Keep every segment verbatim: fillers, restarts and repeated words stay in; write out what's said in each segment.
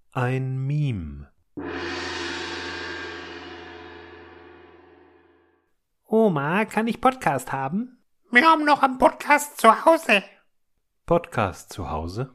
Ein Meme. Oma, kann ich Podcast haben? Wir haben noch einen Podcast zu Hause. Podcast zu Hause?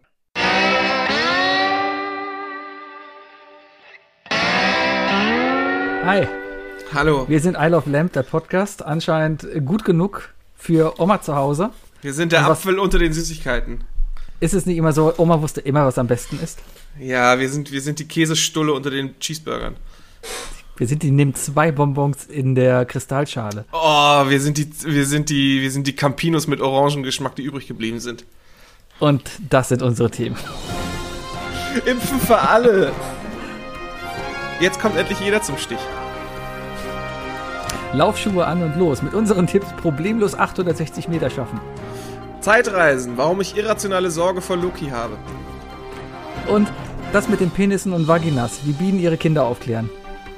Hi. Hallo. Wir sind Isle of Lamp, der Podcast. Anscheinend gut genug für Oma zu Hause. Wir sind der Und was- Apfel unter den Süßigkeiten. Ist es nicht immer so, Oma wusste immer, was am besten ist? Ja, wir sind, wir sind die Käsestulle unter den Cheeseburgern. Wir sind die, nehmen zwei Bonbons in der Kristallschale. Oh, wir sind die, wir sind die, wir sind die Campinos mit Orangengeschmack, die übrig geblieben sind. Und das sind unsere Themen. Impfen für alle. Jetzt kommt endlich jeder zum Stich. Laufschuhe an und los. Mit unseren Tipps problemlos achthundertsechzig Meter schaffen. Zeitreisen, warum ich irrationale Sorge vor Loki habe. Und das mit den Penissen und Vaginas, wie Bienen ihre Kinder aufklären.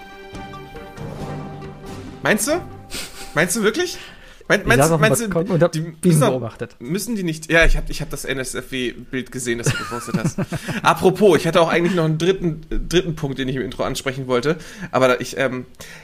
Meinst du? Meinst du wirklich? Mein, Ich meinst, saß auf dem meinst du, Balkon und hab die Bienen müssen, doch- beobachtet. müssen die nicht? Ja, ich habe ich hab das N S F W-Bild gesehen, das du gepostet hast. Apropos, ich hatte auch eigentlich noch einen dritten, äh, dritten Punkt, den ich im Intro ansprechen wollte. Aber ich, ähm,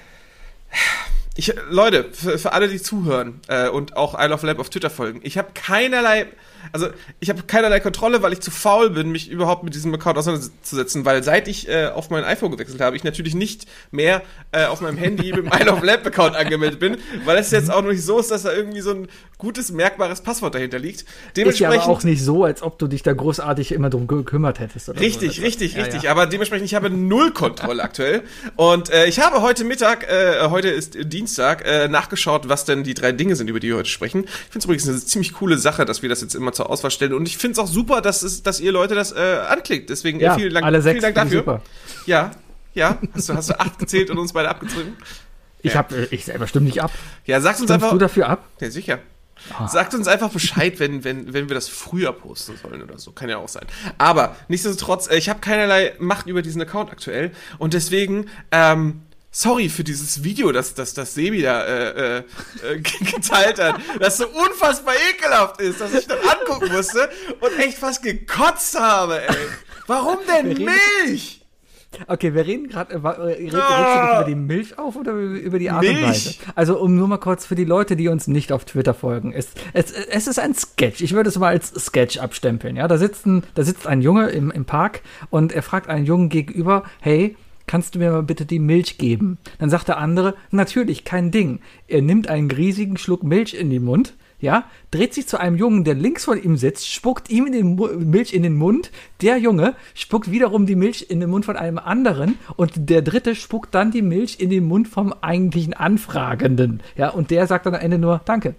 ich, Leute, für, für alle, die zuhören äh, und auch Isle of Lamp auf Twitter folgen, ich habe keinerlei, also ich habe keinerlei Kontrolle, weil ich zu faul bin, mich überhaupt mit diesem Account auseinanderzusetzen, weil seit ich äh, auf mein iPhone gewechselt habe, ich natürlich nicht mehr äh, auf meinem Handy mit dem Isle of Lamp Account angemeldet bin, weil es jetzt auch noch nicht so ist, dass da irgendwie so ein gutes, merkbares Passwort dahinter liegt. Ist ja Dementsprechend aber auch nicht so, als ob du dich da großartig immer drum gekümmert hättest. Oder Richtig, so. richtig, Ja, richtig. ja. Aber dementsprechend, ich habe null Kontrolle aktuell. Und äh, ich habe heute Mittag, äh, heute ist Dienstag, äh, nachgeschaut, was denn die drei Dinge sind, über die wir heute sprechen. Ich finde es übrigens eine ziemlich coole Sache, dass wir das jetzt immer zur Auswahl stellen. Und ich finde es auch super, dass, es, dass ihr Leute das äh, anklickt. Deswegen äh, Ja, vielen Dank, alle sechs, vielen Dank finde dafür. ich super. Ja, ja. Hast du, hast du acht gezählt und uns beide abgezogen? Ich, Ja. hab, äh, ich selber stimme nicht ab. Ja, sagt uns Stimmst einfach. du dafür ab? Ja, sicher. Ah. Sagt uns einfach Bescheid, wenn, wenn, wenn wir das früher posten sollen oder so. Kann ja auch sein. Aber nichtsdestotrotz, äh, ich habe keinerlei Macht über diesen Account aktuell. Und deswegen, ähm, sorry für dieses Video, das, das, das Sebi da äh, äh, geteilt hat, das so unfassbar ekelhaft ist, dass ich dann angucken musste und echt fast gekotzt habe, ey. Warum denn Wir reden- Milch? Okay, wir reden gerade, äh, wa- äh, regst du dich Ah. über die Milch auf oder über die Art und Milch. Weise? Also, um nur mal kurz für die Leute, die uns nicht auf Twitter folgen, es, es, es ist ein Sketch. Ich würde es mal als Sketch abstempeln, ja. Da sitzt ein, da sitzt ein Junge im, im Park und er fragt einen Jungen gegenüber, hey, kannst du mir mal bitte die Milch geben? Dann sagt der andere, natürlich, kein Ding. Er nimmt einen riesigen Schluck Milch in den Mund, ja, dreht sich zu einem Jungen, der links von ihm sitzt, spuckt ihm in den Mu- Milch in den Mund. Der Junge spuckt wiederum die Milch in den Mund von einem anderen und der dritte spuckt dann die Milch in den Mund vom eigentlichen Anfragenden. Ja, und der sagt dann am Ende nur, danke.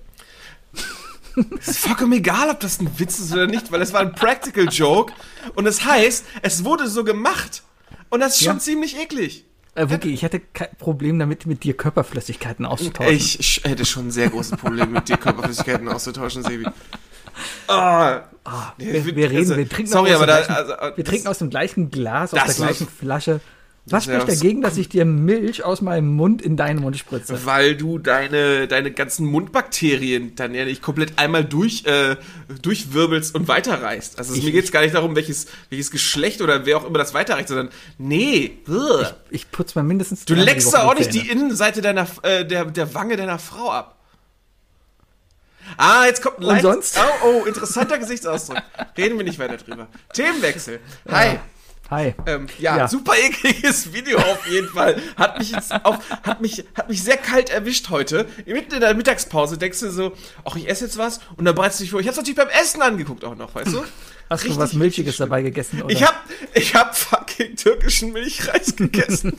Es ist vollkommen egal, ob das ein Witz ist oder nicht, weil es war ein Practical Joke und das heißt, es wurde so gemacht. Und das ist schon Ja. ziemlich eklig. Äh, Wookie, ich hätte kein Problem damit, mit dir Körperflüssigkeiten auszutauschen. Ich, ich hätte schon ein sehr großes Problem mit dir, Körperflüssigkeiten auszutauschen, Sebi. Ah, wir, wir reden, also, wir trinken, sorry, aus, dem aber da, gleichen, also, äh, wir trinken aus dem gleichen Glas, aus das der gleichen ist- Flasche. Was das ist ja spricht was- dagegen, dass ich dir Milch aus meinem Mund in deinen Mund spritze? weil du deine, deine ganzen Mundbakterien dann ja nicht komplett einmal durch, äh, durchwirbelst und weiterreißt. Also Ich- mir geht es gar nicht darum, welches, welches Geschlecht oder wer auch immer das weiterreicht, sondern nee. Ugh. Ich putze mal mindestens Du dreimal leckst die da Woche auch nicht die Zähne. Innenseite deiner, äh, der, der Wange deiner Frau ab. Ah, jetzt kommt ein Und leicht- sonst? Oh, oh, interessanter Gesichtsausdruck. Reden wir nicht weiter drüber. Themenwechsel. Hi. Hi. Ähm, ja, Ja. super ekliges Video auf jeden Fall. Hat mich jetzt auf, hat mich, hat mich sehr kalt erwischt heute. Mitten in der Mittagspause denkst du so, ach, ich esse jetzt was und dann bereitest du dich vor. Ich hab's natürlich beim Essen angeguckt auch noch, weißt du? Hast Richtig, du was Milchiges richtig schlimm. dabei gegessen? Oder? Ich hab, ich hab fucking türkischen Milchreis gegessen.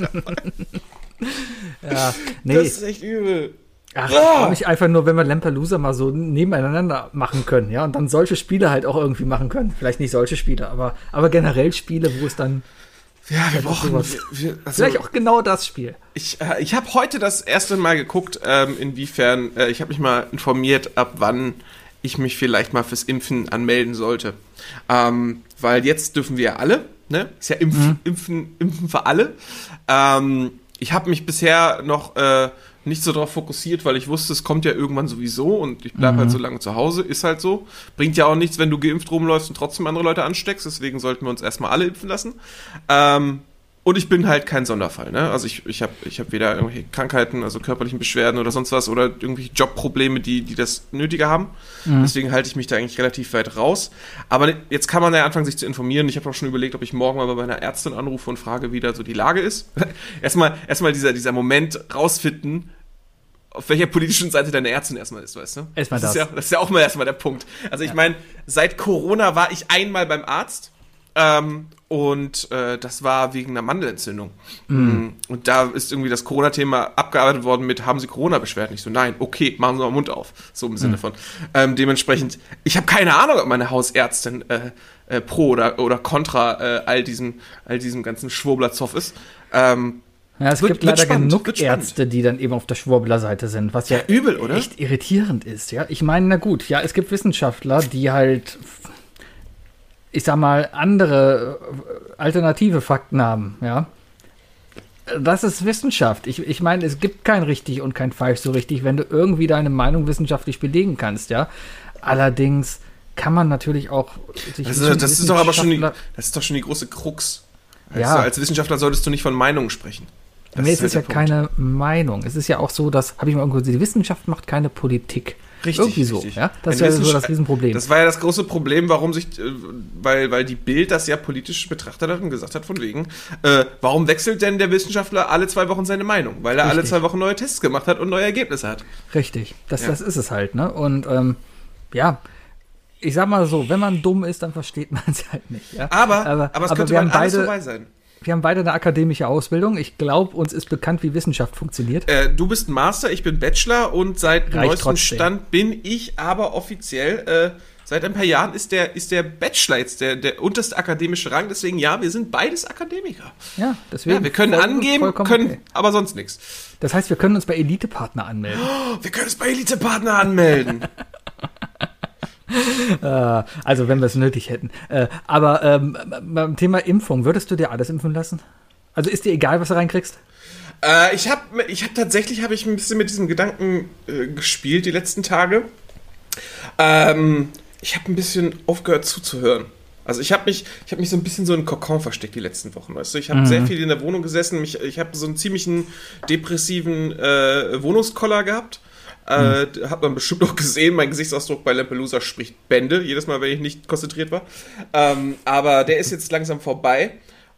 ja, nee. Das ist echt übel. Ach, Oh! ich freu mich einfach nur, wenn wir Lampelusa mal so nebeneinander machen können, ja, und dann solche Spiele halt auch irgendwie machen können. Vielleicht nicht solche Spiele, aber, aber generell Spiele, wo es dann Ja, wir auch brauchen, sowas. wir, wir, also, vielleicht auch genau das Spiel. Ich, äh, ich habe heute das erste Mal geguckt, ähm, inwiefern, äh, ich habe mich mal informiert, ab wann ich mich vielleicht mal fürs Impfen anmelden sollte. Ähm, weil jetzt dürfen wir ja alle, ne? Ist ja Impf, Mhm. Impfen, Impfen für alle. Ähm, ich habe mich bisher noch äh, nicht so darauf fokussiert, weil ich wusste, es kommt ja irgendwann sowieso und ich bleibe Mhm. halt so lange zu Hause, ist halt so. Bringt ja auch nichts, wenn du geimpft rumläufst und trotzdem andere Leute ansteckst, deswegen sollten wir uns erstmal alle impfen lassen. Ähm, und ich bin halt kein Sonderfall, ne? Also ich, ich habe ich hab weder irgendwelche Krankheiten, also körperlichen Beschwerden oder sonst was oder irgendwelche Jobprobleme, die, die das nötiger haben. Mhm. Deswegen halte ich mich da eigentlich relativ weit raus. Aber jetzt kann man ja anfangen, sich zu informieren. Ich habe auch schon überlegt, ob ich morgen mal bei meiner Ärztin anrufe und frage, wie da so die Lage ist. erstmal erstmal dieser, dieser Moment rausfinden, auf welcher politischen Seite deine Ärztin erstmal ist, weißt du? Erstmal das. Ist das. ja, das ist ja auch mal erstmal der Punkt. Also ich meine, seit Corona war ich einmal beim Arzt ähm, und äh, das war wegen einer Mandelentzündung. Mm. Und da ist irgendwie das Corona-Thema abgearbeitet worden mit, haben Sie Corona-Beschwerden? Ich so, nein, okay, machen Sie mal den Mund auf. So im Sinne Mm. von. Ähm, dementsprechend, ich habe keine Ahnung, ob meine Hausärztin äh, äh, pro oder, oder contra äh, all diesem all diesem ganzen Schwurblerzoff ist. Ähm, Ja, es Wird- gibt wird leider spannend, genug wird spannend. Ärzte, die dann eben auf der Schwurbler-Seite sind, was ja, Ja, übel, oder? echt irritierend ist, ja. Ich meine, na gut, ja, es gibt Wissenschaftler, die halt, ich sag mal, andere äh, alternative Fakten haben, ja. Das ist Wissenschaft. Ich, ich meine, es gibt kein richtig und kein falsch so richtig, wenn du irgendwie deine Meinung wissenschaftlich belegen kannst, ja. Allerdings kann man natürlich auch sich Das ist, das ist doch aber schon die, Wissenschaftler- das ist doch schon die große Krux. Also Ja. als Wissenschaftler solltest du nicht von Meinungen sprechen. Das Nee, es ist ja halt der Punkt. keine Meinung. Es ist ja auch so, dass, habe ich mal irgendwo gesehen, die Wissenschaft macht keine Politik. Richtig, Irgendwie so, richtig. ja. Das ist Eine ja so Wissenschaft- das Riesenproblem. Das war ja das große Problem, warum sich, äh, weil, weil die Bild das ja politisch betrachtet hat und gesagt hat, von wegen, äh, warum wechselt denn der Wissenschaftler alle zwei Wochen seine Meinung? Weil er alle Richtig. zwei Wochen neue Tests gemacht hat und neue Ergebnisse hat. Richtig. Das, Ja. das ist es halt, ne? Und ähm, ja, ich sag mal so, wenn man dumm ist, dann versteht man es halt nicht. Ja? Aber, aber, aber, es könnte wir, mal haben alles beide, vorbei sein. wir haben beide eine akademische Ausbildung. Ich glaube, uns ist bekannt, wie Wissenschaft funktioniert. Äh, du bist Master, ich bin Bachelor und seit Reicht neuestem trotzdem. Stand bin ich aber offiziell, äh, seit ein paar Jahren ist der, ist der Bachelor jetzt der, der unterste akademische Rang, deswegen ja, wir sind beides Akademiker. Ja, deswegen. Ja, wir können voll- angeben, vollkommen können okay. aber sonst nichts. Das heißt, wir können uns bei Elite-Partner anmelden. Wir können es bei Elite-Partner anmelden. Äh, also, wenn wir es nötig hätten. Äh, aber ähm, beim Thema Impfung, würdest du dir alles impfen lassen? Also ist dir egal, was du reinkriegst? äh, ich habe ich hab tatsächlich hab ich ein bisschen mit diesem Gedanken äh, gespielt die letzten Tage. Ähm, ich habe ein bisschen aufgehört zuzuhören. Also ich habe mich, ich habe mich so ein bisschen so in einen Kokon versteckt die letzten Wochen, weißt du. Ich habe Mhm. sehr viel in der Wohnung gesessen. Mich, ich habe so einen ziemlichen depressiven äh, Wohnungskoller gehabt. Äh, Mhm. Hat man bestimmt auch gesehen. Mein Gesichtsausdruck bei Lampelusa spricht Bände. Jedes Mal, wenn ich nicht konzentriert war. Ähm, aber der ist jetzt langsam vorbei.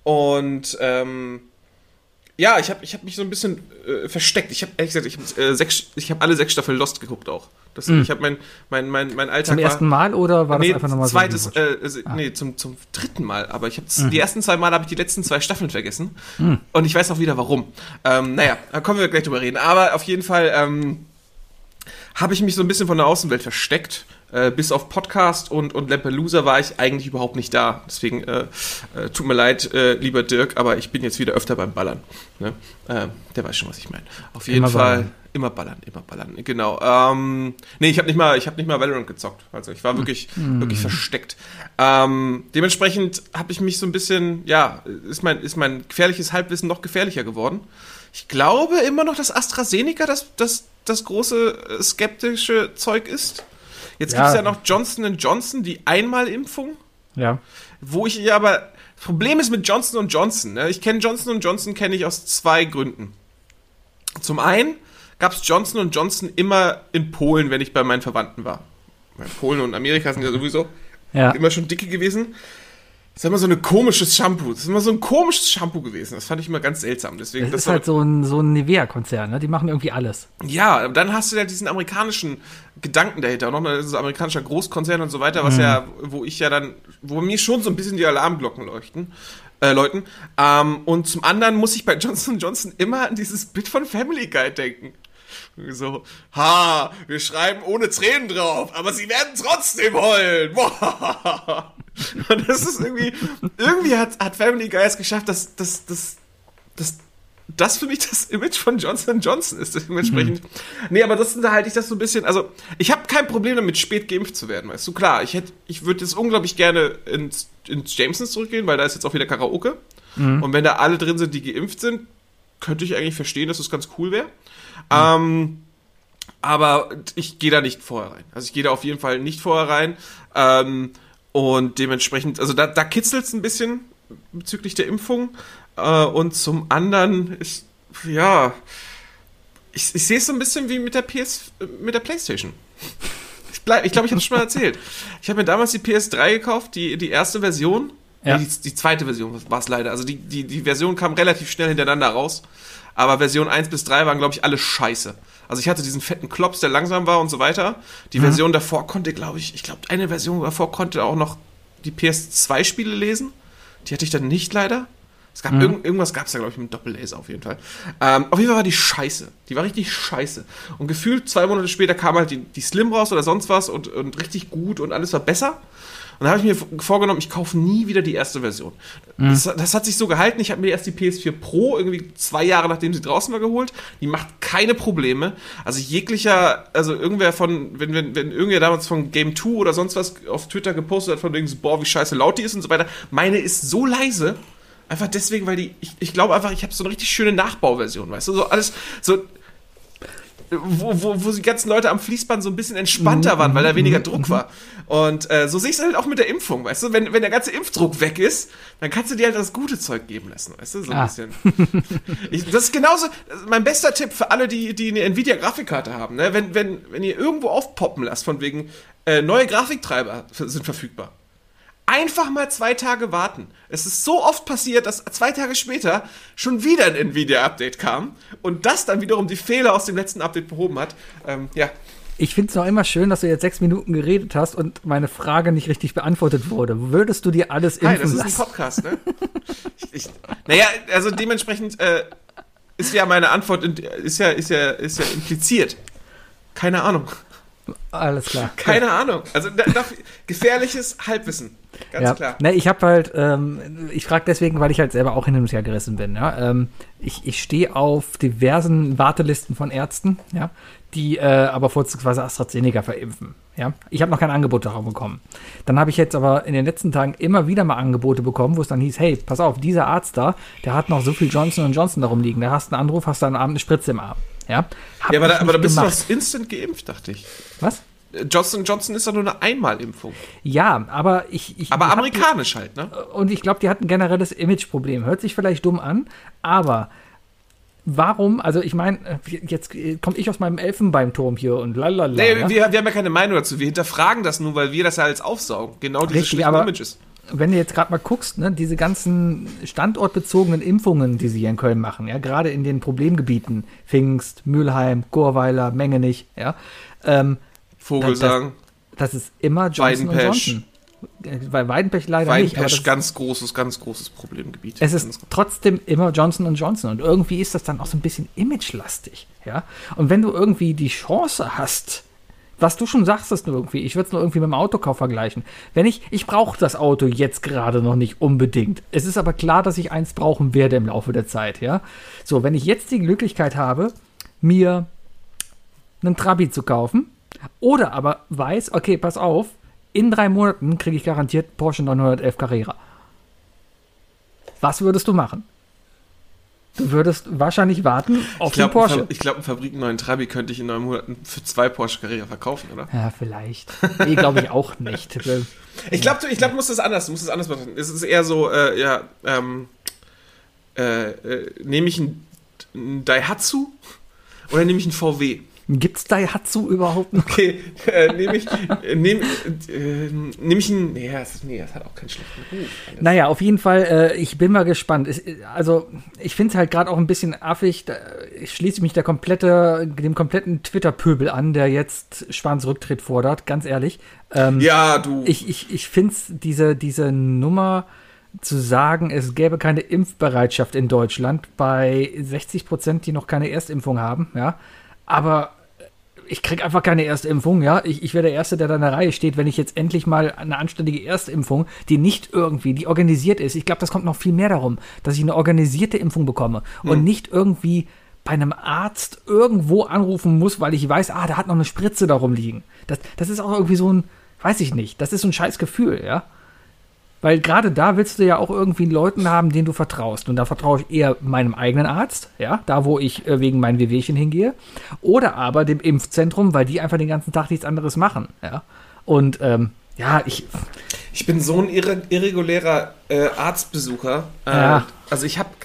Und ähm, ja, ich habe ich hab mich so ein bisschen äh, versteckt. Ich habe ehrlich gesagt, ich habe äh, sechs, ich habe alle sechs Staffeln Lost geguckt auch. Das, Mhm. Ich habe mein, mein, mein, mein Alltag Zum ersten war, Mal oder war das nee, einfach nochmal so? zweites, ein äh, äh, nee, zum, zum dritten Mal. Aber ich habe Mhm. die ersten zwei Mal habe ich die letzten zwei Staffeln vergessen. Mhm. Und ich weiß auch wieder warum. Ähm, naja, da kommen wir gleich drüber reden. Aber auf jeden Fall ähm, habe ich mich so ein bisschen von der Außenwelt versteckt. Äh, bis auf Podcast und, und Lampelusa war ich eigentlich überhaupt nicht da. Deswegen äh, äh, tut mir leid, äh, lieber Dirk, aber ich bin jetzt wieder öfter beim Ballern. Ne? Äh, der weiß schon, was ich meine. Auf jeden Immer Fall ballern. immer ballern, immer ballern. Genau. Ähm, nee, ich habe nicht mal, ich habe nicht mal Valorant gezockt. Also ich war wirklich, wirklich versteckt. Ähm, dementsprechend habe ich mich so ein bisschen, ja, ist mein, ist mein gefährliches Halbwissen noch gefährlicher geworden. Ich glaube immer noch, dass AstraZeneca das, das, das große äh, skeptische Zeug ist. Jetzt Ja. gibt es ja noch Johnson and Johnson, die Einmalimpfung, Ja. wo ich ja aber, das Problem ist mit Johnson und Johnson, ne? Ich kenne Johnson und Johnson kenne ich aus zwei Gründen. Zum einen gab es Johnson und Johnson immer in Polen, wenn ich bei meinen Verwandten war. Weil Polen und Amerika sind ja sowieso Ja. immer schon dicke gewesen. Das ist immer so ein komisches Shampoo. Das ist immer so ein komisches Shampoo gewesen. Das fand ich immer ganz seltsam. Deswegen, Das das ist halt so ein, so ein Nivea-Konzern, ne? Die machen irgendwie alles. Ja, aber dann hast du ja diesen amerikanischen Gedanken dahinter. Und noch so amerikanischer Großkonzern und so weiter, was Mhm. ja, wo ich ja dann, wo mir schon so ein bisschen die Alarmglocken leuchten, äh, läuten. Ähm, und zum anderen muss ich bei Johnson und Johnson immer an dieses Bit von Family Guy denken. So, ha, wir schreiben ohne Tränen drauf, aber sie werden trotzdem heulen. Boah. Und das ist irgendwie, irgendwie hat, hat Family Guy es geschafft, dass, dass, dass, dass das für mich das Image von Johnson und Johnson ist. Dementsprechend. Mhm. Nee, aber das da halte ich das so ein bisschen, also ich habe kein Problem damit, spät geimpft zu werden, weißt du, klar, ich hätte, ich würde jetzt unglaublich gerne ins, ins Jamesons zurückgehen, weil da ist jetzt auch wieder Karaoke. Mhm. Und wenn da alle drin sind, die geimpft sind, könnte ich eigentlich verstehen, dass es ganz cool wäre. Mhm. Ähm, aber ich gehe da nicht vorher rein. Also ich gehe da auf jeden Fall nicht vorher rein. Ähm, und dementsprechend, also da, da kitzelt es ein bisschen bezüglich der Impfung. Äh, und zum anderen ist, ja, ich, ich sehe es so ein bisschen wie mit der P S, mit der PlayStation. Ich glaube, ich, glaub, ich habe es schon mal erzählt. Ich habe mir damals die P S drei gekauft, die, die erste Version. Ja. Nee, die, die zweite Version war es leider. Also die, die, die Version kam relativ schnell hintereinander raus. Aber Version eins bis drei waren, glaube ich, alle scheiße. Also ich hatte diesen fetten Klops, der langsam war und so weiter. Die mhm. Version davor konnte, glaube ich, ich glaube, eine Version davor konnte auch noch die P S zwei Spiele lesen. Die hatte ich dann nicht leider. Es gab mhm. irgend, irgendwas gab es da, glaube ich, mit Doppel-Laser auf jeden Fall. Ähm, auf jeden Fall war die scheiße. Die war richtig scheiße. Und gefühlt zwei Monate später kam halt die, die Slim raus oder sonst was und, und richtig gut und alles war besser. Und dann habe ich mir vorgenommen, ich kaufe nie wieder die erste Version. Mhm. Das, das hat sich so gehalten. Ich habe mir erst die P S vier Pro irgendwie zwei Jahre, nachdem sie draußen war, geholt. Die macht keine Probleme. Also jeglicher, also irgendwer von, wenn, wenn, wenn irgendwer damals von Game zwei oder sonst was auf Twitter gepostet hat, von wegen so, boah, wie scheiße laut die ist und so weiter. Meine ist so leise. Einfach deswegen, weil die, ich, ich glaube einfach, ich habe so eine richtig schöne Nachbauversion, weißt du, so alles, so, wo, wo, wo die ganzen Leute am Fließband so ein bisschen entspannter waren, weil da weniger Druck war. Und äh, so sehe ich es halt auch mit der Impfung, weißt du, wenn, wenn der ganze Impfdruck weg ist, dann kannst du dir halt das gute Zeug geben lassen, weißt du, so ein ah. bisschen. Ich, das ist genauso, mein bester Tipp für alle, die, die eine Nvidia-Grafikkarte haben, ne, wenn, wenn, wenn ihr irgendwo aufpoppen lasst, von wegen, äh, neue Grafiktreiber sind verfügbar. Einfach mal zwei Tage warten. Es ist so oft passiert, dass zwei Tage später schon wieder ein Nvidia-Update kam und das dann wiederum die Fehler aus dem letzten Update behoben hat. Ähm, ja. Ich finde es noch immer schön, dass du jetzt sechs Minuten geredet hast und meine Frage nicht richtig beantwortet wurde. Würdest du dir alles impfen lassen? Nein, das ist ein Podcast, ne? ich, ich, naja, also dementsprechend äh, ist ja meine Antwort ist ja, ist ja, ist ja impliziert. Keine Ahnung. Alles klar. Keine ja. Ahnung. Also da, da, gefährliches Halbwissen. Ganz ja. klar. Ne, ich habe halt, ähm, ich frage deswegen, weil ich halt selber auch hin und her gerissen bin. Ja? Ähm, ich ich stehe auf diversen Wartelisten von Ärzten, ja, die äh, aber vorzugsweise AstraZeneca verimpfen. Ja? Ich habe noch kein Angebot darauf bekommen. Dann habe ich jetzt aber in den letzten Tagen immer wieder mal Angebote bekommen, wo es dann hieß, hey, pass auf, dieser Arzt da, der hat noch so viel Johnson und Johnson darum liegen. Da hast du einen Anruf, hast du am Abend eine Spritze im Arm. Ja, ja aber, da, aber da bist gemacht. Du doch instant geimpft, dachte ich. Was? Johnson Johnson ist doch nur eine Einmalimpfung. Ja, aber ich... ich aber ich amerikanisch hab, halt, ne? Und ich glaube, die hatten ein generelles Imageproblem. Hört sich vielleicht dumm an, aber warum, also ich meine, jetzt komme ich aus meinem Elfenbeinturm hier und lalala. Nee, ja? wir, wir haben ja keine Meinung dazu. Wir hinterfragen das nur, weil wir das ja als aufsaugen. Genau diese Richtig, aber Images. Wenn du jetzt gerade mal guckst, ne, diese ganzen standortbezogenen Impfungen, die sie hier in Köln machen, ja, gerade in den Problemgebieten, Pfingst, Mülheim, Chorweiler, Mengenich, ja, ähm, Vogelsang. Das, das ist immer Johnson und Johnson. Bei Weidenpech leider Weidenpech, nicht. Aber das ganz großes, ganz großes Problemgebiet. Es ist trotzdem immer Johnson und Johnson. Und irgendwie ist das dann auch so ein bisschen imagelastig. Ja? Und wenn du irgendwie die Chance hast, was du schon sagst, ist nur irgendwie, ich würde es nur irgendwie mit dem Autokauf vergleichen. Wenn ich, ich brauche das Auto jetzt gerade noch nicht unbedingt. Es ist aber klar, dass ich eins brauchen werde im Laufe der Zeit. Ja? So, wenn ich jetzt die Möglichkeit habe, mir einen Trabi zu kaufen, oder aber weiß, okay, pass auf, in drei Monaten kriege ich garantiert Porsche neunhundertelf Carrera. Was würdest du machen? Du würdest wahrscheinlich warten auf ich glaub, den Porsche. Ich glaube, einen fabrikenneuen Trabi könnte ich in neun Monaten für zwei Porsche Carrera verkaufen, oder? Ja, vielleicht. Nee, glaube ich auch nicht. ich glaube, ich glaub, du musst das anders, du musst das anders machen. Es ist eher so, äh, ja, ähm, äh, äh, nehme ich einen, einen Daihatsu oder nehme ich einen V W? Gibt's Daihatsu überhaupt noch? Okay, äh, nehme ich, äh, nehm, äh, nehm ich einen, nee das, nee, das hat auch keinen schlechten Ruf. Alles. Naja, auf jeden Fall, äh, ich bin mal gespannt. Es, also, ich finde es halt gerade auch ein bisschen affig, da, ich schließe mich der komplette, dem kompletten Twitter-Pöbel an, der jetzt Spahns Rücktritt fordert, ganz ehrlich. Ähm, ja, du. Ich, ich, ich finde es, diese, diese Nummer zu sagen, es gäbe keine Impfbereitschaft in Deutschland bei sechzig Prozent, die noch keine Erstimpfung haben, ja, aber ich krieg einfach keine Erstimpfung, ja. Ich, ich wäre der Erste, der da in der Reihe steht, wenn ich jetzt endlich mal eine anständige Erstimpfung, die nicht irgendwie, die organisiert ist. Ich glaube, das kommt noch viel mehr darum, dass ich eine organisierte Impfung bekomme hm. und nicht irgendwie bei einem Arzt irgendwo anrufen muss, weil ich weiß, ah, da hat noch eine Spritze darum liegen. Das, das ist auch irgendwie so ein, weiß ich nicht, das ist so ein scheiß Gefühl, ja. Weil gerade da willst du ja auch irgendwie Leuten haben, denen du vertraust. Und da vertraue ich eher meinem eigenen Arzt, ja, da wo ich äh, wegen meinen Wehwehchen hingehe. Oder aber dem Impfzentrum, weil die einfach den ganzen Tag nichts anderes machen, ja. Und, ähm, ja, ich... Ich bin so ein irre, irregulärer äh, Arztbesucher. Äh, Ja. Also ich habe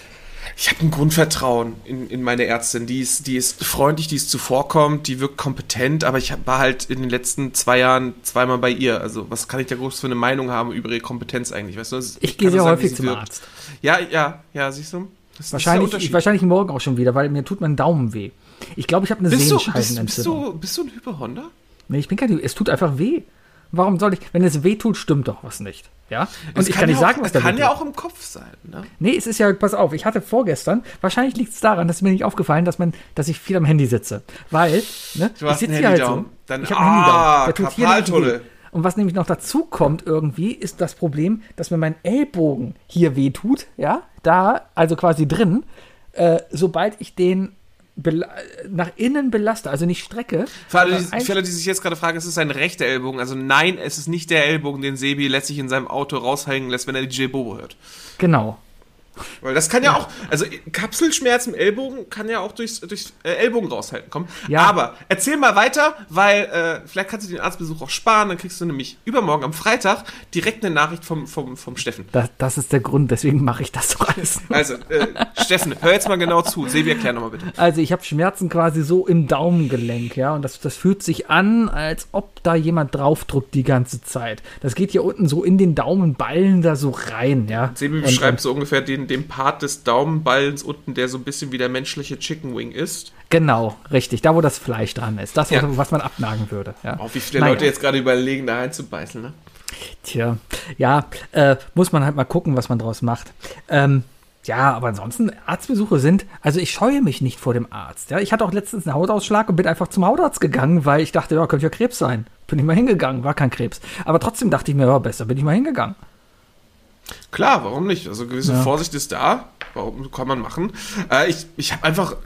ich hab ein Grundvertrauen in, in meine Ärztin. Die ist, die ist freundlich, die ist zuvorkommend, die wirkt kompetent, aber ich hab, war halt in den letzten zwei Jahren zweimal bei ihr. Also was kann ich da groß für eine Meinung haben über ihre Kompetenz eigentlich? Weißt du, das, Ich gehe kann sehr nur sagen, häufig wie sie zum wirkt. Arzt. Ja, ja, ja, siehst du? Das, das ist der Wahrscheinlich, Unterschied. wahrscheinlich morgen auch schon wieder, weil mir tut mein Daumen weh. Ich glaube, ich habe eine bist, du, bist, bist, Sehenscheidenentzündung. du, bist du ein Hyperhonder? Nee, ich bin kein Es tut einfach weh. Warum soll ich, wenn es weh tut, stimmt doch was nicht. Ja? Und Es ich kann nicht ja sagen, auch, was da kann weh ja tut. auch im Kopf sein, ne? Nee, es ist ja, pass auf, ich hatte vorgestern, wahrscheinlich liegt es daran, dass mir nicht aufgefallen, dass man, dass ich viel am Handy sitze. Weil, ne, Du hast ich einen sitze hier halt so. Handydaum. Dann- Ich habe einen Ah, Handydaum. Der tut hier nämlich Karpaltunnel. weh. Und was nämlich noch dazu kommt irgendwie, ist das Problem, dass mir mein Ellbogen hier weh tut, ja, da, also quasi drin, äh, sobald ich den bela- nach innen belaste, also nicht strecke. Für alle, sondern die, für alle, die sich jetzt gerade fragen, es ist ein rechter Ellbogen. Also nein, es ist nicht der Ellbogen, den Sebi letztlich in seinem Auto raushängen lässt, wenn er D J Bobo hört. Genau. Weil das kann ja, auch, also Kapselschmerz im Ellbogen kann ja auch durchs, durchs äh, Ellbogen raushalten kommen. Ja. Aber erzähl mal weiter, weil äh, vielleicht kannst du den Arztbesuch auch sparen, dann kriegst du nämlich übermorgen am Freitag direkt eine Nachricht vom, vom, vom Steffen. Das, das ist der Grund, deswegen mache ich das doch alles. Also, äh, Steffen, hör jetzt mal genau zu. Sebi, erklär nochmal bitte. Also ich habe Schmerzen quasi so im Daumengelenk, ja, und das, das fühlt sich an, als ob da jemand draufdrückt die ganze Zeit. Das geht hier unten so in den Daumenballen da so rein, ja. Sebi Und- beschreibt so ungefähr den, den Part des Daumenballens unten, der so ein bisschen wie der menschliche Chicken Wing ist. Genau, richtig, da wo das Fleisch dran ist. Das, Ja. was, was man abnagen würde. Ja. Auch wie viele Naja. Leute jetzt gerade überlegen, da reinzubeißen, ne? Tja, ja, äh, muss man halt mal gucken, was man draus macht. Ähm, ja, aber ansonsten, Arztbesuche sind, also ich scheue mich nicht vor dem Arzt. Ja? Ich hatte auch letztens einen Hautausschlag und bin einfach zum Hautarzt gegangen, weil ich dachte, ja, könnte ja Krebs sein. Bin ich mal hingegangen, war kein Krebs. Aber trotzdem dachte ich mir, ja, besser bin ich mal hingegangen. Klar, warum nicht? Also gewisse Ja. Vorsicht ist da. Warum kann man machen? Äh, ich ich habe einfach,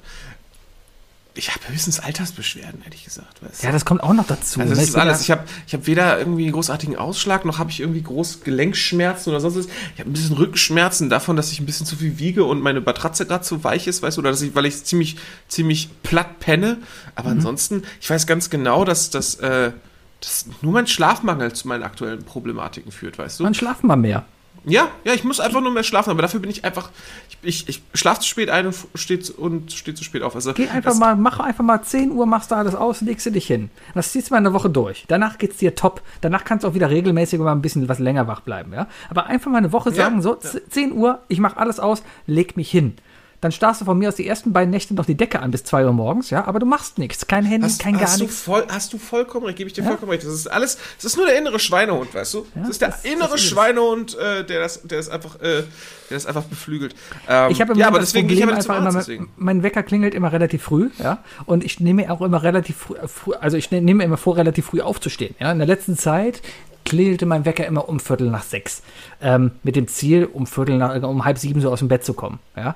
ich habe höchstens Altersbeschwerden, ehrlich gesagt. Weißt du? Ja, das kommt auch noch dazu. Also das ne? ist bin alles. ja- Ich habe ich hab weder irgendwie einen großartigen Ausschlag, noch habe ich irgendwie groß Gelenkschmerzen oder sonst was. Ich habe ein bisschen Rückenschmerzen davon, dass ich ein bisschen zu viel wiege und meine Matratze gerade zu weich ist, weißt du, oder dass ich, weil ich ziemlich, ziemlich platt penne. Aber Mhm. ansonsten, ich weiß ganz genau, dass das, äh, dass nur mein Schlafmangel zu meinen aktuellen Problematiken führt, weißt du? Dann schlafen wir mehr. Ja, ja, ich muss einfach nur mehr schlafen, aber dafür bin ich einfach, ich, ich, ich schlafe zu spät ein und stehe und steh zu spät auf. Also, Geh einfach das- mal, mach einfach mal zehn Uhr, machst du alles aus, legst du dich hin. Das ziehst du mal eine Woche durch. Danach geht's dir top. Danach kannst du auch wieder regelmäßig mal ein bisschen was länger wach bleiben, ja. Aber einfach mal eine Woche Ja, sagen, so, ja. z- zehn Uhr, ich mach alles aus, leg mich hin. Dann starrst du von mir aus die ersten beiden Nächte noch die Decke an bis zwei Uhr morgens, ja, aber du machst nichts. Kein Handy, Hast, kein gar hast, du nichts. voll, hast du vollkommen recht, gebe ich dir Ja. vollkommen recht. Das ist alles, das ist nur der innere Schweinehund, weißt du? Ja, das ist der das- innere das ist es. Schweinehund, äh, der das, der das einfach, äh, der das einfach beflügelt. Ähm, Ich habe im ja, Moment aber das deswegen gehe ich Problem aber nicht zum einfach Arzt, immer, deswegen. mein Wecker klingelt immer relativ früh, ja, und ich nehme auch immer relativ früh, früh also ich ne- nehme immer vor, relativ früh aufzustehen, ja. In der letzten Zeit klingelte mein Wecker immer um Viertel nach sechs, ähm, mit dem Ziel, um Viertel nach, um halb sieben so aus dem Bett zu kommen, ja.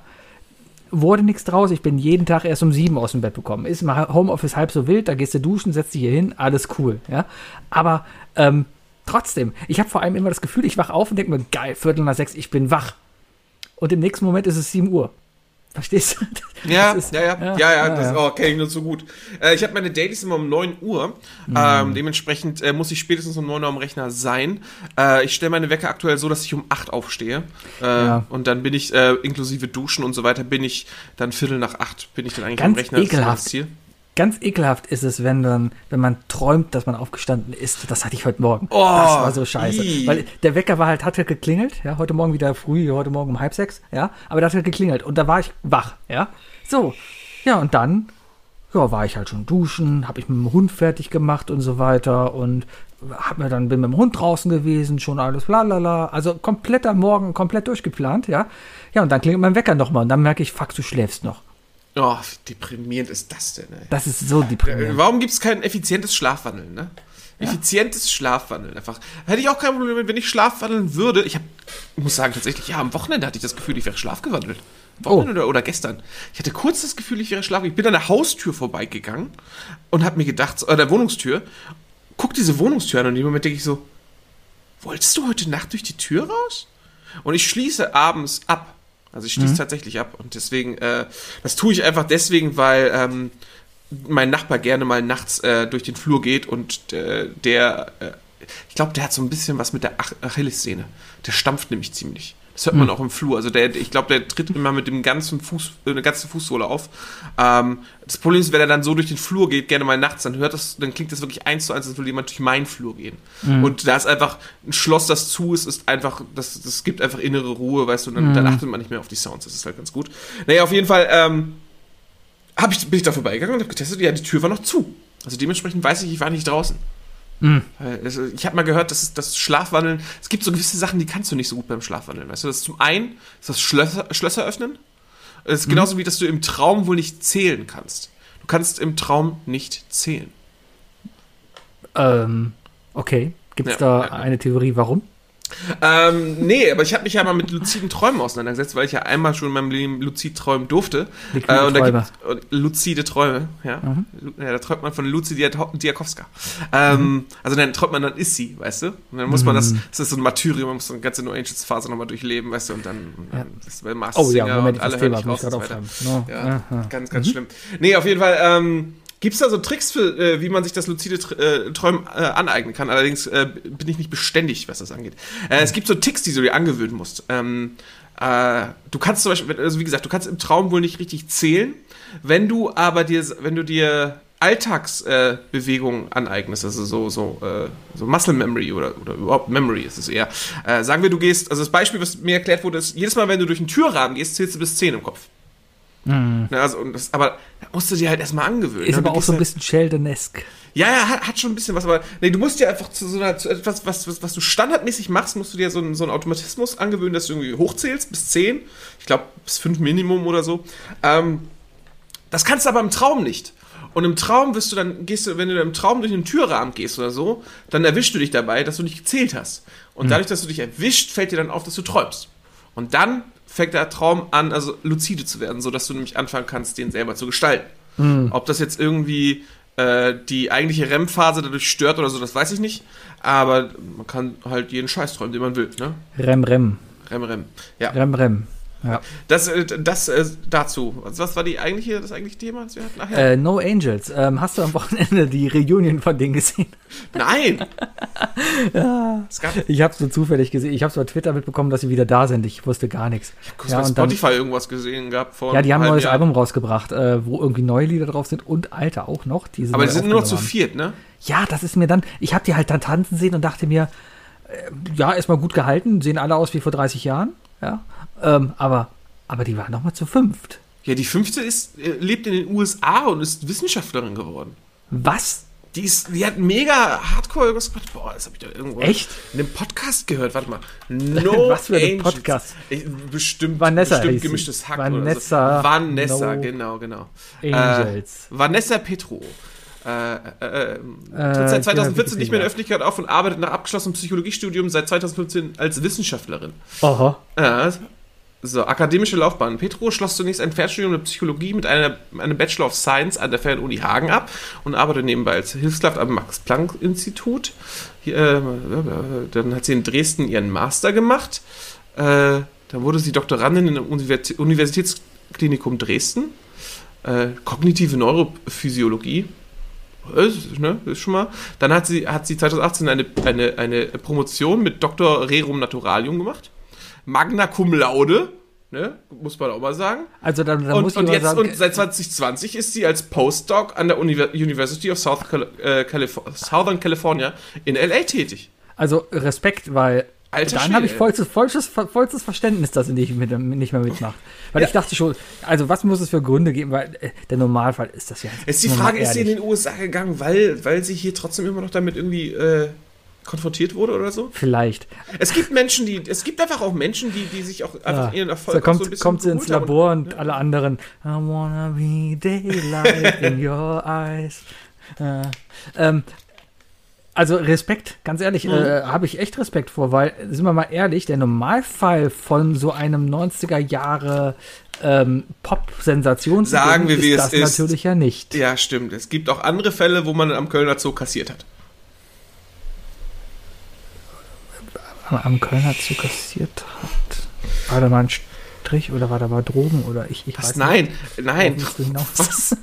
Wurde nichts draus, ich bin jeden Tag erst um sieben aus dem Bett gekommen. Ist im Homeoffice halb so wild, da gehst du duschen, setzt dich hier hin, alles cool, ja. Aber, ähm, trotzdem, ich habe vor allem immer das Gefühl, ich wach auf und denke mir, geil, Viertel nach sechs, ich bin wach. Und im nächsten Moment ist es sieben Uhr. Verstehst du? Ja, Das ist- ja, ja, ja, ja, das oh, kenne ich nur zu gut. Äh, ich habe meine Dailies immer um neun Uhr. Mhm. Ähm, dementsprechend äh, muss ich spätestens um neun Uhr am Rechner sein. Äh, ich stelle meine Wecker aktuell so, dass ich um acht aufstehe. Äh, Ja. Und dann bin ich, äh, inklusive Duschen und so weiter, bin ich dann Viertel nach acht, bin ich dann eigentlich Ganz am Rechner. Das ist ekelhaft. das Ziel. Ganz ekelhaft ist es, wenn dann, wenn man träumt, dass man aufgestanden ist. Das hatte ich heute Morgen. Oh, das war so scheiße. ii. Weil der Wecker war halt, hat halt geklingelt, ja, heute Morgen wieder früh, heute Morgen um halb sechs, ja, aber der hat halt geklingelt und da war ich wach, ja. So, ja, und dann, ja, war ich halt schon duschen, habe ich mit dem Hund fertig gemacht und so weiter und hab mir dann, bin mit dem Hund draußen gewesen, schon alles lalala, also kompletter Morgen, komplett durchgeplant, ja. Ja, und dann klingelt mein Wecker nochmal und dann merke ich, fuck, du schläfst noch. Oh, wie deprimierend ist das denn, ey? Das ist so Äh, deprimierend. Warum gibt es kein effizientes Schlafwandeln, ne? Effizientes Schlafwandeln einfach. Hätte ich auch kein Problem mit, wenn ich schlafwandeln würde. Ich hab, ich muss sagen, tatsächlich, ja, am Wochenende hatte ich das Gefühl, ich wäre schlafgewandelt. Wochenende oder, oder gestern. Ich hatte kurz das Gefühl, ich wäre schlafen. Ich bin an der Haustür vorbeigegangen und habe mir gedacht, äh, der Wohnungstür, guck diese Wohnungstür an und in dem Moment denke ich so, wolltest du heute Nacht durch die Tür raus? Und ich schließe abends ab. Also ich schließe Mhm. tatsächlich ab. Und deswegen, äh, das tue ich einfach deswegen, weil ähm, mein Nachbar gerne mal nachts äh, durch den Flur geht und äh, der, äh, ich glaube, der hat so ein bisschen was mit der Ach- Achillessehne. Der stampft nämlich ziemlich. Das hört man auch im Flur. Also der, ich glaube, der tritt immer mit dem ganzen Fuß, äh, eine ganze Fußsohle auf. Ähm, das Problem ist, wenn er dann so durch den Flur geht, gerne mal nachts, dann hört das, dann klingt das wirklich eins zu eins, als würde jemand durch meinen Flur gehen. Mhm. Und da ist einfach ein Schloss, das zu ist, ist einfach, das, das gibt einfach innere Ruhe, weißt du, und dann, Mhm. dann achtet man nicht mehr auf die Sounds. Das ist halt ganz gut. Naja, auf jeden Fall, ähm, hab ich, bin ich da vorbeigegangen und habe getestet, ja, die Tür war noch zu. Also dementsprechend weiß ich, ich war nicht draußen. Mhm. Also ich habe mal gehört, dass das Schlafwandeln, es gibt so gewisse Sachen, die kannst du nicht so gut beim Schlafwandeln. Weißt du, das ist zum einen ist das Schlösser, Schlösser öffnen. Es ist genauso wie, dass du im Traum wohl nicht zählen kannst. Du kannst im Traum nicht zählen. Ähm, okay. Gibt es Ja, da ja, ja. eine Theorie, warum? Ähm, nee, aber ich habe mich ja mal mit luziden Träumen auseinandergesetzt, weil ich ja einmal schon in meinem Leben luzid träumen durfte. Liquide Äh, und da Träume. gibt's und luzide Träume, ja. Mhm. Lu- ja. Da träumt man von Luzi Diak- Diakowska. Ähm, also dann träumt man, dann ist sie, weißt du? Und dann muss man das, das ist so ein Martyrium, man muss so eine ganze No Angels Phase nochmal durchleben, weißt du? Und dann, und dann ist bei Mars Oh ja, Singer Moment, und alle das hören Thema nicht muss ich raus gerade und so weiter. aufschreiben. No. Ja, Aha. ganz, ganz schlimm. Nee, auf jeden Fall, ähm, gibt's da so Tricks für, äh, wie man sich das luzide Tr- äh, Träumen äh, aneignen kann? Allerdings äh, bin ich nicht beständig, was das angeht. Äh, es gibt so Ticks, die du dir angewöhnen musst. Ähm, äh, du kannst zum Beispiel, also wie gesagt, du kannst im Traum wohl nicht richtig zählen. Wenn du aber dir, wenn du dir Alltagsbewegungen äh, Bewegungen aneignest, also so, so, äh, so Muscle Memory oder, oder überhaupt Memory ist es eher. Äh, sagen wir, du gehst, also das Beispiel, was mir erklärt wurde, ist, jedes Mal, wenn du durch einen Türrahmen gehst, zählst du bis zehn im Kopf. Mhm. Na, also, und das, aber da musst du dir halt erstmal angewöhnen. Ist ne? aber Du auch gehst so ein halt- bisschen Sheldon-esque. Ja, ja, hat, hat schon ein bisschen was, aber nee, du musst dir einfach zu so einer, zu etwas, was, was, was du standardmäßig machst, musst du dir so einen, so einen Automatismus angewöhnen, dass du irgendwie hochzählst bis zehn, ich glaube bis fünf Minimum oder so. Ähm, das kannst du aber im Traum nicht. Und im Traum wirst du dann, gehst du, wenn du im Traum durch einen Türrahmen gehst oder so, dann erwischst du dich dabei, dass du nicht gezählt hast. Und dadurch, dass du dich erwischt, fällt dir dann auf, dass du träumst. Und dann fängt der Traum an, also lucide zu werden, sodass du nämlich anfangen kannst, den selber zu gestalten. Mhm. Ob das jetzt irgendwie äh, die eigentliche R E M-Phase dadurch stört oder so, das weiß ich nicht. Aber man kann halt jeden Scheiß träumen, den man will, ne? Rem, Rem. R E M, R E M. Ja. Rem, Rem. Ja. Das, äh, das äh, dazu. Also was war die eigentliche, das eigentliche Thema, das wir hatten? Ach ja. Äh, No Angels. Ähm, hast du am Wochenende die Reunion von denen gesehen? Nein! Ja. Es gab Ich habe es nur zufällig gesehen. Ich habe es bei Twitter mitbekommen, dass sie wieder da sind. Ich wusste gar nichts. kurz Ja, bei und dann- Spotify irgendwas gesehen gehabt vor Ja, die haben ein einem neues Jahr. Album rausgebracht, äh, wo irgendwie neue Lieder drauf sind und alte auch noch. Die Aber neu die sind nur noch zu aufgenommen viert, ne? haben. Ja, das ist mir dann, ich habe die halt dann tanzen sehen und dachte mir, äh, ja, erstmal gut gehalten, sehen alle aus wie vor dreißig Jahren, ja, ähm, aber, aber die waren noch mal zu fünft. Ja, die fünfte ist, äh, lebt in den U S A und ist Wissenschaftlerin geworden. Was? Die ist, die hat mega hardcore irgendwas gemacht. Boah, das habe ich da irgendwo Echt? in einem Podcast gehört. Warte mal. No Was für ein Angels. Podcast? Ich, bestimmt, Vanessa bestimmt hieß sie. gemischtes Hack Vanessa, oder so. Vanessa, no genau, genau. Angels. Äh, Vanessa Petro. Äh, äh, äh, Äh, tritt seit zweitausendvierzehn Wikipedia. nicht mehr in der Öffentlichkeit auf und arbeitet nach abgeschlossenem Psychologiestudium seit zweitausendfünfzehn als Wissenschaftlerin. Aha. Äh, so, akademische Laufbahn. Petro schloss zunächst ein Fernstudium in Psychologie mit einer, einem Bachelor of Science an der Fernuni Hagen ab und arbeitet nebenbei als Hilfskraft am Max-Planck-Institut. Hier, äh, dann hat sie in Dresden ihren Master gemacht. Äh, dann wurde sie Doktorandin in dem Universi- Universitätsklinikum Dresden. Äh, kognitive Neurophysiologie. Ist, ne, ist schon mal. Dann hat sie, hat sie zweitausendachtzehn eine, eine, eine Promotion mit Doktor Rerum Naturalium gemacht. Magna Cum Laude, ne, muss man auch mal sagen. Also dann, dann Und, muss ich und mal jetzt sagen, und seit zwanzig zwanzig ist sie als Postdoc an der Univer- University of South Cal- äh, Calif- Southern California in L A tätig. also Respekt, weil Alter dann Schwede, habe ich ey. vollstes, vollstes, vollstes Verständnis, dass sie nicht, mit, nicht mehr mitmacht. Weil Ja. ich dachte schon, also was muss es für Gründe geben, weil äh, der Normalfall ist das ja. Jetzt die nur mal Frage, ist sie in ehrlich. den U S A gegangen, weil, weil sie hier trotzdem immer noch damit irgendwie äh, konfrontiert wurde oder so? Vielleicht. Es gibt Menschen, die, es gibt einfach auch Menschen, die, die sich auch einfach Ja. ihren So Erfolg auch kommt, so ein bisschen kommt sie ins geholt haben. Labor und alle anderen, I wanna be daylight in your eyes. Äh, ähm, also Respekt, ganz ehrlich, Mhm. äh, habe ich echt Respekt vor, weil, sind wir mal ehrlich, der Normalfall von so einem neunziger Jahre ähm, Pop-Sensations Sagen wir, wie ist es das ist. natürlich ja nicht. Ja, stimmt. Es gibt auch andere Fälle, wo man am Kölner Zoo kassiert hat. am, am Kölner Zoo kassiert hat. War da mal ein Strich oder war da mal Drogen oder ich, ich Was? weiß Nein, nicht. nein. Worauf willst du hinaus? Was?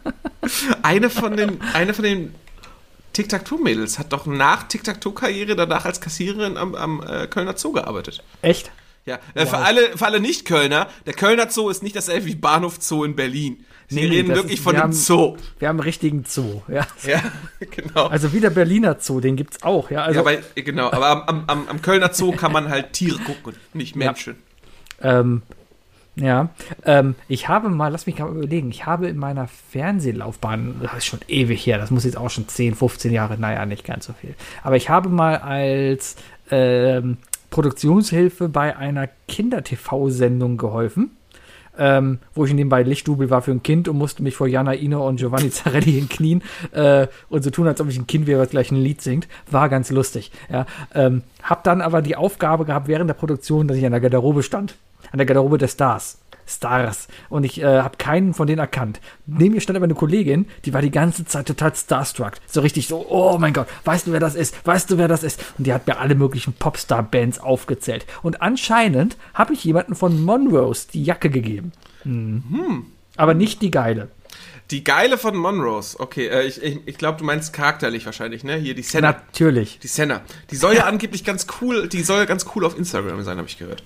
Eine von den, eine von den Tic-Tac-Toe-Mädels hat doch nach Tic-Tac-Toe-Karriere danach als Kassiererin am, am äh, Kölner Zoo gearbeitet. Echt? Ja, äh, für alle, für alle Nicht-Kölner, der Kölner Zoo ist nicht dasselbe wie Bahnhof Zoo in Berlin. Sie Nee, nee, reden das wirklich ist- von wir dem haben- Zoo. Wir haben einen richtigen Zoo, ja. Ja, genau. Also wie der Berliner Zoo, den gibt's auch, ja. Also, ja, aber, genau, aber am, am- am, am Kölner Zoo kann man halt Tiere gucken, nicht Menschen. ähm, ja, ähm, ich habe mal, lass mich gerade mal überlegen, ich habe in meiner Fernsehlaufbahn, das ist schon ewig her, das muss jetzt auch schon zehn, fünfzehn Jahre, naja, nicht ganz so viel, aber ich habe mal als ähm, Produktionshilfe bei einer Kinder-T V-Sendung geholfen, ähm, wo ich nebenbei Lichtdubel war für ein Kind und musste mich vor Jana Ino und Giovanni Zarelli hinknien äh, und so tun, als ob ich ein Kind wäre, was gleich ein Lied singt. War ganz lustig. Ja. Ähm, hab dann aber die Aufgabe gehabt während der Produktion, dass ich an der Garderobe stand. An der Garderobe der Stars. Stars. Und ich äh, habe keinen von denen erkannt. Neben mir stand aber eine Kollegin, die war die ganze Zeit total starstruck. So richtig so, oh mein Gott, weißt du, wer das ist? Weißt du, wer das ist? Und die hat mir alle möglichen Popstar-Bands aufgezählt. Und anscheinend habe ich jemanden von Monrose die Jacke gegeben. Mhm. Aber nicht die geile. Die Geile von Monrose, okay, äh, ich, ich, ich glaube, du meinst charakterlich wahrscheinlich, ne? Hier die Senna. Natürlich. Die Senna. Die soll ja angeblich ganz cool, die soll ganz cool auf Instagram sein, habe ich gehört.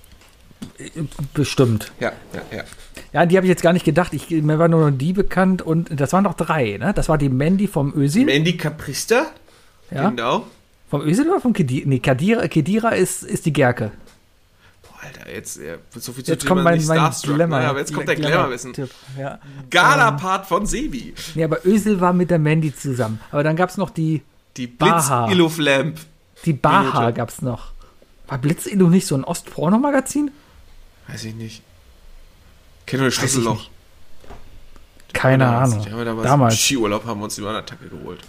Bestimmt. Ja, ja, ja. Ja, die habe ich jetzt gar nicht gedacht. Ich, mir war nur noch die bekannt und das waren noch drei, ne? Das war die Mandy vom Özil. Mandy Caprista? Ja. Genau. Vom Özil oder vom Kedira? Nee, Kadira, Kedira ist, ist die Gerke. Boah, Alter, jetzt ja, so viel zu Jetzt kommt mein, nicht mein Starstruck, Glamour. ne? Aber jetzt kommt der Glamour-Wissen. Glamour-Tipp, ja. Gala-Part von Sebi. Nee, aber Özil war mit der Mandy zusammen. Aber dann gab es noch die, Die Baha. Blitz-Illuv-Lamp. die Baha Minute. gab es noch. War Blitz-Illu nicht so ein Ost-Porno-Magazin? Weiß ich nicht. Kennt ihr Schlüsselloch? nicht. Keine Damals. Ahnung. Ja, aber damals. Damals. Im Skiurlaub haben wir uns die Attacke geholt.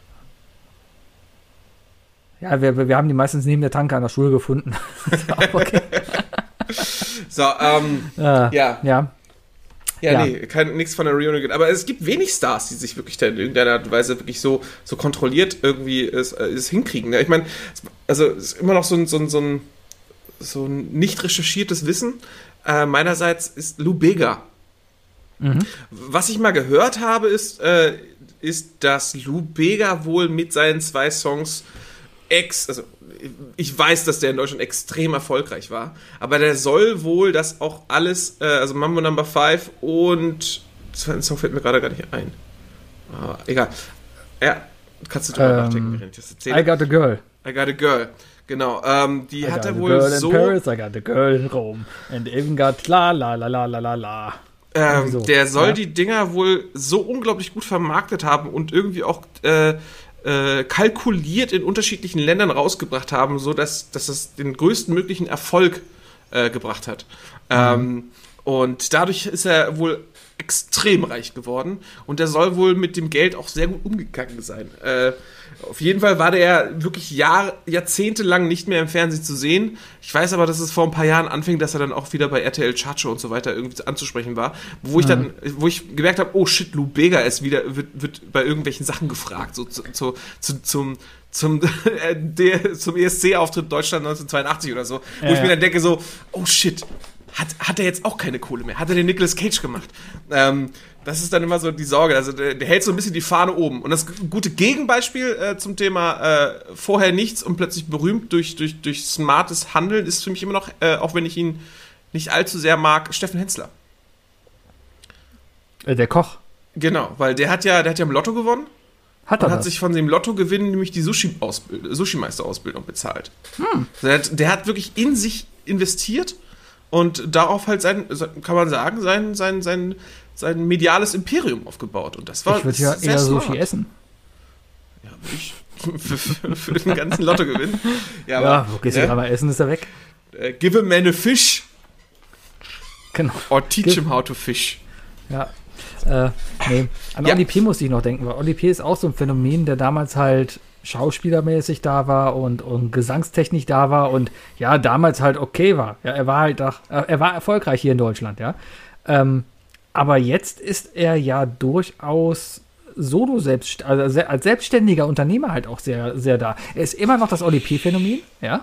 Ja, wir, wir haben die meistens neben der Tanke an der Schule gefunden. Ist auch okay. So, ähm, äh, ja. ja. Ja, Ja. nee, kein, nichts von der Reunion. Aber es gibt wenig Stars, die sich wirklich da in irgendeiner Art und Weise wirklich so, so kontrolliert irgendwie es, es hinkriegen. Ich meine, also es ist immer noch so ein, so ein, so ein, so ein nicht recherchiertes Wissen. Äh, meinerseits ist Lou Bega. Mhm. Was ich mal gehört habe, ist, äh, ist, dass Lou Bega wohl mit seinen zwei Songs ex, also ich weiß, dass der in Deutschland extrem erfolgreich war, aber der soll wohl das auch alles, äh, also Mambo Number Five und das war ein Song, fällt mir gerade gar nicht ein. Aber egal. Ja, kannst du drüber Ähm, nachdenken, während ich das erzähle. I got a girl. I got a girl. Genau, ähm, die I hat got er a wohl girl so. in Paris, I got a girl in Rome. And even got la la la la la la la. Ähm, so, der soll ja. die Dinger wohl so unglaublich gut vermarktet haben und irgendwie auch äh, äh, kalkuliert in unterschiedlichen Ländern rausgebracht haben, so dass, dass es den größten möglichen Erfolg äh, gebracht hat. Mhm. Ähm, und dadurch ist er wohl extrem reich geworden und der soll wohl mit dem Geld auch sehr gut umgegangen sein. Äh, auf jeden Fall war der wirklich Jahr, jahrzehntelang nicht mehr im Fernsehen zu sehen. Ich weiß aber, dass es vor ein paar Jahren anfing, dass er dann auch wieder bei R T L Chacho und so weiter irgendwie anzusprechen war, wo ich dann, wo ich gemerkt habe, oh shit, Lou Bega ist wieder, wird, wird bei irgendwelchen Sachen gefragt, so zu, zu, zu, zum zum, äh, der, zum E S C-Auftritt Deutschland neunzehnhundertzweiundachtzig oder so, wo Ja, ich mir ja. dann denke so, oh shit, hat, hat er jetzt auch keine Kohle mehr? Hat er den Nicolas Cage gemacht? Ähm, das ist dann immer so die Sorge. Also der, der hält so ein bisschen die Fahne oben. Und das gute Gegenbeispiel äh, zum Thema äh, vorher nichts und plötzlich berühmt durch, durch, durch smartes Handeln ist für mich immer noch, äh, auch wenn ich ihn nicht allzu sehr mag, Steffen Hensler. Äh, der Koch. Genau, weil der hat ja, der hat ja im Lotto gewonnen. Hat er Und hat das? sich von dem Lottogewinn nämlich die Sushi-Ausbild- Sushi-Meister-Ausbildung bezahlt. Hm. Der, hat, der hat wirklich in sich investiert und darauf halt sein, kann man sagen, sein, sein, sein, sein mediales Imperium aufgebaut. Und das war Ich würde ja sehr eher smart. Sushi essen. Ja, ich, für, für, für den ganzen Lottogewinn. Ja, Ja, aber, wo gehst du ne? dreimal essen, ist er weg. Äh, give a man a fish Genau. or teach Give- him how to fish. Ja. Äh, nee. An Ja. Oli P. musste ich noch denken, weil Oli P. ist auch so ein Phänomen, der damals halt schauspielermäßig da war und, und Gesangstechnik da war und ja, damals halt okay war. Ja, er war halt auch, äh, er war erfolgreich hier in Deutschland, ja. Ähm, aber jetzt ist er ja durchaus solo selbst, also se- als selbstständiger Unternehmer halt auch sehr, sehr da. Er ist immer noch das Oli P. Phänomen, ja.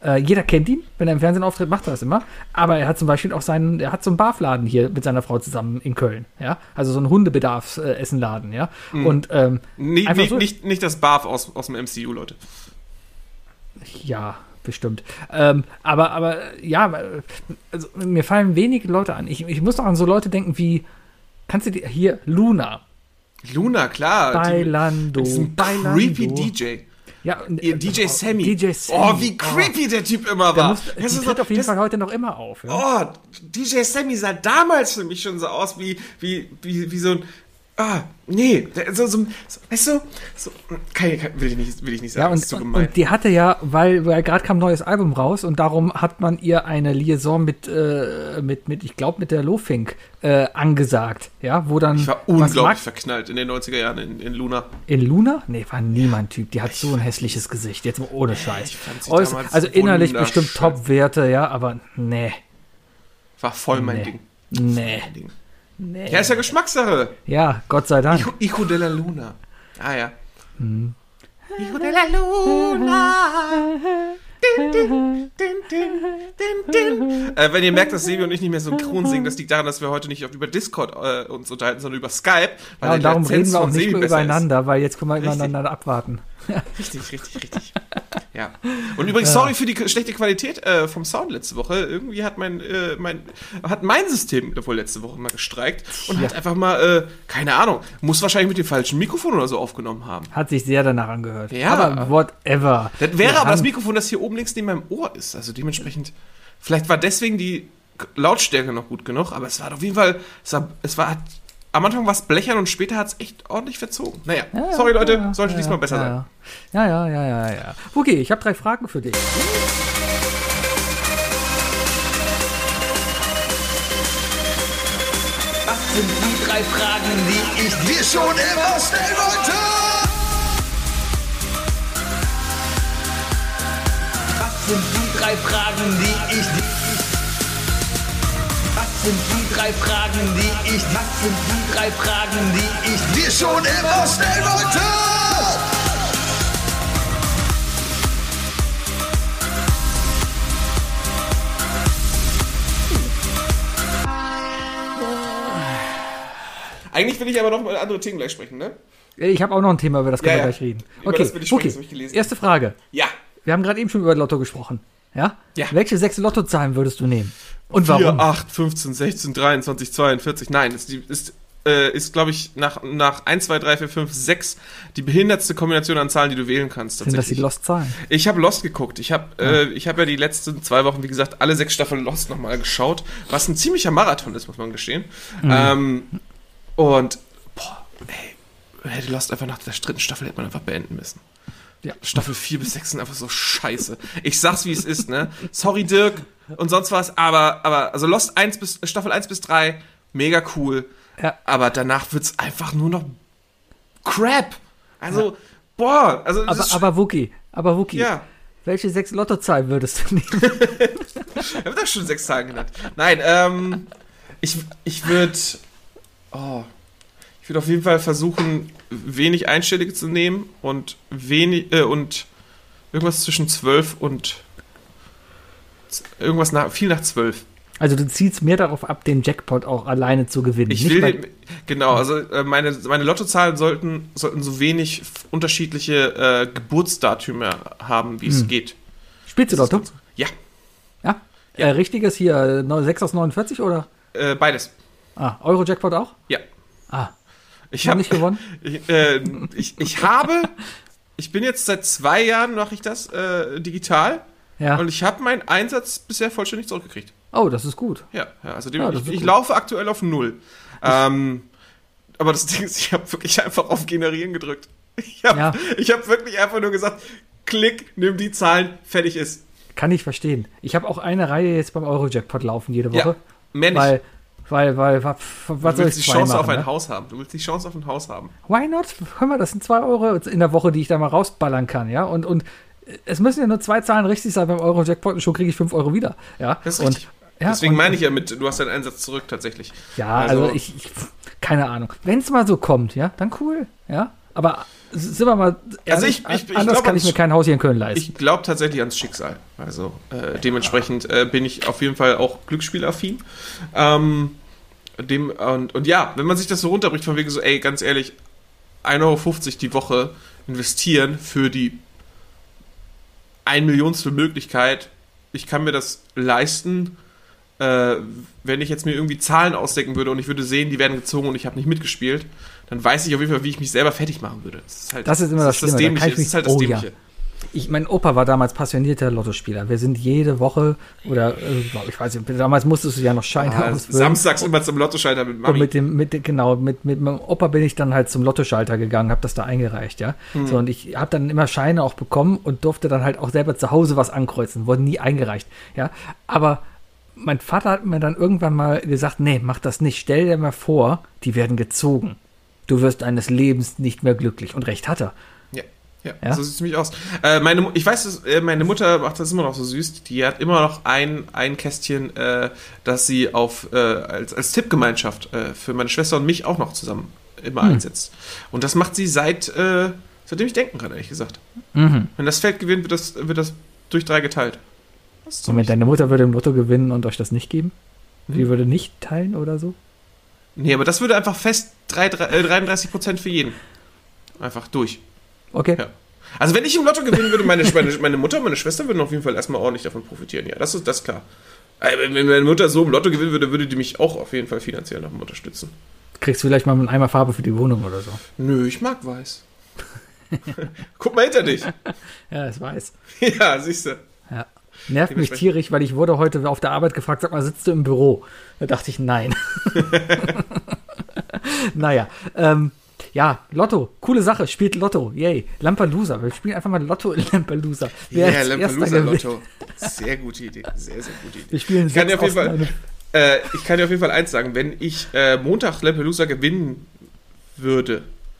Äh, jeder kennt ihn, wenn er im Fernsehen auftritt, macht er das immer. Aber er hat zum Beispiel auch seinen, er hat so einen Barfladen hier mit seiner Frau zusammen in Köln, ja. Also so einen Hundebedarfsessenladen, ja. Mhm. Und ähm, Nee, einfach nicht, so- nicht, nicht das Barf aus, aus dem M C U, Leute. ja, bestimmt. Ähm, aber, aber ja, also, mir fallen wenige Leute an. Ich, ich muss doch an so Leute denken wie, kannst du dir hier Luna, Luna, klar. Bailando, Die, diesen Bailando. creepy D J. Ja, und, Ihr D J Sammy. D J Sammy. Oh, wie creepy der Typ immer Der war. muss, Das die ist tritt so- auf jeden das- Fall heute noch immer auf. Ja? Oh, D J Sammy sah damals für mich schon so aus wie, wie, wie, wie so ein. Ah, nee, der- so, so, so weißt du, so, kann, kann, will, ich nicht, will ich nicht sagen, Ja, und, das ist zu und, gemein. und die hatte ja, weil, weil gerade kam ein neues Album raus und darum hat man ihr eine Liaison mit, äh, mit, mit ich glaube, mit der Lofink äh, angesagt. Ja, wo dann. Ich war was unglaublich mag- verknallt in den neunziger Jahren in, in Luna. In Luna? Nee, war nie mein Typ. Die hat so ein hässliches Gesicht. Jetzt mal ohne Scheiß. ich fand sie Äuß- damals also innerlich wunderschön. bestimmt Top-Werte, ja, aber nee. War voll mein Nee. Ding. Nee. Mein Ding. Nee. Ja, ist ja Geschmackssache. Ja, Gott sei Dank. Hijo, Hijo de la Luna. Ah ja. Hijo de la luna. Din, din, din, din, din, din. Äh, wenn ihr merkt, dass Sebi und ich nicht mehr synchron singen, das liegt daran, dass wir heute nicht auf, über Discord äh, uns unterhalten, sondern über Skype. Weil Ja, und der darum Latenz reden wir auch von nicht Sebi mehr besser übereinander, weil jetzt können wir Richtig. übereinander abwarten. Ist. Richtig, richtig, richtig. Ja. Und übrigens, sorry für die k- schlechte Qualität äh, vom Sound letzte Woche. Irgendwie hat mein, äh, mein, hat mein System wohl letzte Woche mal gestreikt und Ja. hat einfach mal, äh, keine Ahnung, muss wahrscheinlich mit dem falschen Mikrofon oder so aufgenommen haben. Hat sich sehr danach angehört. Ja. Aber whatever. Das wäre Wir aber das haben- Mikrofon, das hier oben links neben meinem Ohr ist. Also dementsprechend, vielleicht war deswegen die K- Lautstärke noch gut genug, aber es war auf jeden Fall, es war, es war am Anfang war es blechern und später hat es echt ordentlich verzogen. Naja, Ja, sorry Leute, ja, sollte ja, diesmal besser ja, sein. Ja, ja, ja, ja, ja. Okay, ich habe drei Fragen für dich. Was sind die drei Fragen, die ich dir schon immer stellen wollte. Was sind die drei Fragen, die ich Was sind die drei Fragen, die ich Was sind die drei Fragen, die ich dir schon immer stellen wollte. Eigentlich will ich aber noch mal andere Themen gleich sprechen, ne? Ich habe auch noch ein Thema, über das können Ja, wir ja. gleich reden. Über Okay, das will ich sprechen, okay. das hab ich gelesen. Erste Frage. Ja. Wir haben gerade eben schon über Lotto gesprochen. Ja? Ja. Welche sechs Lottozahlen würdest du nehmen? Und vier, warum? acht, fünfzehn, sechzehn, dreiundzwanzig, zweiundvierzig. Nein, ist, die, ist, äh, ist glaube ich, nach, nach eins, zwei, drei, vier, fünf, sechs die behindertste Kombination an Zahlen, die du wählen kannst. Sind das die Tatsächlich. Lost-Zahlen? Ich habe Lost geguckt. Ich habe äh, ich hab ja die letzten zwei Wochen, wie gesagt, alle sechs Staffeln Lost nochmal geschaut, was ein ziemlicher Marathon ist, muss man gestehen. Mhm. Ähm, und, boah, ey, hätte Lost einfach nach der dritten Staffel hätte man einfach beenden müssen. Ja. Staffel vier bis sechs sind einfach so scheiße. Ich sag's, wie es ist, ne? Sorry, Dirk und sonst was, aber, aber also Lost eins bis, Staffel eins bis drei, mega cool. Ja. Aber danach wird's einfach nur noch Crap. Also, boah, also das Aber, ist- aber Wookie, aber Wookie, ja. welche sechs Lottozahlen würdest du nehmen? Er wird doch schon sechs Zahlen genannt. Nein, ähm, ich, ich würde, oh, ich würde auf jeden Fall versuchen, wenig Einstellige zu nehmen und wenig, äh, und irgendwas zwischen zwölf und z- irgendwas nach, viel nach zwölf. Also du ziehst mehr darauf ab, den Jackpot auch alleine zu gewinnen. Ich Nicht will, mal- genau, also äh, meine, meine Lottozahlen sollten, sollten so wenig f- unterschiedliche äh, Geburtsdatümer haben, wie es geht. Spielst du Lotto? Ja, Ja. Äh, richtiges hier, äh, neu- sechs aus neunundvierzig oder? äh, beides. Ah, Euro-Jackpot auch? Ja. Ah, Ich Noch habe nicht gewonnen? Ich, äh, ich, ich habe, ich bin jetzt seit zwei Jahren, mache ich das äh, digital ja. und ich habe meinen Einsatz bisher vollständig zurückgekriegt. Oh, das ist gut. Ja, ja also Ja, dem, das ich, ist ich gut. laufe aktuell auf null. Ähm, aber das Ding ist, ich habe wirklich einfach auf Generieren gedrückt. Ich habe Ja. ich hab wirklich einfach nur gesagt, klick, nimm die Zahlen, fertig ist. Kann ich verstehen. Ich habe auch eine Reihe jetzt beim Euro-Jackpot laufen jede Ja, Woche. mehr nicht. Weil, weil, weil, wa- was du soll willst ich die zwei Chance auf machen, ein ne? Haus haben. Du willst die Chance auf ein Haus haben. Why not? Hör mal, das sind zwei Euro in der Woche, die ich da mal rausballern kann, ja? Und, und es müssen ja nur zwei Zahlen richtig sein beim Euro-Jackpot und schon kriege ich fünf Euro wieder, ja? Das ist und, richtig. Ja, Deswegen und- meine ich ja mit, du hast deinen Einsatz zurück tatsächlich. Ja, also, ich, ich, keine Ahnung. Wenn es mal so kommt, ja, dann cool, ja. Aber sind wir mal Also ehrlich, ich- ich- ich anders glaub, kann ich mir ans- kein Haus hier in Köln leisten. Ich glaube tatsächlich ans Schicksal. Also äh, dementsprechend äh, bin ich auf jeden Fall auch glücksspielaffin. Ähm, dem, und, und ja, wenn man sich das so runterbricht, von wegen so, ey, ganz ehrlich, ein Euro fünfzig die Woche investieren für die ein Millionstel Möglichkeit, ich kann mir das leisten, äh, wenn ich jetzt mir irgendwie Zahlen ausdecken würde und ich würde sehen, die werden gezogen und ich habe nicht mitgespielt, dann weiß ich auf jeden Fall, wie ich mich selber fertig machen würde. Das ist, halt, Das ist immer das Schlimme, da Dämliche. kann ich Das mich- ist halt das oh ja. Dämliche. Ich, mein Opa war damals passionierter Lottospieler. Wir sind jede Woche, oder äh, ich weiß nicht, damals musstest du ja noch Scheine Ah, ausfüllen. samstags immer zum Lottoschalter mit Mami. Und mit dem, mit, dem- genau, mit, mit meinem Opa bin ich dann halt zum Lottoschalter gegangen, habe das da eingereicht, ja. Hm. So, und ich habe dann immer Scheine auch bekommen und durfte dann halt auch selber zu Hause was ankreuzen, wurden nie eingereicht, ja. Aber mein Vater hat mir dann irgendwann mal gesagt, nee, mach das nicht, stell dir mal vor, die werden gezogen. Du wirst deines Lebens nicht mehr glücklich. Und recht hat er. Ja, ja, Ja? so sieht es nämlich aus. Äh, meine, Mu- ich weiß, dass, äh, meine Mutter macht das immer noch so süß. Die hat immer noch ein, ein Kästchen, äh, das sie auf, äh, als, als Tippgemeinschaft äh, für meine Schwester und mich auch noch zusammen immer Hm. einsetzt. Und das macht sie seit, äh, seitdem ich denken kann, ehrlich gesagt. Mhm. Wenn das Feld gewinnt, wird das, wird das durch drei geteilt. Das ist Moment, ziemlich- deine Mutter würde im Lotto gewinnen und euch das nicht geben? Hm. Die würde nicht teilen oder so? Nee, aber das würde einfach fest drei, drei, äh, dreiunddreißig Prozent für jeden. Einfach durch. Okay. Ja. Also wenn ich im Lotto gewinnen würde, meine, meine, meine Mutter und meine Schwester würden auf jeden Fall erstmal ordentlich davon profitieren. Ja, das ist das ist klar. Äh, Wenn wenn meine Mutter so im Lotto gewinnen würde, würde die mich auch auf jeden Fall finanziell noch mal unterstützen. Kriegst du vielleicht mal einen Eimer Farbe für die Wohnung oder so. Nö, ich mag weiß. Guck mal hinter dich. Ja, ich weiß. Ja, siehst du. Ja. Nervt mich Dementsprechend- tierisch, weil ich wurde heute auf der Arbeit gefragt, sag mal, sitzt du im Büro? Da dachte ich, nein. Naja, ähm, ja, Lotto, coole Sache, spielt Lotto, yay. Lampelusa, wir spielen einfach mal Lotto in Lampelusa. Wer Ja, als erster Lampelusa gewinnt. Lotto. Sehr gute Idee. Sehr, sehr gute Idee. Wir spielen Ich kann dir sechs auf jeden aus Fall, einem- äh, ich kann dir auf jeden Fall eins sagen, wenn ich äh, Montag Lampelusa gewinnen würde,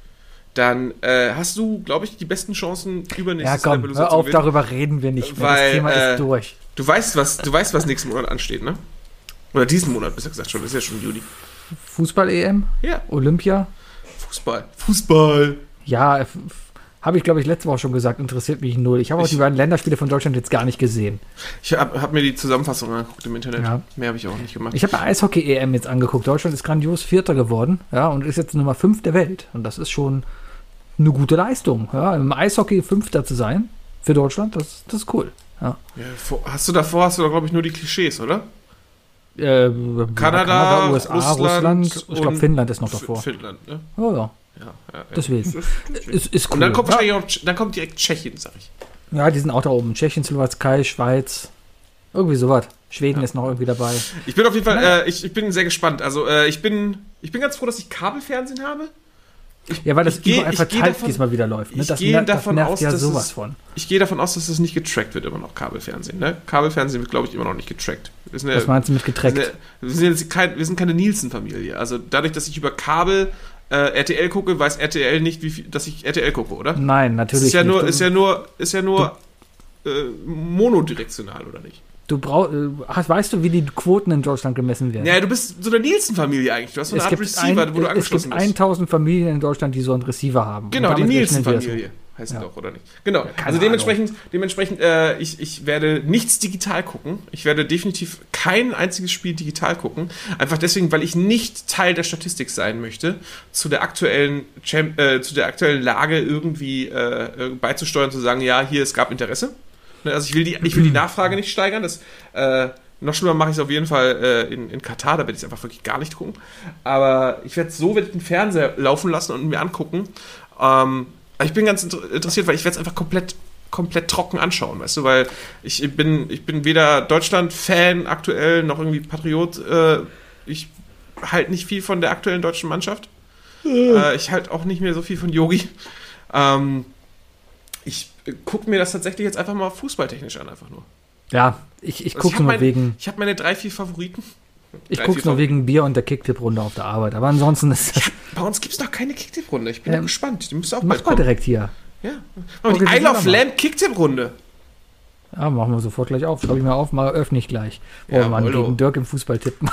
dann äh, hast du, glaube ich, die besten Chancen, Ja, übernächstes komm, Lampelusa hör zu auf, gewinnen. darüber reden wir nicht mehr. Weil, Das Thema äh, ist durch. Du weißt, was, du weißt, was nächsten Monat ansteht, ne? Oder diesen Monat, besser gesagt schon. Das ist ja schon Juli. Fußball-E M, Ja, Olympia, Fußball. Fußball. ja, f- f- habe ich, glaube ich, letzte Woche schon gesagt, interessiert mich null. Ich habe auch Ich- die beiden Länderspiele von Deutschland jetzt gar nicht gesehen. Ich habe hab mir die Zusammenfassung angeguckt im Internet. Ja. Mehr habe ich auch nicht gemacht. Ich habe Eishockey-E M jetzt angeguckt. Deutschland ist grandios Vierter geworden, ja, und ist jetzt Nummer fünf der Welt. Und das ist schon eine gute Leistung, ja, im Eishockey Fünfter zu sein für Deutschland, das, das ist cool. Ja. Ja, vor, hast du davor, hast du da, glaube ich, nur die Klischees, oder? Äh, Kanada, U S A, Russland Russland, ich glaube und Finnland ist noch F- davor. Finnland, ne? Oh, ja, Ja, ja, ja. deswegen. Ist, ist cool. Und dann kommt ja. wahrscheinlich auch, Tsch- dann kommt direkt Tschechien, sag ich. ja, die sind auch da oben. Tschechien, Slowakei, Schweiz, irgendwie sowas. Schweden Ja. ist noch irgendwie dabei. Ich bin auf jeden Fall, äh, ich, ich bin sehr gespannt. Also, äh, ich bin, ich bin ganz froh, dass ich Kabelfernsehen habe. Ja, weil das Ich geh- überall ich geh verteilt davon- diesmal wieder läuft. Ne? ich Das, gehe ner- das davon nervt aus, ja dass sowas es- von. Ich gehe davon aus, dass es nicht getrackt wird, immer noch Kabelfernsehen. Ne? Kabelfernsehen wird, glaube ich, immer noch nicht getrackt. Wir sind, ja, Was meinst du mit wir, getrackt? sind, ja, wir, sind jetzt kein, wir sind keine Nielsen-Familie. Also dadurch, dass ich über Kabel äh, R T L gucke, weiß R T L nicht, wie viel, dass ich R T L gucke, oder? Nein, Das natürlich ist ja nicht. nur, Du- ist ja nur, ist ja nur äh, monodirektional, oder nicht? Du brauch, äh, hast, weißt du, wie die Quoten in Deutschland gemessen werden? Ja, du bist so eine Nielsen-Familie eigentlich. Du hast so eine es Art gibt, Receiver, ein, wo du es angeschlossen gibt bist. tausend Familien in Deutschland, die so einen Receiver haben. Genau, Und die damit rechnen wir es. Nielsen-Familie heißt Ja. es doch, oder nicht? Genau. keine Also dementsprechend, dementsprechend äh, ich, ich werde nichts digital gucken. Ich werde definitiv kein einziges Spiel digital gucken. Einfach deswegen, weil ich nicht Teil der Statistik sein möchte, zu der aktuellen, Champ äh, zu der aktuellen Lage irgendwie äh, beizusteuern, zu sagen, ja, hier, es gab Interesse. Ne, Also ich will die, ich will die Nachfrage nicht steigern. Das, äh, noch schlimmer mache ich es auf jeden Fall äh, in, in Katar, da werde ich es einfach wirklich gar nicht gucken. Aber ich werde so werde ich den Fernseher laufen lassen und mir angucken. Ähm, ich bin ganz inter- interessiert, weil ich werde es einfach komplett, komplett trocken anschauen, weißt du, weil ich bin, ich bin weder Deutschland-Fan aktuell noch irgendwie Patriot. Äh, ich halte nicht viel von der aktuellen deutschen Mannschaft. Äh, ich halte auch nicht mehr so viel von Yogi. Ähm, ich gucke mir das tatsächlich jetzt einfach mal fußballtechnisch an, einfach nur. Ja, ich, ich Also gucke hab nur mein- wegen, Ich habe meine drei, vier Favoriten. ich drei, guck's vier nur wegen Bier und der Kicktipp-Runde auf der Arbeit. Aber ansonsten ist das. Bei uns gibt es noch keine Kicktipp-Runde. Ich bin Ähm, ja gespannt. Die müsste auch Mach bald mal kommen. direkt hier. Ja. Aber die Organisieren Isle of wir mal. Lamp Kicktipp-Runde. Ja, machen wir sofort gleich auf. Schreibe ich mal auf, mal öffne ich gleich. Oh Ja, Mann, Wollo. gegen Dirk im Fußball tippen.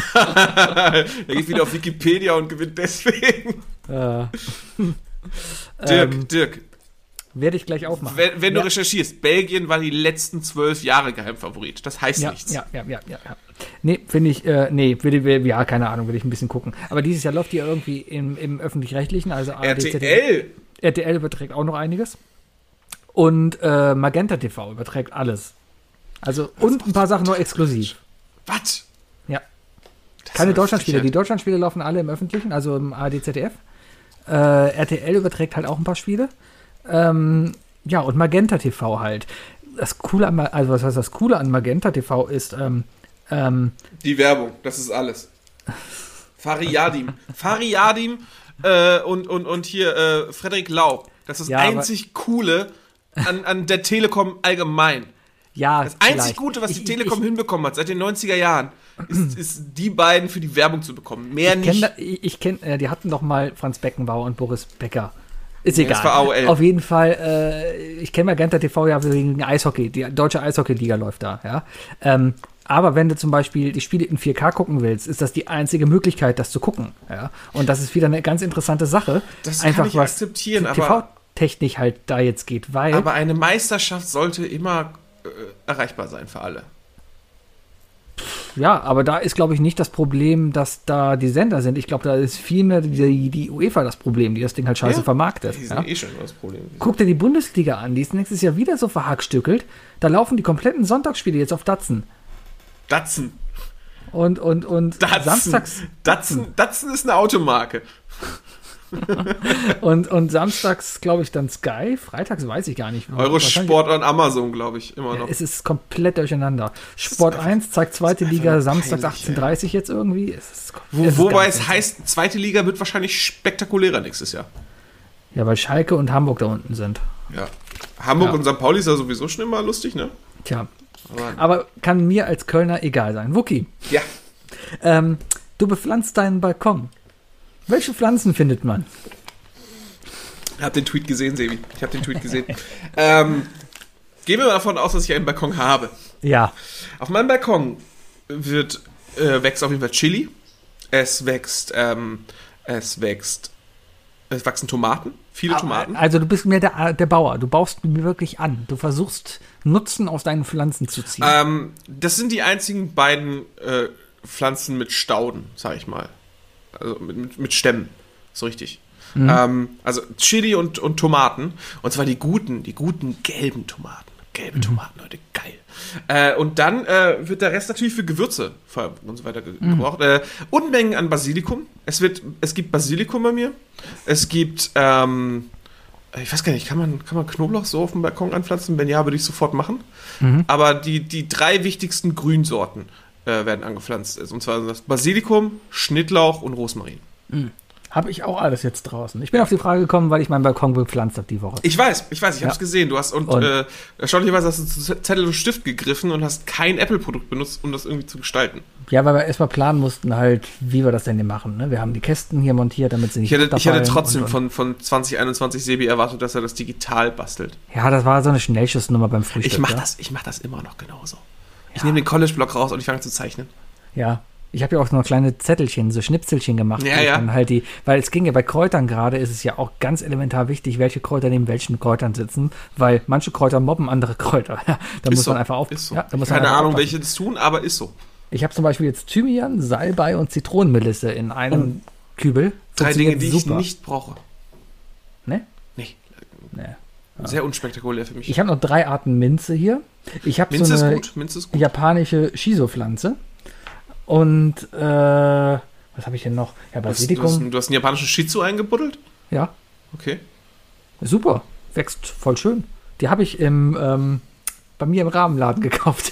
Er geht wieder auf Wikipedia und gewinnt deswegen. äh, Dirk, Ähm, Dirk, Werde ich gleich aufmachen. wenn, wenn du ja. recherchierst, Belgien war die letzten zwölf Jahre Geheimfavorit. Das heißt Ja, nichts. ja, ja, ja, ja, ja. Nee, finde ich, äh, nee, will, will, ja, keine Ahnung, will ich ein bisschen gucken. Aber dieses Jahr läuft die ja irgendwie im, im Öffentlich-Rechtlichen, also A R D, R T Z D F. L, R T L überträgt auch noch einiges. Und äh, Magenta T V überträgt alles. Also, und ein paar Sachen nur exklusiv. was? Ja. Das Keine ist eine Deutschlandspiele. Die Frechheit. Deutschlandspiele laufen alle im Öffentlichen, also im A R D, Z D F. Äh, R T L überträgt halt auch ein paar Spiele. Ähm, ja, und Magenta T V halt. Das Coole an, Ma- also was heißt das Coole an Magenta T V ist, ähm, ähm, Die Werbung, das ist alles. Fariadim. Fariadim äh, und, und, und hier äh, Frederik Lau. Das ist das Ja, aber- einzig Coole an, an der Telekom allgemein. ja, Das einzig vielleicht. Gute, was die Ich- Telekom ich, hinbekommen hat seit den neunziger Jahren, ist, ist die beiden für die Werbung zu bekommen. Mehr Ich kenne, nicht. da- ich, ich kenn, äh, die hatten doch mal Franz Beckenbauer und Boris Becker. Ist Nee, egal. das war A O L. Auf jeden Fall, äh, ich kenne Magenta T V ja wegen Eishockey. Die deutsche Eishockey-Liga läuft da, ja. Ähm, aber wenn du zum Beispiel die Spiele in vier K gucken willst, ist das die einzige Möglichkeit, das zu gucken, ja. Und das ist wieder eine ganz interessante Sache. Das kann Einfach ich was akzeptieren, T aber, V-Technik halt da jetzt geht, weil aber eine Meisterschaft sollte immer äh, erreichbar sein für alle. ja, aber da ist, glaube ich, nicht das Problem, dass da die Sender sind. Ich glaube, da ist vielmehr die, die UEFA das Problem, die das Ding halt scheiße Ja, vermarktet. Die Ja? sind eh schon immer das Problem. Guck dir die Bundesliga an, die ist nächstes Jahr wieder so verhackstückelt. Da laufen die kompletten Sonntagsspiele jetzt auf Datsen. Datsun. Und, und, und Datsun. samstags Datsun. Datsun ist eine Automarke. und, und samstags, glaube ich, dann Sky. Freitags weiß ich gar nicht. Eurosport und Amazon, glaube ich, immer noch. Es ist komplett durcheinander. Sport eins zeigt zweite Liga nur samstags peinlich, achtzehn Uhr dreißig jetzt irgendwie. Es ist, Wo, es ist wobei ganz es heißt, zweite Liga wird wahrscheinlich spektakulärer nächstes Jahr. Ja, weil Schalke und Hamburg da unten sind. Ja. Hamburg Ja. und Sankt Pauli ist ja sowieso schon immer lustig, ne? Tja. Aber, Aber kann mir als Kölner egal sein. Wookie, ja. ähm, du bepflanzt deinen Balkon. Welche Pflanzen findet man? Ich habe den Tweet gesehen, Sebi. Ich habe den Tweet gesehen. ähm, gehen wir mal davon aus, dass ich einen Balkon habe. Ja. Auf meinem Balkon wird, äh, wächst auf jeden Fall Chili. Es wächst, ähm, es wächst, es wachsen Tomaten. Viele Tomaten. Also du bist mir der, der Bauer. Du baust mir wirklich an. Du versuchst Nutzen aus deinen Pflanzen zu ziehen. Ähm, das sind die einzigen beiden äh, Pflanzen mit Stauden, sag ich mal. Also mit, mit, mit Stämmen. So richtig. Mhm. Ähm, also Chili und, und Tomaten. Und zwar die guten, die guten gelben Tomaten. Gelbe Tomaten, Leute, geil. Äh, und dann äh, wird der Rest natürlich für Gewürze und so weiter ge- gebraucht. Äh, Unmengen an Basilikum. Es wird, es gibt Basilikum bei mir. Es gibt, ähm, ich weiß gar nicht, kann man, kann man Knoblauch so auf dem Balkon anpflanzen? Wenn ja, würde ich sofort machen. Aber die, die drei wichtigsten Grünsorten äh, werden angepflanzt. Und zwar das Basilikum, Schnittlauch und Rosmarin. Habe ich auch alles jetzt draußen. Ich bin auf die Frage gekommen, weil ich meinen Balkon bepflanzt habe die Woche. Ich weiß, ich weiß, ich Ja. habe es gesehen. Du hast und, Und- äh, erstaunlicherweise hast du zu Zettel und Stift gegriffen und hast kein Apple-Produkt benutzt, um das irgendwie zu gestalten. Ja, weil wir erstmal planen mussten halt, wie wir das denn hier machen. Ne? Wir haben die Kästen hier montiert, damit sie nicht Ich hätte, ich hätte runterfallen trotzdem und, von, von zwanzig einundzwanzig Sebi erwartet, dass er das digital bastelt. und, Ja, das war so eine Schnellschussnummer beim Frühstück. Ich mach ja? das, ich mach das immer noch genauso. Ich nehme den College-Block raus und ich fange zu zeichnen. Ja. Ich habe ja auch noch kleine Zettelchen, so Schnipselchen gemacht. Ja, wo ich ja. Dann halt die, weil es ging ja bei Kräutern gerade, ist es ja auch ganz elementar wichtig, welche Kräuter neben welchen Kräutern sitzen, weil manche Kräuter mobben andere Kräuter. Ja, da Ist muss so, man einfach auf. Ist so. Ja, da muss man Keine einfach Ahnung, aufpassen. welche das tun, aber ist so. Ich habe zum Beispiel jetzt Thymian, Salbei und Zitronenmelisse in einem Kübel. Drei Dinge, Funktioniert die ich super. nicht brauche. Ne? Nee, Ne. sehr unspektakulär für mich. Ich habe noch drei Arten Minze hier. Ich habe Minze so ist eine gut, Minze ist gut. japanische Shiso-Pflanze. Und äh, was habe ich denn noch? Ja, Du hast, du, Basilikum. hast, du hast einen japanischen Shih Tzu eingebuddelt? Ja, Okay. super. Wächst voll schön. Die habe ich im ähm, bei mir im Rahmenladen gekauft.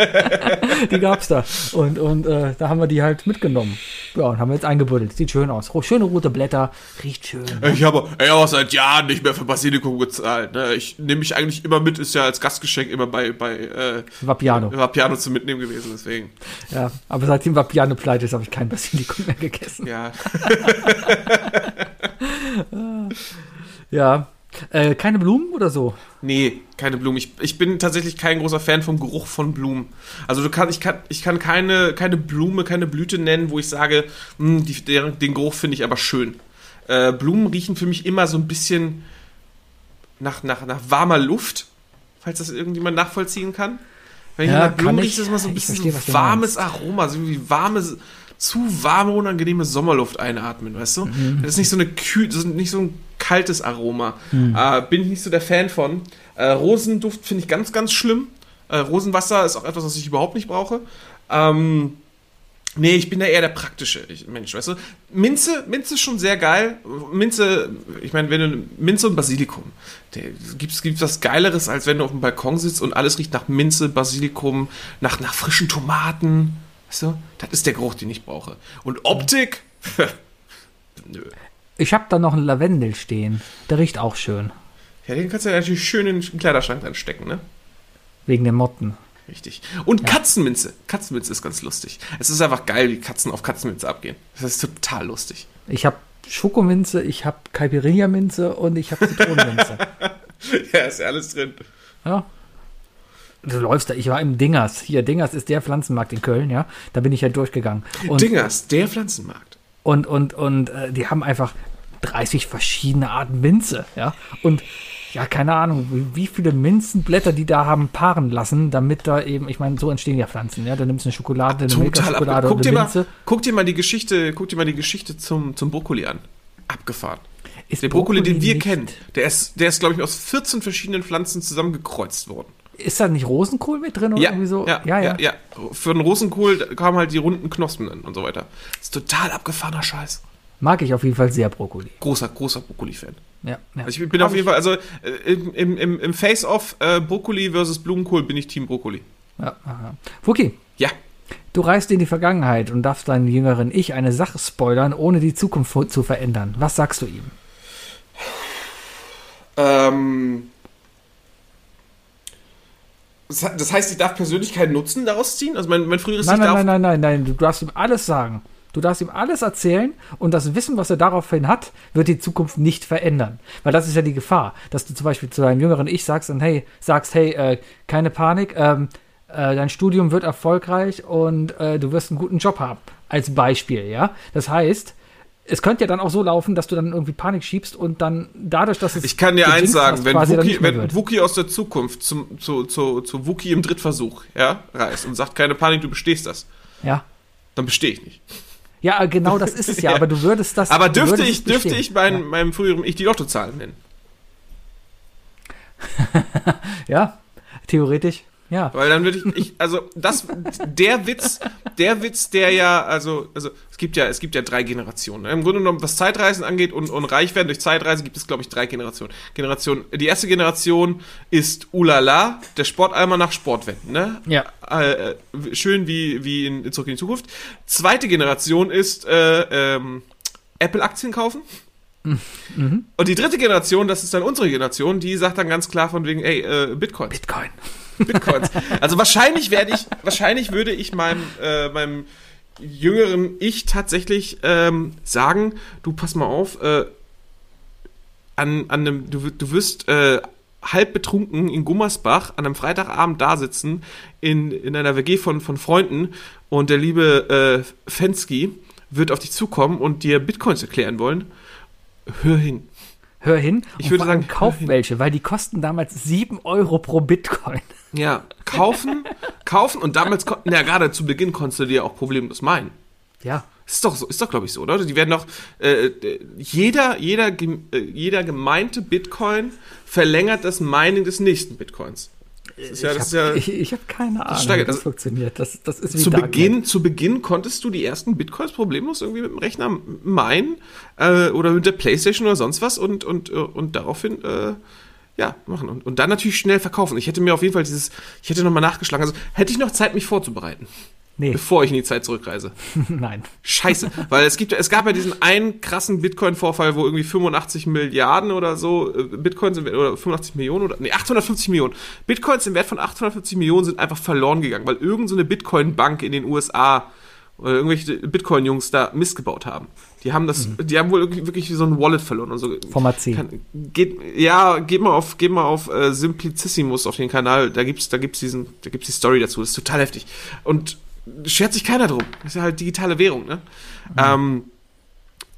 Die gab's da. Und, und äh, da haben wir die halt mitgenommen. Ja, und haben wir jetzt eingebuddelt. Sieht schön aus. Ro- Schöne rote Blätter. Riecht schön. Ich habe ich hab auch seit Jahren nicht mehr für Basilikum gezahlt. Ne? Ich nehme mich eigentlich immer mit, ist ja als Gastgeschenk immer bei, bei äh, Vapiano. Vapiano zu mitnehmen gewesen, deswegen. Ja, aber seitdem Vapiano pleite ist, habe ich kein Basilikum mehr gegessen. Ja. Ja. Äh, keine Blumen oder so? Nee, keine Blumen. Ich, ich bin tatsächlich kein großer Fan vom Geruch von Blumen. Also du kann, ich kann, ich kann keine, keine Blume, keine Blüte nennen, wo ich sage, mh, die, der, den Geruch finde ich aber schön. Äh, Blumen riechen für mich immer so ein bisschen nach, nach, nach warmer Luft, falls das irgendjemand nachvollziehen kann. Wenn ich Ja, nach Blumen kann rieche, ist ich. das immer so ein Ich bisschen verstehe, was so du warmes Aroma, so wie warme, zu warme, unangenehme Sommerluft einatmen, weißt du? Mhm. Das ist nicht so eine kühl, das ist nicht so ein kaltes Aroma. Mhm. Äh, bin ich nicht so der Fan von. Äh, Rosenduft finde ich ganz, ganz schlimm. Äh, Rosenwasser ist auch etwas, was ich überhaupt nicht brauche. Ähm, nee, ich bin da eher der praktische Mensch, weißt du? Minze, Minze ist schon sehr geil. Minze, ich meine, wenn du Minze und Basilikum, gibt es was Geileres, als wenn du auf dem Balkon sitzt und alles riecht nach Minze, Basilikum, nach, nach frischen Tomaten. Weißt du? Das ist der Geruch, den ich brauche. Und Optik? Nö. Ich habe da noch einen Lavendel stehen. Der riecht auch schön. Ja, den kannst du ja natürlich schön in den Kleiderschrank reinstecken, ne? Wegen den Motten. Richtig. Und Ja. Katzenminze. Katzenminze ist ganz lustig. Es ist einfach geil, wie Katzen auf Katzenminze abgehen. Das ist total lustig. Ich habe Schokominze, ich habe Caipirinha-Minze und ich habe Zitronenminze. Ja, ist ja alles drin. Ja. Du läufst da, ich war im Dingers. Hier, Dingers ist der Pflanzenmarkt in Köln, ja. Da bin ich ja durchgegangen. Und, Dingers, der Pflanzenmarkt. Und, und, und äh, die haben einfach dreißig verschiedene Arten Minze, ja. Und ja, keine Ahnung, wie, wie viele Minzenblätter die da haben paaren lassen, damit da eben, ich meine, so entstehen ja Pflanzen, ja. Du nimmst eine Schokolade, eine Total Milka-Schokolade ab. Guck und dir, eine mal, Minze. guck dir mal die Geschichte, guck dir mal die Geschichte zum, zum Brokkoli an. Abgefahren. Ist Der Brokkoli, den wir nicht- kennen, der ist, der ist, glaube ich, aus vierzehn verschiedenen Pflanzen zusammengekreuzt worden. Ist da nicht Rosenkohl mit drin oder Ja, irgendwie so? ja, ja, ja. Für den Rosenkohl kamen halt die runden Knospen dann und so weiter. Das ist total abgefahrener Scheiß. Mag ich auf jeden Fall sehr Brokkoli. Großer, großer Brokkoli-Fan. Ja, ja. Also ich bin auf jeden Fall, also äh, im, im, im Face-Off äh, Brokkoli versus Blumenkohl bin ich Team Brokkoli. Ja, aha. Fuki, Ja. du reist in die Vergangenheit und darfst deinem jüngeren Ich eine Sache spoilern, ohne die Zukunft vo- zu verändern. Was sagst du ihm? Ähm, das he- das heißt, ich darf Persönlichkeit Nutzen daraus ziehen? Also mein, mein früheres Nein, Ich nein, darf... nein, nein, nein, nein, du darfst ihm alles sagen. Du darfst ihm alles erzählen und das Wissen, was er daraufhin hat, wird die Zukunft nicht verändern. Weil das ist ja die Gefahr, dass du zum Beispiel zu deinem jüngeren Ich sagst, und hey, sagst, hey, äh, keine Panik, ähm, äh, dein Studium wird erfolgreich und äh, du wirst einen guten Job haben. Als Beispiel, ja. Das heißt, es könnte ja dann auch so laufen, dass du dann irgendwie Panik schiebst und dann dadurch, dass es Ich kann dir du eins denkst, sagen, was wenn quasi dann Wookie, nicht mehr wenn wird. Wookie aus der Zukunft zum, zu, zu, zu Wookie im Drittversuch ja, reist und sagt, keine Panik, du bestehst das, Ja. dann bestehe ich nicht. Ja, genau das ist es ja, Ja. aber du würdest das. Aber du dürfte würdest ich, es dürfte bestehen. ich mein, meinem früheren Ich die Lottozahlen nennen? Ja, theoretisch, ja. Weil dann würde ich, ich, also das, der Witz, der Witz, der ja, also, also es gibt ja, es gibt ja drei Generationen. Im Grunde genommen, was Zeitreisen angeht und, und reich werden durch Zeitreise, gibt es, glaube ich, drei Generationen. Generation, die erste Generation ist Ulala, der Sportalmanach Sportwetten, ne? Ja. Äh, schön wie, wie in Zurück in die Zukunft. Zweite Generation ist äh, ähm, Apple-Aktien kaufen. Mhm. Und die dritte Generation, das ist dann unsere Generation, die sagt dann ganz klar von wegen, ey, äh, Bitcoins. Bitcoin. Bitcoins. Also wahrscheinlich werde ich, wahrscheinlich würde ich meinem, äh, meinem jüngeren Ich tatsächlich ähm, sagen, du pass mal auf, äh, an, an einem, du, du wirst äh, halb betrunken in Gummersbach an einem Freitagabend da sitzen in, in einer W G von, von Freunden und der liebe äh, Fensky wird auf dich zukommen und dir Bitcoins erklären wollen. Hör hin. Hör hin. Ich und würde vor allem sagen, kauf hör hin. welche, weil die kosten damals sieben Euro pro Bitcoin. Ja, kaufen, kaufen und damals, kon- na gerade zu Beginn konntest du dir auch problemlos meinen. Ja. Ist doch so, ist doch glaube ich so, oder? Die werden doch äh, jeder jeder gem- äh, jeder gemeinte Bitcoin verlängert das Mining des nächsten Bitcoins. Das ist ja, ich das habe ist ja ich, ich hab keine Ahnung, steigert- wie das also- funktioniert. Das, das ist wie zu Darknet. Beginn zu Beginn konntest du die ersten Bitcoins problemlos irgendwie mit dem Rechner minen äh, oder mit der PlayStation oder sonst was und und äh, und daraufhin äh, ja machen und, und dann natürlich schnell verkaufen. Ich hätte mir auf jeden Fall dieses, ich hätte nochmal nachgeschlagen. Also hätte ich noch Zeit, mich vorzubereiten, Nee, bevor ich in die Zeit zurückreise. nein. Scheiße, weil es gibt, es gab ja diesen einen krassen Bitcoin-Vorfall, wo irgendwie fünfundachtzig Milliarden oder so äh, Bitcoins im Wert, oder fünfundachtzig Millionen oder nee achthundertfünfzig Millionen Bitcoins im Wert von achthundertfünfzig Millionen sind einfach verloren gegangen, weil irgend so eine Bitcoin-Bank in den U S A oder irgendwelche Bitcoin-Jungs da Mist gebaut haben. Die haben das, die haben wohl wirklich, wirklich so ein Wallet verloren und so. Format C. Kann, geht, ja, geht mal auf, geht mal auf äh, Simplicissimus auf den Kanal. Da gibt's, da gibt's diesen, da gibt's die Story dazu. Das ist total heftig. Und schert sich keiner drum. Das ist ja halt digitale Währung, ne? Mhm. Ähm,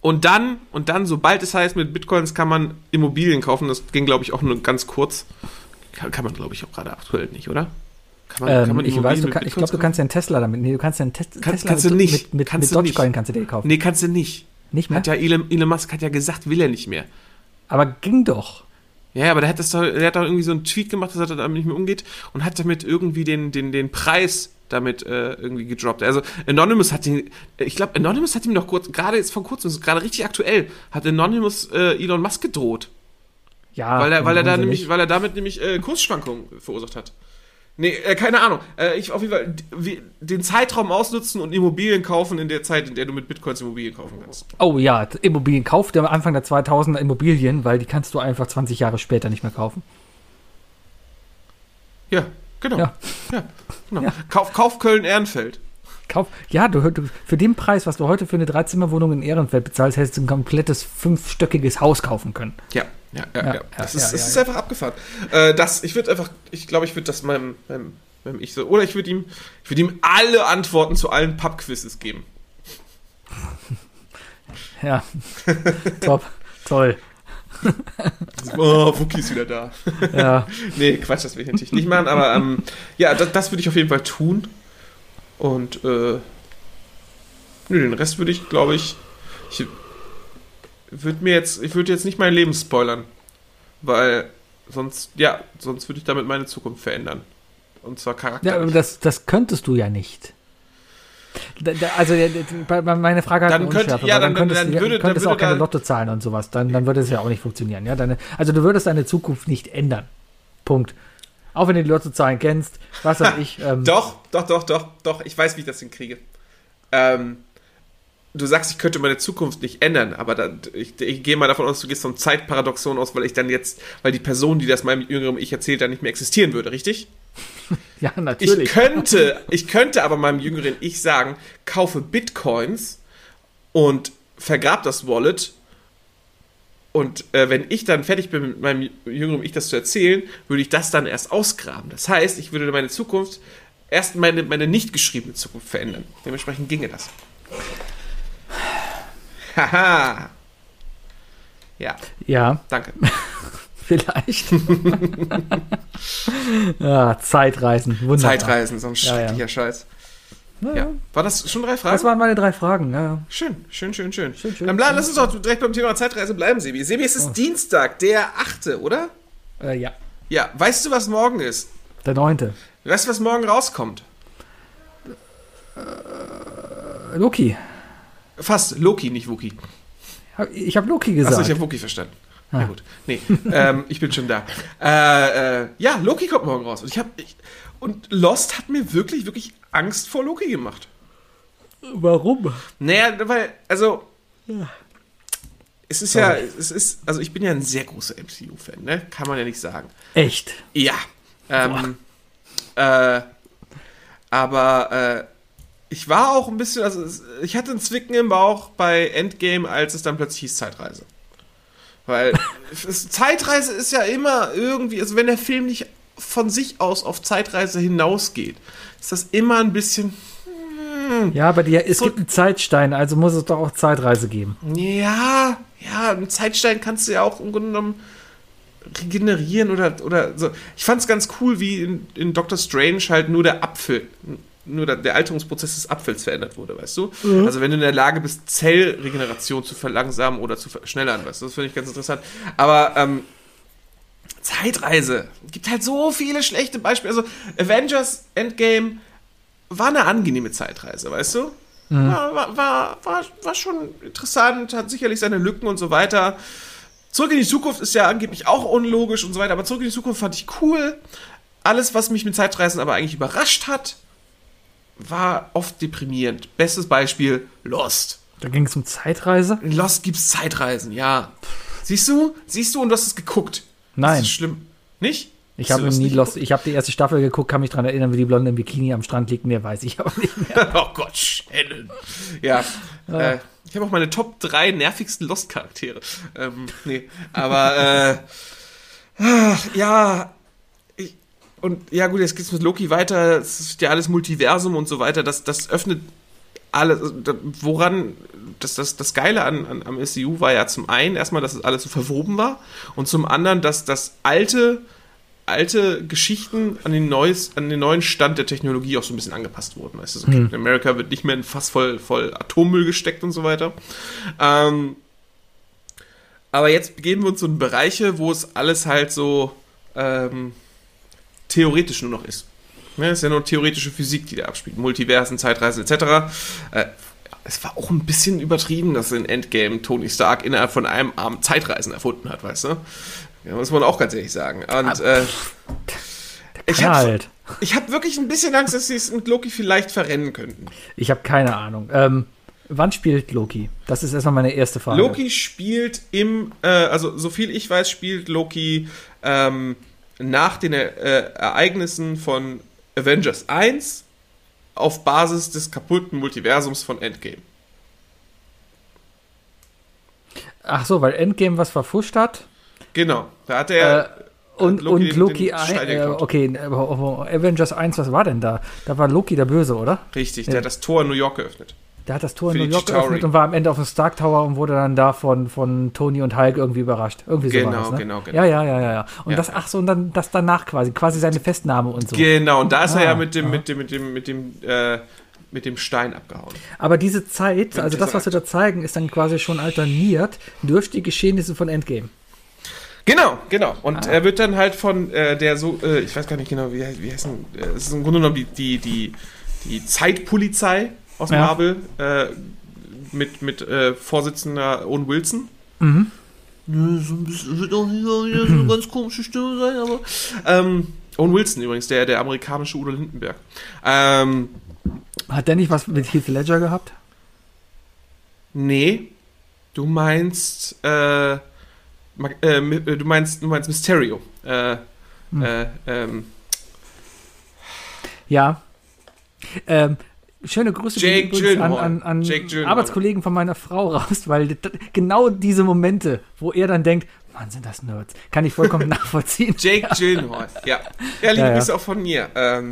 Und dann, und dann, sobald es heißt, mit Bitcoins kann man Immobilien kaufen, das ging, glaube ich, auch nur ganz kurz. Kann, kann man, glaube ich, auch gerade aktuell nicht, oder? Kann man, Ähm, kann man ich Immobilien weiß, du mit kann, ich Bitcoins glaube, du kannst ja einen Tesla damit. Nee, du kannst ja einen Tes- Kann- Tesla kannst du mit, nicht. mit, mit, Kannst mit du nicht. Dogecoin kannst du dir kaufen. Nee, kannst du nicht. Nicht mehr? Hat ja Elon, Elon Musk hat ja gesagt, will er nicht mehr. Aber ging doch. Ja, aber der hat, das doch, der hat doch irgendwie so einen Tweet gemacht, dass er damit nicht mehr umgeht und hat damit irgendwie den, den, den Preis damit äh, irgendwie gedroppt. Also Anonymous hat ihn, ich glaube, Anonymous hat ihm doch kurz, gerade jetzt vor kurzem, das ist gerade richtig aktuell, hat Anonymous äh, Elon Musk gedroht. Ja, weil er, weil er da unsinnig. nämlich, weil er damit nämlich äh, Kursschwankungen verursacht hat. Nee, äh, keine Ahnung. Äh, ich auf jeden Fall d- wie, den Zeitraum ausnutzen und Immobilien kaufen in der Zeit, in der du mit Bitcoins Immobilien kaufen kannst. Oh ja, Immobilien kauft der Anfang der zweitausender Immobilien, weil die kannst du einfach zwanzig Jahre später nicht mehr kaufen. Ja, genau. Ja. Ja, genau. Ja. Kauf, Kauf Köln-Ehrenfeld. Kauf, ja, du, du, für den Preis, was du heute für eine Dreizimmerwohnung in Ehrenfeld bezahlst, hättest du ein komplettes fünfstöckiges Haus kaufen können. Ja, ja, ja. Ja, ja. Das ja, ist, ja, das ja, ist ja. einfach abgefahren. Äh, das, ich würde einfach, ich glaube, ich würde das meinem, meinem, meinem Ich so, oder ich würde ihm, ich würde ihm alle Antworten zu allen Pub-Quizzes geben. Ja, top, toll. Oh, Wookie ist wieder da. Ja, Nee, Quatsch, das will ich natürlich nicht machen, aber ähm, ja, das, das würde ich auf jeden Fall tun. Und äh, nö, den Rest würde ich, glaube ich, ich würde mir jetzt, ich würde jetzt nicht mein Leben spoilern, weil sonst, ja, sonst würde ich damit meine Zukunft verändern. Und zwar ja Charakter. aber das, das könntest du ja nicht. Da, da, also ja, bei- bei- meine Frage hat Dann eine könnte- Unschärfe, ja, weil dann, dann- könntest dann du würde- könntest dann auch würde keine da- Lottozahlen und sowas, dann, dann würde es ja auch nicht funktionieren. Ja? Deine, also du würdest deine Zukunft nicht ändern. Punkt. Auch wenn du die Lottozahlen kennst, was weiß ich. Ähm, Doch, doch, doch, doch, doch, ich weiß, wie ich das hinkriege. Ähm, du sagst, ich könnte meine Zukunft nicht ändern, aber dann, ich, ich gehe mal davon aus, du gehst vom Zeitparadoxon aus, weil ich dann jetzt, weil die Person, die das meinem jüngeren Ich erzählt, dann nicht mehr existieren würde, richtig? Ja, natürlich. Ich könnte, ich könnte aber meinem jüngeren Ich sagen, kaufe Bitcoins und vergrab das Wallet. Und äh, wenn ich dann fertig bin, mit meinem jüngeren Ich das zu erzählen, würde ich das dann erst ausgraben. Das heißt, ich würde meine Zukunft, erst meine, meine nicht geschriebene Zukunft verändern. Dementsprechend ginge das. Haha. Ja, Ja, danke. vielleicht. Ja, Zeitreisen, wunderbar. Zeitreisen, so ein Ja, ja. schrecklicher Scheiß. Ja, Ja. War das schon drei Fragen? Das waren meine drei Fragen. Ja. Schön, schön, schön, schön. Schön, schön. Dann bleib, lass uns doch direkt beim Thema Zeitreise bleiben, Sebi. Sebi, es ist Oh. Dienstag, der achte, oder? Äh, ja, Ja, weißt du, was morgen ist? der neunte. Weißt du, was morgen rauskommt? Äh, Loki. Fast Loki, nicht Wookie. Ich habe Loki gesagt. Achso, ich habe Wookie verstanden. Ah. Ja gut. Nee, ähm, ich bin schon da. Äh, äh, ja, Loki kommt morgen raus. Und ich habe ich, und Lost hat mir wirklich, wirklich Angst vor Loki gemacht. Warum? Naja, weil, also, es ist ja, es ist, also ich bin ja ein sehr großer M C U-Fan, ne? Kann man ja nicht sagen. Echt? Ja. Ähm, äh, aber äh, ich war auch ein bisschen, also es- ich hatte ein Zwicken im Bauch bei Endgame, als es dann plötzlich hieß Zeitreise. Weil es, Zeitreise ist ja immer irgendwie, also wenn der Film nicht von sich aus auf Zeitreise hinausgeht, ist das immer ein bisschen, Ja, aber die, es So- gibt einen Zeitstein, also muss es doch auch Zeitreise geben. ja, ja, einen Zeitstein kannst du ja auch im Grunde genommen regenerieren oder, oder so. Ich fand es ganz cool, wie in, in Doctor Strange halt nur der Apfel, nur der, der Alterungsprozess des Apfels verändert wurde, weißt du? Also wenn du in der Lage bist, Zellregeneration zu verlangsamen oder zu verschnellern, weißt du? Das finde ich ganz interessant. Aber ähm, Zeitreise, gibt halt so viele schlechte Beispiele. Also Avengers Endgame war eine angenehme Zeitreise, weißt du? War, war, war, war, war schon interessant, hat sicherlich seine Lücken und so weiter. Zurück in die Zukunft ist ja angeblich auch unlogisch und so weiter, aber Zurück in die Zukunft fand ich cool. Alles, was mich mit Zeitreisen aber eigentlich überrascht hat, war oft deprimierend. Bestes Beispiel, Lost. Da ging es um Zeitreise? In Lost gibt's Zeitreisen, ja. Siehst du? Siehst du und du hast es geguckt. Nein. Das ist schlimm. Nicht? Ich Hast du habe das nie nicht Lost. Ich habe die erste Staffel geguckt, kann mich daran erinnern, wie die Blonde im Bikini am Strand liegt. Mehr weiß ich aber nicht mehr. Oh Gott, Shannon. Ja. Äh, ich habe auch meine Top drei nervigsten Lost-Charaktere. Ähm, nee, aber äh, ach, ja. Ich, und ja gut, jetzt geht's mit Loki weiter. Es ist ja alles Multiversum und so weiter. Das, das öffnet alles. Also, da- woran das, das, das Geile an, an, am S C U war ja zum einen erstmal, dass es alles so verwoben war und zum anderen, dass das alte, alte Geschichten an den, neues, an den neuen Stand der Technologie auch so ein bisschen angepasst wurden. Weißt du, so Captain America wird nicht mehr in Fass voll, voll Atommüll gesteckt und so weiter. Ähm, aber jetzt begeben wir uns so in Bereiche, wo es alles halt so ähm, theoretisch nur noch ist. Ja, es ist ja nur theoretische Physik, die da abspielt. Multiversen, Zeitreisen et cetera. Äh, es war auch ein bisschen übertrieben, dass in Endgame Tony Stark innerhalb von einem Abend Zeitreisen erfunden hat, weißt du? Ja, muss man auch ganz ehrlich sagen. Und äh, ich habe halt. ich hab wirklich ein bisschen Angst, dass sie es mit Loki vielleicht verrennen könnten. Ich habe keine Ahnung. Ähm, wann spielt Loki? Das ist erstmal meine erste Frage. Loki spielt im, äh, also so viel ich weiß, spielt Loki ähm, nach den äh, Ereignissen von Avengers eins auf Basis des kaputten Multiversums von Endgame. Ach so, weil Endgame was verfuscht hat. Genau, da hat er äh, und Loki, und Loki den, den Stein äh, geklaut. okay, Avengers eins, was war denn da? Da war Loki der Böse, oder? Richtig, der ja. hat das Tor in New York geöffnet. Der hat das Tor Für in New die York Chitauri. geöffnet und war am Ende auf dem Stark Tower und wurde dann da von, von Tony und Hulk irgendwie überrascht. Irgendwie so Genau, war das, ne? genau, genau. Ja, ja, ja, ja, ja. Und Ja. das, ach so, und dann das danach quasi, quasi seine Festnahme und so. Genau, und da ist Ah, er ja mit dem, aha. mit dem, mit dem, mit dem, äh, mit dem Stein abgehauen. Aber diese Zeit, also das, was Tesseract. wir da zeigen, ist dann quasi schon alterniert durch die Geschehnisse von Endgame. Genau, genau. Und Ah. er wird dann halt von äh, der so, äh, ich weiß gar nicht genau, wie, wie heißt denn, äh, es ist im Grunde genommen die, die, die, die Zeitpolizei aus Ja. Marvel äh, mit, mit äh, Vorsitzender Owen Wilson. Mhm. Ja, so ein bisschen, wird auch wieder so eine ganz komische Stimme sein, aber ähm, Owen Wilson übrigens, der, der amerikanische Udo Lindenberg. Ähm, Hat der nicht was mit Heath Ledger gehabt? nee, du meinst äh, Ma- äh, mi- äh, du meinst du meinst Mysterio. Äh, Hm. äh, ähm, Ja. Ähm, schöne Grüße Jake gehen übrigens an, Gyllenhaal. an, an Jake Gyllenhaal. Arbeitskollegen von meiner Frau raus, weil d- genau diese Momente, wo er dann denkt, Mann, sind das Nerds, kann ich vollkommen nachvollziehen. Jake Gyllenhaal, ja. Ja, liebe Ja, ja. Grüße auch von mir. Ähm,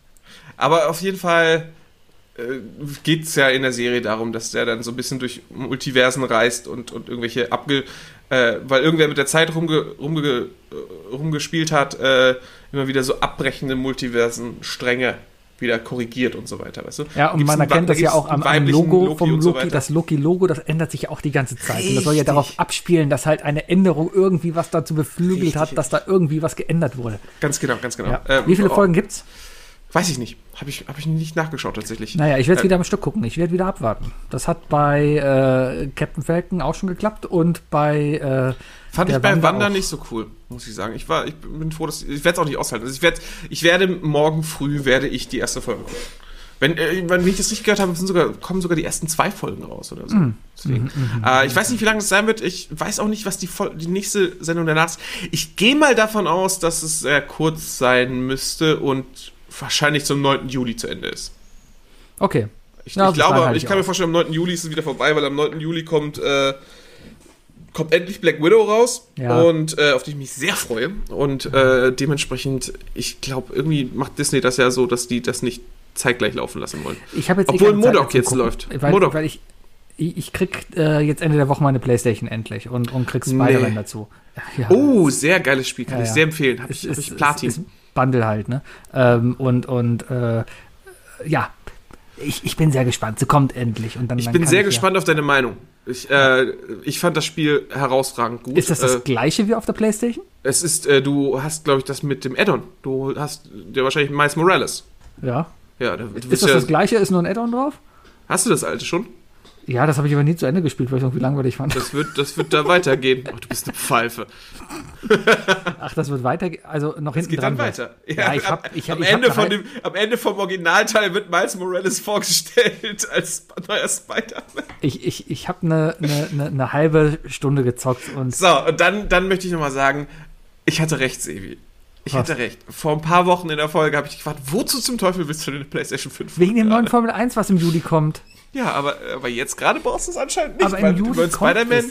aber auf jeden Fall äh, geht es ja in der Serie darum, dass der dann so ein bisschen durch Multiversen reist und, und irgendwelche abge... Äh, weil irgendwer mit der Zeit rumge, rumge, äh, rumgespielt hat, äh, immer wieder so abbrechende Multiversen-Stränge wieder korrigiert und so weiter, weißt du? Ja, und Gibt's man einen- erkennt da das ja gibt's auch am, einen am weiblichen Logo vom und so Loki. weiter. Das Loki-Logo, das ändert sich ja auch die ganze Zeit. Und das soll ja Richtig. darauf abspielen, dass halt eine Änderung irgendwie was dazu beflügelt Richtig. hat, dass da irgendwie was geändert wurde. Ganz genau, ganz genau. Ja. Ähm, Wie viele oh, Folgen gibt's? Weiß ich nicht. Habe ich, hab ich nicht nachgeschaut tatsächlich. Naja, ich werde Äh, wieder am Stück gucken. Ich werde wieder abwarten. Das hat bei äh, Captain Falcon auch schon geklappt und bei äh, Fand der ich bei Wanda Wanda auch. nicht so cool, muss ich sagen. Ich war, ich bin froh, dass ich werde es auch nicht aushalten. Also ich werde, ich werde morgen früh werde ich die erste Folge gucken. Wenn, äh, wenn ich das richtig gehört habe, sind sogar, kommen sogar die ersten zwei Folgen raus oder so. Mm. Deswegen. äh, ich weiß nicht, wie lange es sein wird. Ich weiß auch nicht, was die, Fol- die nächste Sendung danach ist. Ich gehe mal davon aus, dass es sehr kurz sein müsste und wahrscheinlich zum neunten Juli zu Ende ist. Okay. Ich, Ja, ich bis dahin glaube, halte ich ich kann mir aus. vorstellen, am neunten Juli ist es wieder vorbei, weil am neunten Juli kommt, äh, kommt endlich Black Widow raus Ja. und äh, auf die ich mich sehr freue. Und äh, dementsprechend, ich glaube, irgendwie macht Disney das ja so, dass die das nicht zeitgleich laufen lassen wollen. Ich habe jetzt Obwohl keine Zeit Modok mehr zum jetzt Gucken, läuft. Weil, Modok. weil ich, ich, ich krieg äh, jetzt Ende der Woche meine Playstation endlich und, und krieg Spider-Man Nee. dazu. Ja, Oh, sehr geiles Spiel, kann Ja, ich ja. sehr empfehlen. Habe es ich, hab ist, ich Platin. es ist Bundle halt, ne? Ähm, und und äh, ja, ich, ich bin sehr gespannt. Sie kommt endlich. Und dann, ich dann bin kann sehr ich gespannt auf deine Meinung. Ich, äh, ich fand das Spiel herausragend gut. Ja. Ist das das äh, gleiche wie auf der Playstation? es ist, äh, du hast, glaube ich, das mit dem Add-on. Du hast ja wahrscheinlich Miles Morales. Ja. Ja, da, du Ist bist das ja, das gleiche? Ist nur ein Add-on drauf? Hast du das alte schon? Ja, das habe ich aber nie zu Ende gespielt, weil ich irgendwie langweilig fand. Das wird, das wird da weitergehen. Ach, du bist eine Pfeife. Ach, das wird weiter, also noch Es hinten geht dran. dann wird. weiter. Ja, ich ab, hab, ich, am, ich Ende hab von halt, dem, am Ende vom Originalteil wird Miles Morales vorgestellt als neuer Spider-Man. ich, ich, ich habe eine ne, ne, eine halbe Stunde gezockt und So, und dann, dann möchte ich nochmal sagen, ich hatte recht, Sevi. Ich Was? hatte recht. Vor ein paar Wochen in der Folge habe ich gefragt, wozu zum Teufel willst du denn eine PlayStation fünf? wegen dem neuen gerade? Formel eins, was im Juli kommt. Ja, aber, aber jetzt gerade brauchst du es anscheinend nicht. Aber im weil Juli du neuen kommt Spider-Man. es.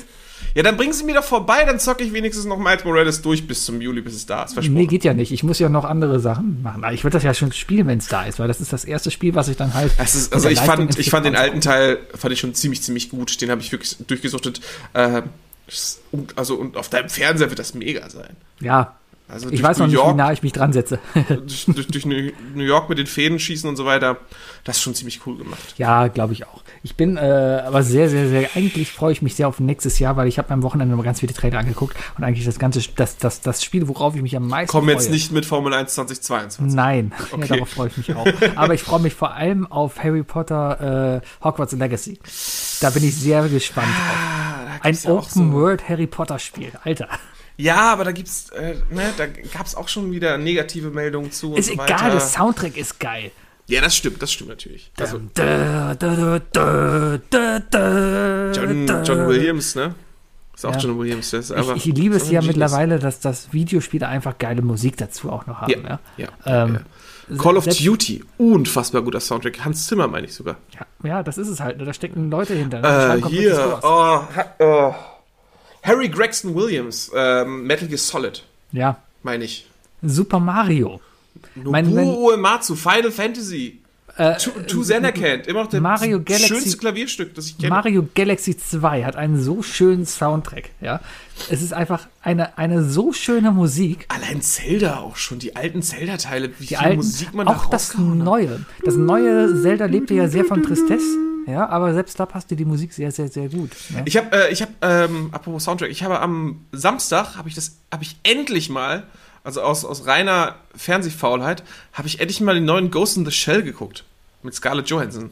Ja, dann bringen sie mir doch vorbei, dann zocke ich wenigstens noch Miles Morales durch bis zum Juli, bis es da ist. Versprochen. Nee, geht ja nicht. Ich muss ja noch andere Sachen machen. Aber ich würde das ja schon spielen, wenn es da ist, weil das ist das erste Spiel, was ich dann halt. Das ist, also ich fand, ich fand den alten Teil fand ich schon ziemlich, ziemlich gut. Den habe ich wirklich durchgesuchtet. Äh, also und auf deinem Fernseher wird das mega sein. Ja. Also ich weiß noch nicht, wie nah ich mich dran setze. durch, durch, durch New York mit den Fäden schießen und so weiter, das ist schon ziemlich cool gemacht. Ja, glaube ich auch. Ich bin äh, aber sehr, sehr, sehr, eigentlich freue ich mich sehr auf nächstes Jahr, weil ich habe am Wochenende mal ganz viele Trailer angeguckt und eigentlich das ganze, das, das, das Spiel, worauf ich mich am meisten Kommen freue. jetzt nicht mit Formel eins zwanzig zweiundzwanzig. Nein, Okay. ja, darauf freue ich mich auch. Aber ich freue mich vor allem auf Harry Potter äh, Hogwarts Legacy. Da bin ich sehr gespannt drauf. Ah, da Ein gibt's ja auch so- Open-World-Harry Potter-Spiel, Alter. Ja, aber da gibt's, äh, ne, da gab's auch schon wieder negative Meldungen zu und Ist so egal, weiter. der Soundtrack ist geil. Ja, das stimmt, das stimmt natürlich. Also Da, da, da, da, da, John, da. John Williams, ne? Ist auch Ja. John Williams. Das ist aber, Ich, ich liebe es ist ja ein Genius. mittlerweile, dass das Videospiele einfach geile Musik dazu auch noch haben. Ja, Ja, Ähm, ja. Call of selbst- Duty, unfassbar guter Soundtrack. Hans Zimmer meine ich sogar. Ja, ja, das ist es halt. Ne? Da stecken Leute hinter. Ne? Die Äh, schreiben komplette hier, Scores. oh, ha, oh. Harry Gregson Williams, ähm, Metal Gear Solid, Ja, meine ich. Super Mario. Mein- mein- Nobuo Uematsu, Final Fantasy. Äh, To, to Xanarkand, immer noch der Mario Galaxy- schönste Klavierstück, das ich kenne. Mario Galaxy zwei hat einen so schönen Soundtrack. Ja, es ist einfach eine, eine so schöne Musik. Allein Zelda auch schon, die alten Zelda-Teile, wie Die viel alten, Musik man da auch das rausgehauen hat. Neue. Das neue Zelda lebte ja sehr von Tristesse. Ja, aber selbst da passte die Musik sehr, sehr, sehr gut. Ne? Ich habe, äh, ich habe, ähm, apropos Soundtrack, ich habe am Samstag, habe ich das, habe ich endlich mal, also aus, aus reiner Fernsehfaulheit, habe ich endlich mal den neuen Ghost in the Shell geguckt. Mit Scarlett Johansson.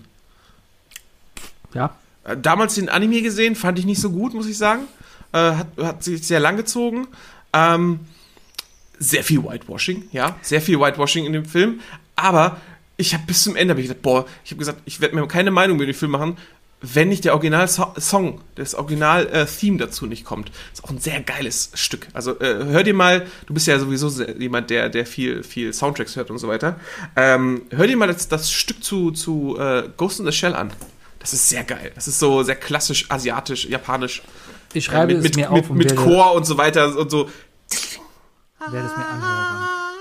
Ja, Äh, damals den Anime gesehen, fand ich nicht so gut, muss ich sagen. Äh, hat, hat sich sehr lang gezogen. Ähm, sehr viel Whitewashing, ja, sehr viel Whitewashing in dem Film. Aber ich habe bis zum Ende hab ich gedacht, boah, ich habe gesagt, ich werde mir keine Meinung über den Film machen, wenn nicht der Original-Song, das Original-Theme dazu nicht kommt. Ist auch ein sehr geiles Stück. Also äh, hör dir mal, du bist ja sowieso sehr, jemand, der, der viel, viel Soundtracks hört und so weiter. Ähm, hör dir mal das, das Stück zu, zu äh, Ghost in the Shell an. Das ist sehr geil. Das ist so sehr klassisch, asiatisch, japanisch. ich schreibe äh, mit, es mir mit, auf mit, und mit werde, Chor und so weiter und so. werde es mir anhören.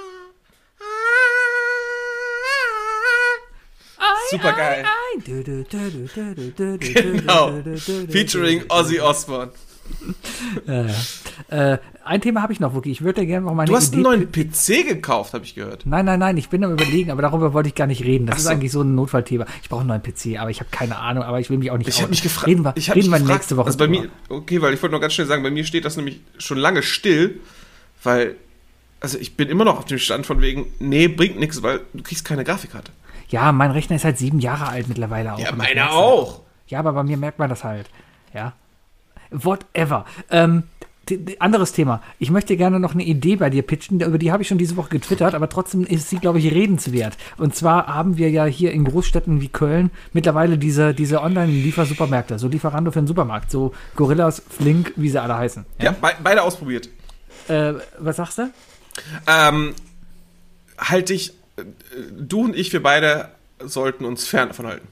Super geil. Genau. Genau. Featuring Ozzy Osbourne. Äh, äh, ein Thema habe ich noch, Wookie. Ich würde dir gerne noch meine Du hast Idee- einen neuen P C gekauft, habe ich gehört. Nein, nein, nein, ich bin am Überlegen, aber darüber wollte ich gar nicht reden. Das Ach ist so. eigentlich so ein Notfallthema. Ich brauche einen neuen P C, aber ich habe keine Ahnung, aber ich will mich auch nicht Ich habe outen. mich gefragt. Reden wir, ich hab reden mich wir gefragt, nächste Woche Also bei drüber. mir, okay, weil ich wollte noch ganz schnell sagen, bei mir steht das nämlich schon lange still, weil, also ich bin immer noch auf dem Stand von wegen, nee, bringt nichts, weil du kriegst keine Grafikkarte. Ja, mein Rechner ist halt sieben Jahre alt mittlerweile auch. Ja, Und das meiner merkst du auch. halt. Ja, aber bei mir merkt man das halt. Ja. Whatever. Ähm, d- d- anderes Thema. Ich möchte gerne noch eine Idee bei dir pitchen, über die habe ich schon diese Woche getwittert, aber trotzdem ist sie, glaube ich, redenswert. Und zwar haben wir ja hier in Großstädten wie Köln mittlerweile diese, diese Online-Liefersupermärkte, so Lieferando für den Supermarkt, so Gorillas, Flink, wie sie alle heißen. Ja, be beide ausprobiert. Äh, was sagst du? Ähm, halte ich, äh, du und ich, wir beide sollten uns fern davon halten.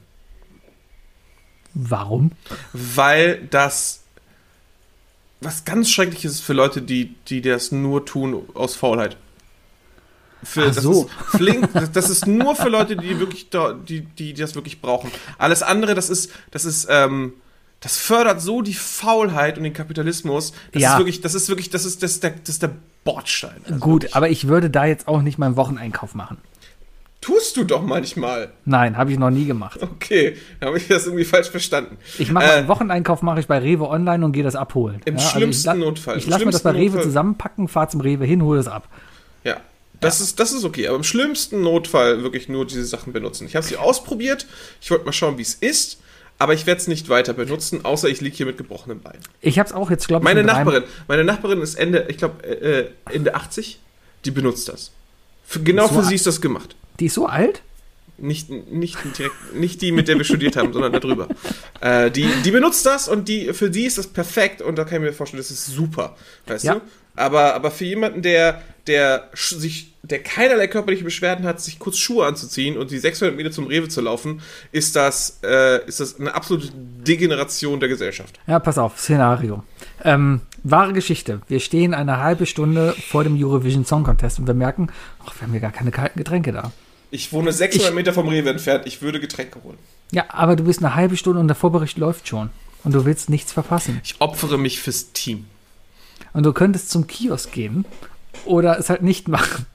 Warum? Weil das was ganz Schreckliches ist für Leute, die, die das nur tun aus Faulheit. Für, Ach das so. ist flink, das, das ist nur für Leute, die wirklich da, die, die das wirklich brauchen. Alles andere, das ist, das ist, ähm, das fördert so die Faulheit und den Kapitalismus. Das Ja. ist wirklich, das ist wirklich, das ist, das ist der, das ist der Bordstein. Also Gut, wirklich. aber ich würde da jetzt auch nicht meinen Wocheneinkauf machen. Tust du doch manchmal. Nein, habe ich noch nie gemacht. Okay, dann habe ich das irgendwie falsch verstanden. Ich mache Äh, meinen Wocheneinkauf mache ich bei Rewe online und gehe das abholen. Im also schlimmsten ich la- Notfall. Ich Im lasse mir das bei schlimmsten Rewe Notfall. zusammenpacken, fahre zum Rewe hin, hole es ab. Ja, das, Ist, das ist okay. Aber im schlimmsten Notfall wirklich nur diese Sachen benutzen. Ich habe sie ausprobiert. Ich wollte mal schauen, wie es ist. Aber ich werde es nicht weiter benutzen, außer ich liege hier mit gebrochenem Bein. Ich habe es auch jetzt, glaube ich, Meine in drei- Nachbarin, meine Nachbarin ist Ende, ich glaube, äh, Ende achtzig. Die benutzt das. Für, genau So für a- sie ist das gemacht. Die ist so alt? Nicht, nicht, direkt, nicht die, mit der wir studiert haben, sondern darüber. Äh, die, die benutzt das und die, für die ist das perfekt und da kann ich mir vorstellen, das ist super. Weißt Ja. du? Aber, aber für jemanden, der, der sch- sich, der keinerlei körperliche Beschwerden hat, sich kurz Schuhe anzuziehen und die sechshundert Meter zum Rewe zu laufen, ist das, äh, ist das eine absolute Degeneration der Gesellschaft. Ja, pass auf, Szenario. Ähm, wahre Geschichte. Wir stehen eine halbe Stunde vor dem Eurovision Song Contest und wir merken, ach, wir haben hier gar keine kalten Getränke da. Ich wohne sechshundert Ich- Meter vom Rewe entfernt, ich würde Getränke holen. Ja, aber du bist eine halbe Stunde und der Vorbericht läuft schon. Und du willst nichts verpassen. Ich opfere mich fürs Team. Und du könntest zum Kiosk gehen oder es halt nicht machen.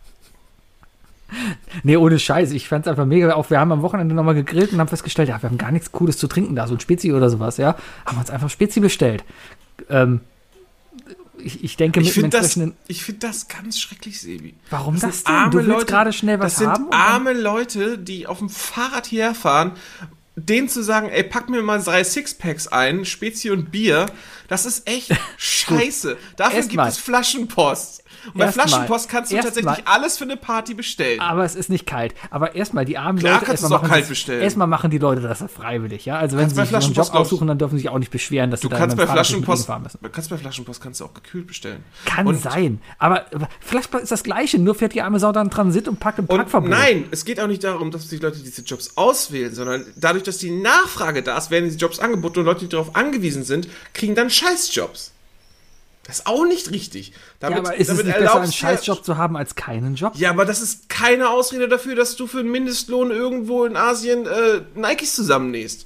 Nee, ohne Scheiß. Ich fand's einfach mega. Auch wir haben am Wochenende nochmal gegrillt und haben festgestellt, ja, wir haben gar nichts Cooles zu trinken da. So ein Spezi oder sowas, ja. Haben uns einfach Spezi bestellt. Ähm, ich, ich denke, Ich mit dem finde das, entsprechenden... ich find das ganz schrecklich, Sebi. Warum das, sind denn? arme Du willst Leute- gerade schnell was Das sind haben? und dann- arme Leute, die auf dem Fahrrad hierher fahren, denen zu sagen, ey, pack mir mal drei Sixpacks ein, Spezi und Bier, das ist echt scheiße. Dafür Erst gibt mal. es Flaschenpost. Und bei Erst mal. Flaschenpost kannst du Erst tatsächlich mal. alles für eine Party bestellen. Aber es ist nicht kalt. Aber erstmal, die armen Klar Leute... kannst erstmal du es auch machen kalt sie- bestellen. Erstmal machen die Leute das freiwillig, ja. Also wenn Kannst sie bei sich so einen Job Flaschenpost, glaub ich- aussuchen, dann dürfen sie sich auch nicht beschweren, dass Du sie da kannst mit bei dem Fahrrad durch die Gegend Flaschenpost, fahren müssen. du kannst bei Flaschenpost kannst du auch gekühlt bestellen. Kann Und- sein. Aber aber vielleicht ist das Gleiche, nur fährt die arme Sau dann Transit und packt im Und Parkverbot. nein, es geht auch nicht darum, dass die Leute diese Jobs auswählen, sondern dadurch, dass die Nachfrage da ist, werden diese Jobs angeboten und Leute, die darauf angewiesen sind, kriegen dann Scheißjobs. Das ist auch nicht richtig. Damit, Ja, aber ist es damit nicht besser, einen erlaubst du- Scheißjob zu haben als keinen Job? Ja, aber das ist keine Ausrede dafür, dass du für einen Mindestlohn irgendwo in Asien äh, Nikes zusammennähst.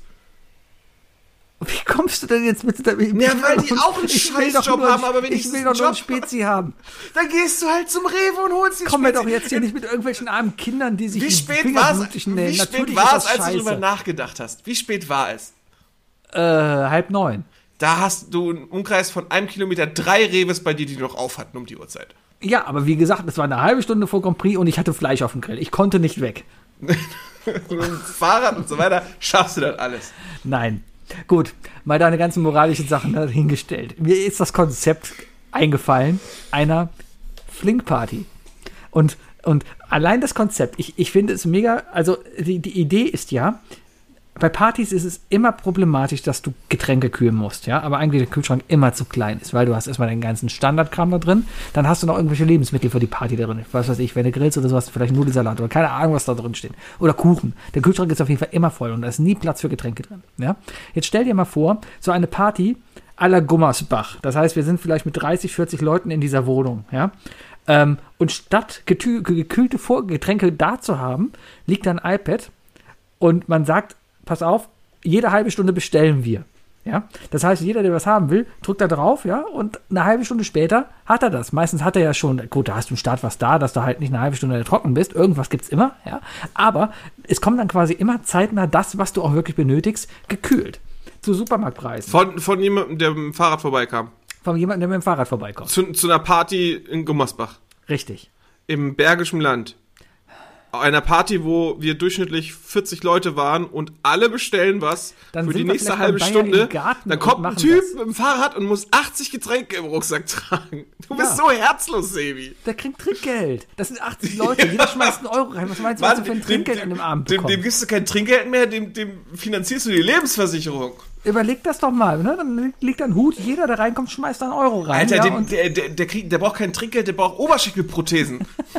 Wie kommst du denn jetzt mit der... Ja, weil die auch einen Ich will Scheißjob doch nur- haben, aber Ich wenigstens will doch einen nur einen Job. Spezi haben. Dann gehst du halt zum Rewe und holst die Komm mir Spezi. doch jetzt hier nicht mit irgendwelchen armen Kindern, die sich Wie die spät Finger war blutig es, nähen. wie Natürlich spät war ist es, das als du scheiße. darüber nachgedacht hast? Wie spät war es? Äh, halb neun. Da hast du einen Umkreis von einem Kilometer drei Rewes bei dir, die noch auf hatten um die Uhrzeit. Ja, aber wie gesagt, es war eine halbe Stunde vor Grand Prix und ich hatte Fleisch auf dem Grill. Ich konnte nicht weg. Und mit dem Fahrrad und so weiter schaffst du das alles. Nein. Gut, mal deine ganzen moralischen Sachen dahingestellt. Mir ist das Konzept eingefallen einer Flinkparty. Und, und allein das Konzept, ich, ich finde es mega, also die, die Idee ist ja, bei Partys ist es immer problematisch, dass du Getränke kühlen musst, ja, aber eigentlich der Kühlschrank immer zu klein ist, weil du hast erstmal den ganzen Standardkram da drin, dann hast du noch irgendwelche Lebensmittel für die Party da drin, was weiß ich, wenn du grillst oder so, hast du vielleicht Nudelsalat oder keine Ahnung, was da drin steht, oder Kuchen. Der Kühlschrank ist auf jeden Fall immer voll und da ist nie Platz für Getränke drin, ja. Jetzt stell dir mal vor, so eine Party à la Gummersbach, das heißt, wir sind vielleicht mit dreißig, vierzig Leuten in dieser Wohnung, ja, ähm, und statt getü- gekühlte Vor- Getränke da zu haben, liegt da ein iPad und man sagt, pass auf, jede halbe Stunde bestellen wir. Ja? Das heißt, jeder, der was haben will, drückt da drauf, ja, und eine halbe Stunde später hat er das. Meistens hat er ja schon, gut, da hast du einen Start was da, dass du halt nicht eine halbe Stunde trocken bist. Irgendwas gibt's immer, ja. Aber es kommt dann quasi immer zeitnah das, was du auch wirklich benötigst, gekühlt. Zu Supermarktpreisen. Von, von jemandem, der mit dem Fahrrad vorbeikam. Von jemandem, der mit dem Fahrrad vorbeikommt. Zu, zu einer Party in Gummersbach. Richtig. Im Bergischen Land. Einer Party, wo wir durchschnittlich vierzig Leute waren und alle bestellen was Dann für sind die wir nächste vielleicht halbe beim Bayer Stunde. im Garten Dann und kommt ein machen Typ das. mit dem Fahrrad und muss achtzig Getränke im Rucksack tragen. Du bist Ja. so herzlos, Sebi. Der kriegt Trinkgeld. Das sind achtzig Leute. Jeder schmeißt einen Euro rein. Was meinst du, was du für ein Trinkgeld an dem Abend dem, bekommst? dem gibst du kein Trinkgeld mehr, dem, dem finanzierst du die Lebensversicherung. Überleg das doch mal. Ne? Dann liegt da ein Hut. Jeder, der reinkommt, schmeißt da einen Euro rein. Alter, ja, dem, und der, der, der, kriegt, der braucht kein Trinkgeld, der braucht Oberschenkelprothesen.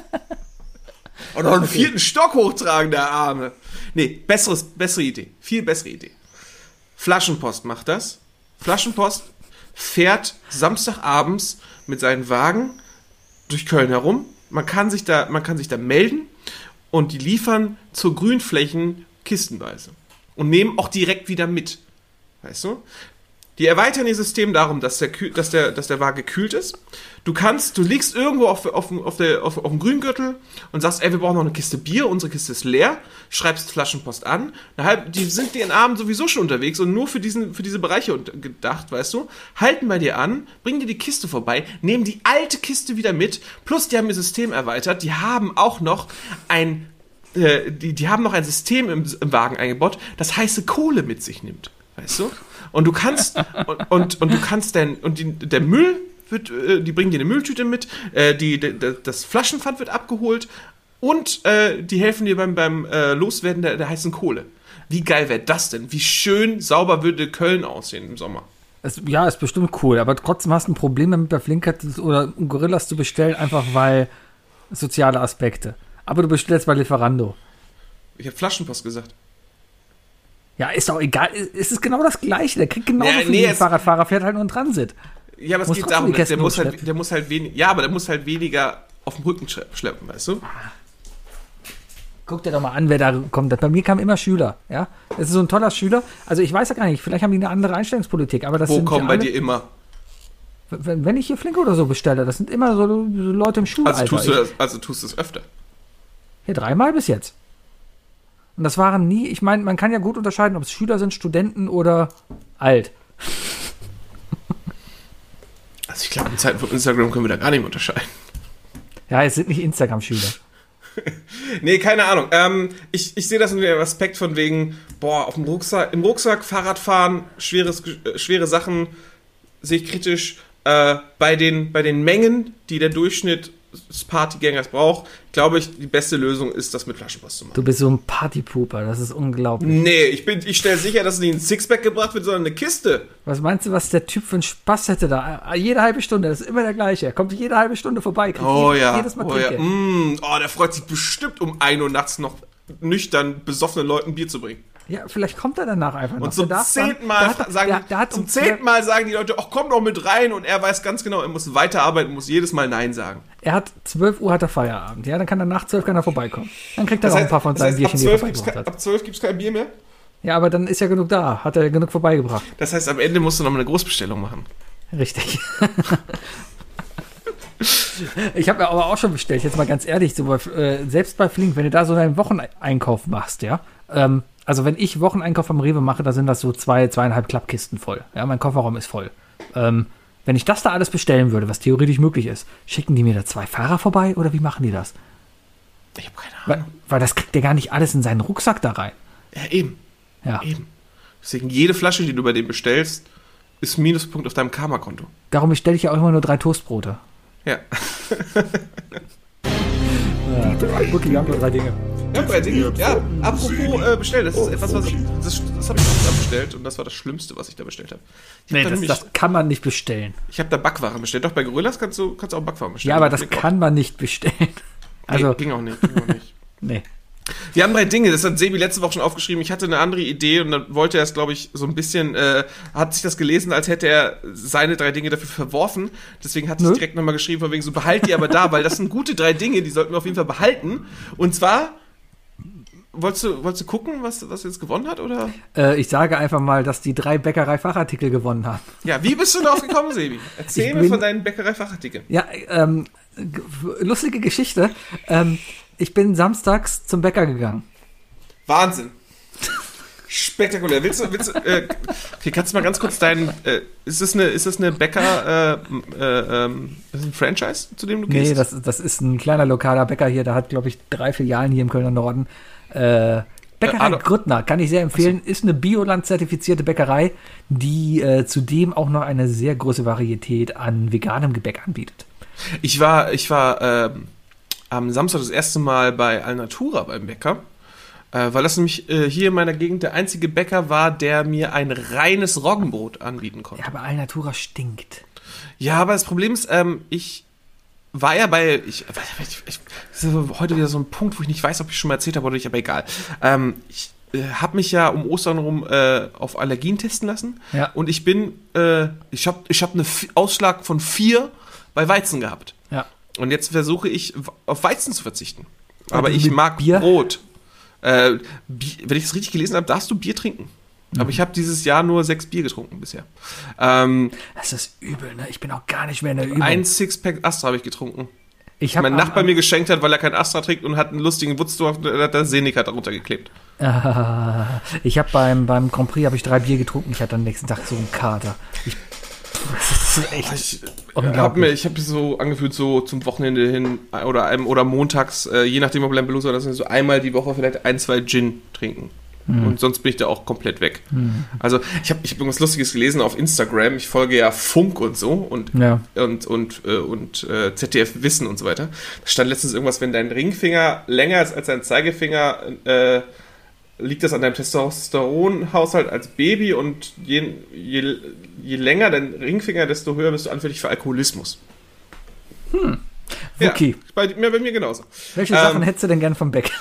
Und noch einen vierten Stock hochtragen, der Arme. Nee, besseres, bessere Idee. Viel bessere Idee. Flaschenpost macht das. Flaschenpost fährt Samstagabends mit seinen Wagen durch Köln herum. Man kann sich da, man kann sich da melden und die liefern zur Grünflächen kistenweise. Und nehmen auch direkt wieder mit. Weißt du? Die erweitern ihr System darum, dass der, Kühl, dass der, dass der Wagen gekühlt ist. Du kannst, du liegst irgendwo auf, auf, auf, der, auf, auf dem Grüngürtel und sagst, ey, wir brauchen noch eine Kiste Bier, unsere Kiste ist leer, schreibst Flaschenpost an. Eine halbe, die sind den Abend sowieso schon unterwegs und nur für, diesen, für diese Bereiche gedacht, weißt du, halten bei dir an, bringen dir die Kiste vorbei, nehmen die alte Kiste wieder mit, plus die haben ihr System erweitert, die haben auch noch ein, äh, die, die haben noch ein System im, im Wagen eingebaut, das heiße Kohle mit sich nimmt, weißt du? Und du kannst und, und, und du kannst denn und die, der Müll wird, äh, die bringen dir eine Mülltüte mit, äh, die, de, de, das Flaschenpfand wird abgeholt und äh, die helfen dir beim, beim äh, Loswerden der, der heißen Kohle. Wie geil wäre das denn? Wie schön sauber würde Köln aussehen im Sommer? es, ja, ist bestimmt cool. Aber trotzdem hast du ein Problem damit, bei Flinkert oder Gorillas zu bestellen, einfach weil soziale Aspekte. Aber du bestellst bei Lieferando. Ich habe Flaschenpost gesagt. Ja, ist doch egal. Es ist genau das Gleiche. Der kriegt genauso Ja, viel nee, wie ein es- Fahrradfahrer, fährt halt nur in Transit. Ja, aber es Muss geht trotzdem darum, die der, Kästen der, muss hochschleppen. halt, der muss halt wenig, ja, aber der muss halt weniger auf dem Rücken schleppen, schleppen, weißt du? Guck dir doch mal an, wer da kommt. Bei mir kamen immer Schüler. Ja, das ist so ein toller Schüler. Also ich weiß ja gar nicht, vielleicht haben die eine andere Einstellungspolitik. Aber das Wo sind kommen ja bei alle, dir immer? wenn, wenn ich hier Flink oder so bestelle, das sind immer so, so Leute im Schulalter. Also tust du Ich- das, also tust du es öfter. Ja, dreimal bis jetzt. Und das waren nie, ich meine, man kann ja gut unterscheiden, ob es Schüler sind, Studenten oder alt. Also ich glaube, in Zeiten von Instagram können wir da gar nicht mehr unterscheiden. Ja, es sind nicht Instagram-Schüler. Nee, keine Ahnung. Ähm, ich, ich sehe das in dem Aspekt von wegen, boah, auf dem Rucksack, im Rucksack, Fahrradfahren, schweres, äh, schwere Sachen, sehe ich kritisch. Äh, bei den, bei den Mengen, die der Durchschnitt des Partygängers braucht, glaube ich, die beste Lösung ist, das mit Flaschenpost zu machen. Du bist so ein Partypooper, das ist unglaublich. Nee, ich, bin, ich stelle sicher, dass nicht ein Sixpack gebracht wird, sondern eine Kiste. Was meinst du, was der Typ für einen Spaß hätte da? Jede halbe Stunde, das ist immer der gleiche. Er kommt jede halbe Stunde vorbei, kriegt Oh jedes, ja, jedes Mal oh ja. Trinkgeld. Mm, oh, der freut sich bestimmt um ein Uhr nachts noch nüchtern besoffenen Leuten Bier zu bringen. Ja, vielleicht kommt er danach einfach noch. Und zum Der darf dann- zehnten Mal der hat- sagen, der, der hat zum um zehnten Mal sagen die Leute, ach komm doch mit rein, und er weiß ganz genau, er muss weiterarbeiten, muss jedes Mal Nein sagen. Er hat zwölf Uhr hat er Feierabend, ja, dann kann er nach zwölf kann er vorbeikommen. Dann kriegt er Das noch heißt, ein paar von das seinen heißt, ab Bierchen, die er zwölf gibt's vorbeigebracht kein, hat. ab zwölf gibt's kein Bier mehr? Ja, aber dann ist ja genug da, hat er genug vorbeigebracht. Das heißt, am Ende musst du noch mal eine Großbestellung machen. Richtig. Ich habe ja aber auch schon bestellt, jetzt mal ganz ehrlich, so bei, äh, selbst bei Flink, wenn du da so deinen Wocheneinkauf machst, ja, ähm, also wenn ich Wocheneinkauf am Rewe mache, da sind das so zwei, zweieinhalb Klappkisten voll. Ja, mein Kofferraum ist voll. Ähm, wenn ich das da alles bestellen würde, was theoretisch möglich ist, schicken die mir da zwei Fahrer vorbei oder wie machen die das? Ich habe keine Weil, Ahnung. weil das kriegt der gar nicht alles in seinen Rucksack da rein. Ja, eben, Ja. eben. Deswegen, jede Flasche, die du bei dem bestellst, ist ein Minuspunkt auf deinem Karma-Konto. Darum bestelle ich ja auch immer nur drei Toastbrote. Ja. Gut, wir haben nur drei Dinge. Ja, drei Dinge. Ja, apropos äh, bestellen, das ist etwas, was ich, das, das habe ich nicht bestellt, und das war das Schlimmste, was ich da bestellt habe. Ich Nee, habe da, das, nämlich- das kann man nicht bestellen. ich hab da Backwaren bestellt. Doch, bei Gorillas kannst du, kannst du auch Backwaren bestellen. Ja, aber das Klingt auch- kann man nicht bestellen. Also, nee, ging auch nicht. Ging auch nicht. nee. Wir haben drei Dinge, das hat Sebi letzte Woche schon aufgeschrieben. Ich hatte eine andere Idee, und dann wollte er es, glaube ich, so ein bisschen, äh, hat sich das gelesen, als hätte er seine drei Dinge dafür verworfen. Deswegen hat er Nö. direkt nochmal geschrieben, von wegen so, behalt die aber da, weil das sind gute drei Dinge, die sollten wir auf jeden Fall behalten. Und zwar, wolltest du, wolltest du gucken, was, was jetzt gewonnen hat, oder? Äh, ich sage einfach mal, dass die drei Bäckerei-Fachartikel gewonnen haben. Ja, wie bist du darauf gekommen, Sebi? Erzähl Ich mir bin- von deinen Bäckerei-Fachartikeln. Ja, ähm, g- lustige Geschichte. Ähm, ich bin samstags zum Bäcker gegangen. Wahnsinn. Spektakulär. Willst du, willst du, äh, okay, kannst du mal ganz kurz deinen, äh, ist das eine, ist das eine Bäcker, äh, äh, ähm, ist das ein Franchise, zu dem du gehst? Nee, das, das ist ein kleiner lokaler Bäcker hier, der hat, glaube ich, drei Filialen hier im Kölner Norden. Äh, Bäckerei Äh, Ado- Grüttner, kann ich sehr empfehlen, ist eine Bioland-zertifizierte Bäckerei, die äh, zudem auch noch eine sehr große Varietät an veganem Gebäck anbietet. Ich war, ich war ähm, am Samstag das erste Mal bei Alnatura beim Bäcker, äh, weil das nämlich äh, hier in meiner Gegend der einzige Bäcker war, der mir ein reines Roggenbrot anbieten konnte. Ja, aber Alnatura stinkt. Ja, aber das Problem ist, ähm, ich war ja bei, ich, ich, ich, das ist heute wieder so ein Punkt, wo ich nicht weiß, ob ich schon mal erzählt habe oder nicht, aber egal. Ähm, ich äh, habe mich ja um Ostern rum äh, auf Allergien testen lassen, Ja. und ich bin, äh, ich habe ich hab einen Ausschlag von vier bei Weizen gehabt. Ja. Und jetzt versuche ich auf Weizen zu verzichten. Aber Also ich mit mag Bier? Brot. Äh, Bier, wenn ich es richtig gelesen habe, darfst du Bier trinken. Aber ich habe dieses Jahr nur sechs Bier getrunken bisher. Ähm, Das ist übel, ne? Ich bin auch gar nicht mehr in der Übung. ein Sixpack Astra habe ich getrunken. ich habe Mein Nachbar mir geschenkt hat, weil er kein Astra trinkt, und hat einen lustigen Wutzdorf, da hat der Seneca darunter geklebt. Ah, ich habe beim, beim Grand Prix habe ich drei Bier getrunken. Ich hatte am nächsten Tag so einen Kater. Ich, das ist echt Ich unglaublich. habe mir, ich habe so angefühlt, so zum Wochenende hin oder einem, oder montags, äh, je nachdem, ob Lampelusa oder so, einmal die Woche vielleicht ein, zwei Gin trinken. Und sonst bin ich da auch komplett weg. Also ich habe ich hab irgendwas Lustiges gelesen auf Instagram. Ich folge ja Funk und so und Ja. und und äh, und äh, Z D F Wissen und so weiter. Da stand letztens irgendwas, wenn dein Ringfinger länger ist als dein Zeigefinger, äh, liegt das an deinem Testosteronhaushalt als Baby, und je, je, je länger dein Ringfinger, desto höher bist du anfällig für Alkoholismus. Wookie. Ja, bei, ja, bei mir genauso. Welche Ähm, Sachen hättest du denn gern vom Bäcker?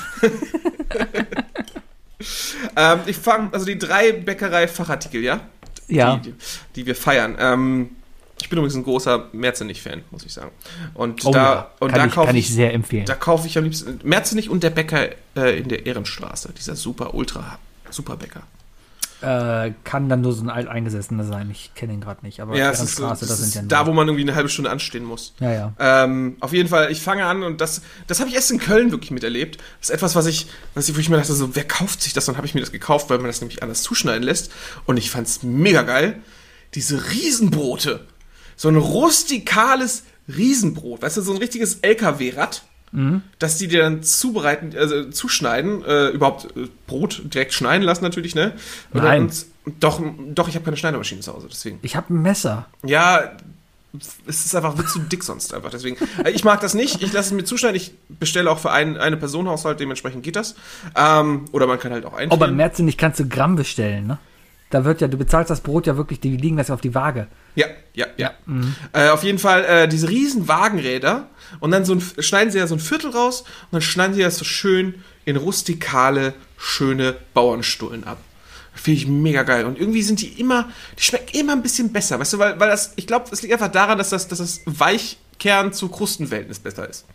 Ähm, ich fange, also die drei Bäckerei-Fachartikel, ja? Ja. Die, die, die wir feiern. Ähm, ich bin übrigens ein großer Merzenich-Fan, muss ich sagen. Und Oh da, ja, und kann da ich- kaufe kann ich sehr empfehlen. Da kaufe ich am liebsten Merzenich und der Bäcker äh, in der Ehrenstraße. Dieser super, ultra, super Bäcker. Äh, kann dann nur so ein alteingesessener sein. Ich kenne ihn gerade nicht. Aber Ja, es ist, so, Ehrenstraße, das das ist sind ja da, nur- wo man irgendwie eine halbe Stunde anstehen muss. Ja, ja. Ähm, auf jeden Fall, ich fange an und das, das habe ich erst in Köln wirklich miterlebt. Das ist etwas, was ich, was ich, wo ich mir dachte, so, wer kauft sich das? Dann habe ich mir das gekauft, weil man das nämlich anders zuschneiden lässt. Und ich fand es mega geil. Diese Riesenbrote. So ein rustikales Riesenbrot. Weißt du, so ein richtiges L K W-Rad. Mhm. Dass die dir dann zubereiten, also zuschneiden, äh, überhaupt äh, Brot direkt schneiden lassen natürlich, ne? Und Nein. Und, doch, doch, ich habe keine Schneidemaschine zu Hause, deswegen. Ich habe ein Messer. Ja, es ist einfach wird zu dick sonst einfach. Deswegen, ich mag das nicht. Ich lasse es mir zuschneiden. Ich bestelle auch für einen, eine Personenhaushalt, dementsprechend geht das. Ähm, oder man kann halt auch Oh, beim einfrieren. Merzenich kannst du Gramm bestellen, ne? Da wird ja, du bezahlst das Brot ja wirklich, die liegen das ja auf die Waage. Ja, ja, ja. Äh, auf jeden Fall äh, diese riesen Wagenräder und dann so ein, schneiden sie ja so ein Viertel raus und dann schneiden sie das so schön in rustikale, schöne Bauernstullen ab. Finde ich mega geil. Und irgendwie sind die immer, die schmecken immer ein bisschen besser, weißt du, weil, weil das, ich glaube, es liegt einfach daran, dass das, dass das Weichkern zu Krustenverhältnis besser ist.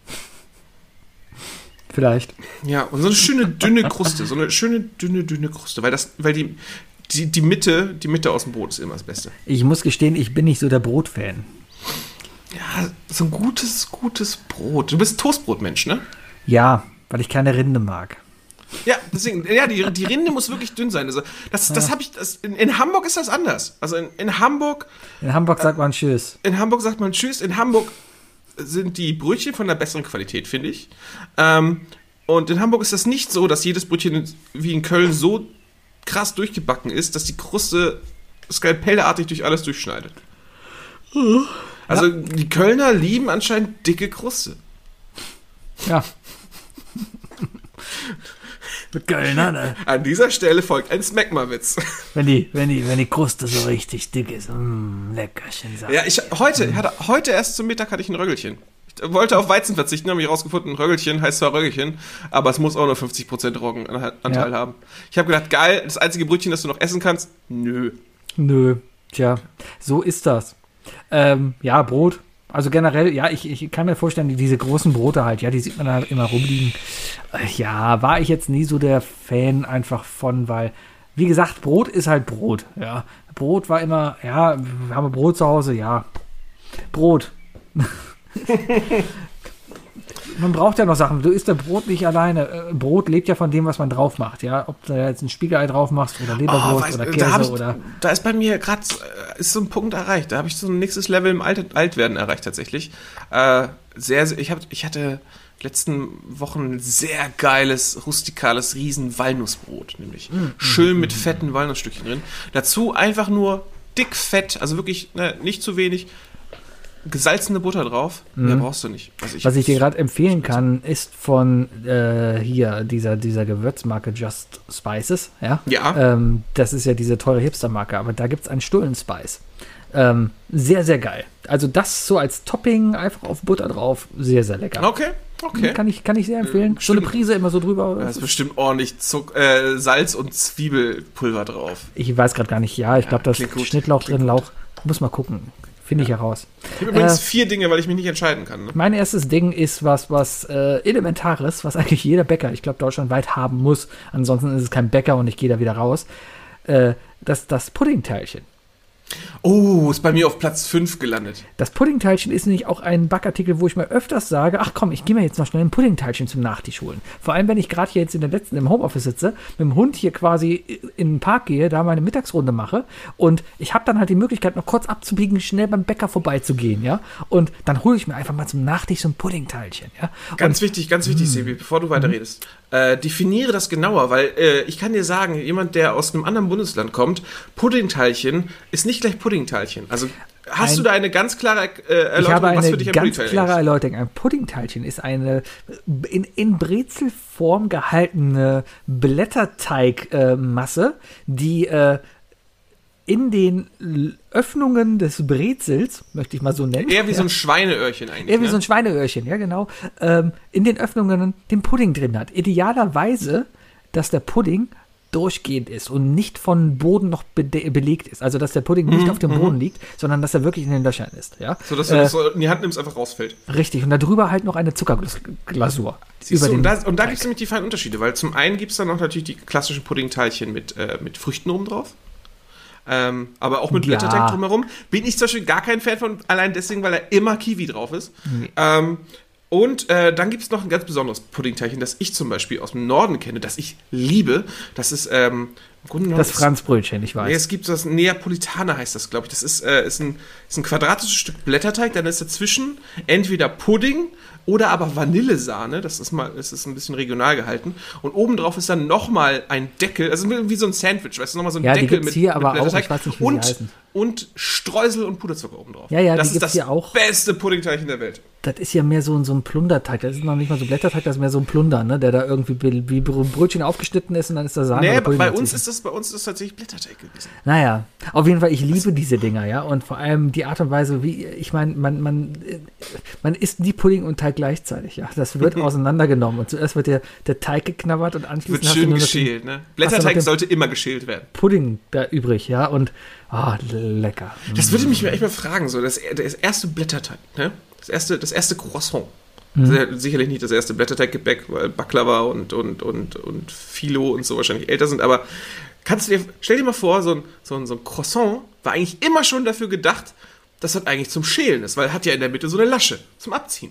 Vielleicht. Ja, und so eine schöne dünne Kruste, so eine schöne dünne, dünne Kruste, weil das, weil die, die, die Mitte, die Mitte aus dem Brot ist immer das Beste. Ich muss gestehen, ich bin nicht so der Brotfan. Ja, so ein gutes, gutes Brot. Du bist Toastbrotmensch, ne? Ja, weil ich keine Rinde mag. Ja, deswegen, ja, die, die Rinde muss wirklich dünn sein. Also, das, das habe ich, das, in, in Hamburg ist das anders. Also in, in Hamburg, In Hamburg sagt man Tschüss. in Hamburg sagt man Tschüss. In Hamburg sind die Brötchen von der besseren Qualität, finde ich. Ähm, und in Hamburg ist das nicht so, dass jedes Brötchen wie in Köln so krass durchgebacken ist, dass die Kruste skalpellartig durch alles durchschneidet. Also die Kölner lieben anscheinend dicke Kruste. Ja. Mit Kölner, ne? An dieser Stelle folgt ein Smackma-Witz. Wenn die, wenn die, wenn die Kruste so richtig dick ist. Mm, leckerchen. Sagt. Ja, ich heute, hatte, heute erst zum Mittag hatte ich ein Röggelchen. Ich wollte auf Weizen verzichten, habe ich rausgefunden, Röggelchen heißt zwar Röggelchen, aber es muss auch nur fünfzig Prozent Roggenanteil Ja. haben. Ich habe gedacht, geil, das einzige Brötchen, das du noch essen kannst, nö. Nö, tja, so ist das. Ähm, ja, Brot. Also generell, ja, ich, ich kann mir vorstellen, die- diese großen Brote halt, ja, die sieht man da immer rumliegen. Äh, Ja, war ich jetzt nie so der Fan einfach von, weil, wie gesagt, Brot ist halt Brot, ja. Brot war immer, ja, haben wir Brot zu Hause, ja. Brot. Man braucht ja noch Sachen. Du isst ja Brot nicht alleine. Äh, Brot lebt ja von dem, was man drauf macht, ja. Ob du da jetzt ein Spiegelei drauf machst oder Leberwurst weiß- oder da, Käse hab ich, oder. da ist bei mir gerade äh, ist so ein Punkt erreicht. Da habe ich so ein nächstes Level im Alt Altwerden erreicht tatsächlich. Äh, sehr, sehr, ich, hab, ich hatte letzten Wochen ein sehr geiles, rustikales Riesen-Walnussbrot, nämlich schön mit fetten Walnussstückchen drin. Dazu einfach nur dick fett, also wirklich ne, nicht zu wenig, gesalzene Butter drauf. Mehr brauchst du nicht. Also Was ich dir gerade empfehlen kann, ist von äh, hier dieser, dieser Gewürzmarke Just Spices. Ja. Ja. Ähm, das ist ja diese teure Hipster-Marke, aber da gibt es einen Stullen-Spice. Ähm, sehr, sehr geil. Also das so als Topping einfach auf Butter drauf. Sehr, sehr lecker. Okay, okay. Kann ich, kann ich sehr empfehlen. so eine stimmt. Prise immer so drüber. Da ist bestimmt ordentlich Zuck, äh, Salz und Zwiebelpulver drauf. Ich weiß gerade gar nicht. Ja, ich glaube, da ist klingt gut. Schnittlauch Klingt drin, Lauch. Muss mal gucken. Finde ich heraus. Ich habe übrigens Äh, vier Dinge, weil ich mich nicht entscheiden kann. Ne? Mein erstes Ding ist was, was äh, Elementares, was eigentlich jeder Bäcker, ich glaube, deutschlandweit haben muss. Ansonsten ist es kein Bäcker und ich gehe da wieder raus. Äh, das, das Puddingteilchen. Oh, ist bei mir auf Platz fünf gelandet. Das Puddingteilchen ist nämlich auch ein Backartikel, wo ich mir öfters sage, ach komm, ich gehe mir jetzt noch schnell ein Puddingteilchen zum Nachtisch holen. Vor allem, wenn ich gerade hier jetzt in der letzten im Homeoffice sitze, mit dem Hund hier quasi in den Park gehe, da meine Mittagsrunde mache und ich habe dann halt die Möglichkeit, noch kurz abzubiegen, schnell beim Bäcker vorbeizugehen, ja. Und dann hole ich mir einfach mal zum Nachtisch so ein Puddingteilchen, ja. Ganz wichtig, ganz wichtig, Sebi, bevor du weiterredest. Äh, definiere das genauer, weil äh, ich kann dir sagen, jemand, der aus einem anderen Bundesland kommt, Puddingteilchen ist nicht gleich Puddingteilchen. Also hast Ein- du da eine ganz klare äh, Ich habe Erläuterung, was eine für dich ein ganz Puddingteilchen klare ist? Erläuterung. Ein Puddingteilchen ist eine in, in Brezelform gehaltene Blätterteigmasse, äh, Masse, die äh, in den L- Öffnungen des Brezels, möchte ich mal so nennen. Eher wie ja. so ein Schweineöhrchen eigentlich. Eher wie ne? so ein Schweineöhrchen, ja genau. Ähm, in den Öffnungen den Pudding drin hat. Idealerweise, dass der Pudding durchgehend ist und nicht von Boden noch bede- belegt ist. Also, dass der Pudding nicht Mhm, auf dem mhm. Boden liegt, sondern dass er wirklich in den Löchern ist. Ja? So, dass du Äh, das so in die Hand nimmst, einfach rausfällt. Richtig. Und darüber halt noch eine Zuckerglasur. Siehst über du, den und da, und da Teig. gibt es nämlich die feinen Unterschiede, weil zum einen gibt es dann noch natürlich die klassischen Puddingteilchen mit, äh, mit Früchten oben drauf. Ähm, aber auch mit Ja. Blätterteig drumherum. Bin ich zum Beispiel gar kein Fan von, allein deswegen, weil da immer Kiwi drauf ist. Nee. Ähm, und äh, dann gibt es noch ein ganz besonderes Puddingteilchen, das ich zum Beispiel aus dem Norden kenne, das ich liebe. Das ist ähm, im Grunde genommen Das Franzbrötchen, ich weiß. Nee, es gibt das Neapolitaner, heißt das, glaube ich. Das ist, äh, ist, ein, ist ein quadratisches Stück Blätterteig, dann ist dazwischen entweder Pudding oder aber Vanillesahne. Das ist mal, das ist ein bisschen regional gehalten. Und obendrauf ist dann nochmal ein Deckel, also wie so ein Sandwich, weißt du, nochmal so ein Ja, die Deckel gibt's mit, hier mit aber auch, Blätterteig. ich weiß nicht, wie die und, heißen. und Streusel und Puderzucker obendrauf. Ja, ja, das die ist gibt's das hier auch. beste Puddingteilchen der Welt. Das ist ja mehr so ein, so ein Plunderteig. Das ist noch nicht mal so Blätterteig, das ist mehr so ein Plunder, ne? Der da irgendwie wie, wie Brötchen aufgeschnitten ist und dann ist da Sahne. Nee, oder Pudding bei uns dazwischen. ist das, bei uns ist das tatsächlich Blätterteig gewesen. Naja, auf jeden Fall, ich liebe diese Dinger, ja. Und vor allem die Art und Weise, wie, ich meine, man, man, äh, man isst die Pudding und Teig gleichzeitig, ja. Das wird auseinandergenommen. Und zuerst wird der, der Teig geknabbert und anschließend Wird hast du schön nur noch den geschält, ne? Blätterteig den- sollte immer geschält werden. Pudding da übrig, ja. Und, ah, lecker. Das würde mich echt mal fragen, so das, das erste Blätterteig, ne? Das erste, das erste Croissant. Das ist ja sicherlich nicht das erste Blätterteiggebäck, weil Baklava und, und, und, und Philo und so wahrscheinlich älter sind, aber kannst du dir, stell dir mal vor, so ein, so ein, so ein Croissant war eigentlich immer schon dafür gedacht, dass das eigentlich zum Schälen ist, weil hat ja in der Mitte so eine Lasche zum Abziehen.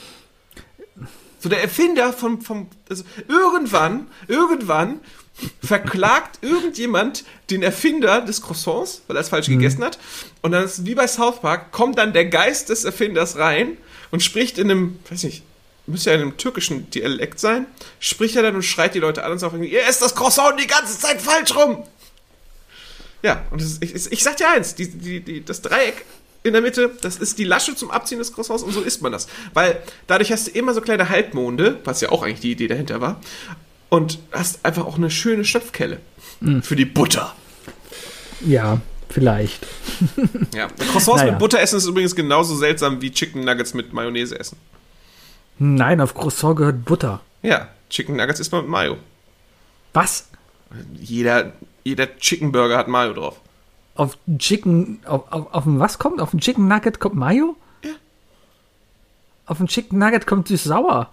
So der Erfinder vom, vom also irgendwann, irgendwann verklagt irgendjemand den Erfinder des Croissants, weil er es falsch mhm. gegessen hat. Und dann ist wie bei South Park, kommt dann der Geist des Erfinders rein und spricht in einem, weiß nicht, müsste ja in einem türkischen Dialekt sein, spricht er dann und schreit die Leute an und sagt, ihr esst das Croissant die ganze Zeit falsch rum. Ja, und das ist, ich, ich sag dir eins, die, die, die, das Dreieck in der Mitte, das ist die Lasche zum Abziehen des Croissants und so isst man das. Weil dadurch hast du immer so kleine Halbmonde, was ja auch eigentlich die Idee dahinter war, und hast einfach auch eine schöne Schöpfkelle Mhm. für die Butter. Ja, vielleicht. Ja, Croissants Naja. mit Butter essen ist übrigens genauso seltsam wie Chicken Nuggets mit Mayonnaise essen. Nein, auf Croissant gehört Butter. Ja, Chicken Nuggets isst man mit Mayo. Was? Jeder, jeder Chicken Burger hat Mayo drauf. Auf Chicken, auf, auf, auf ein was kommt? Auf ein Chicken Nugget kommt Mayo? Ja. Auf ein Chicken Nugget kommt süß-sauer.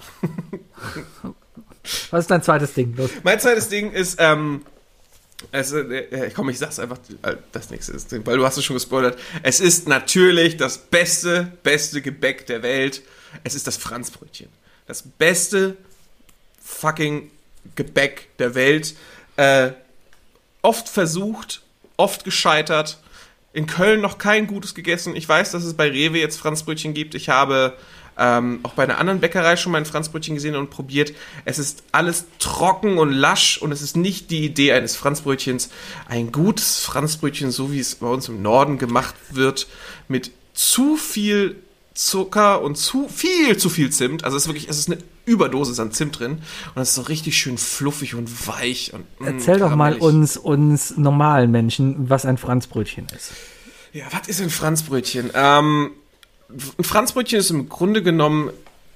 Was ist dein zweites Ding? Los. Mein zweites Ding ist, ähm, es, äh, komm, ich sag's einfach, äh, das nächste ist, weil du hast es schon gespoilert. Es ist natürlich das beste, beste Gebäck der Welt. Es ist das Franzbrötchen. Das beste fucking Gebäck der Welt. Äh, oft versucht, oft gescheitert. In Köln noch kein gutes gegessen. Ich weiß, dass es bei Rewe jetzt Franzbrötchen gibt. Ich habe ähm, auch bei einer anderen Bäckerei schon mal ein Franzbrötchen gesehen und probiert. Es ist alles trocken und lasch und es ist nicht die Idee eines Franzbrötchens. Ein gutes Franzbrötchen, so wie es bei uns im Norden gemacht wird, mit zu viel Zucker und zu viel, zu viel Zimt. Also es ist wirklich, es ist eine Überdosis an Zimt drin und es ist so richtig schön fluffig und weich. Und, mh, Erzähl doch mal karamellig. uns, uns normalen Menschen, was ein Franzbrötchen ist. Ja, was ist ein Franzbrötchen? Ähm, ein Franzbrötchen ist im Grunde genommen,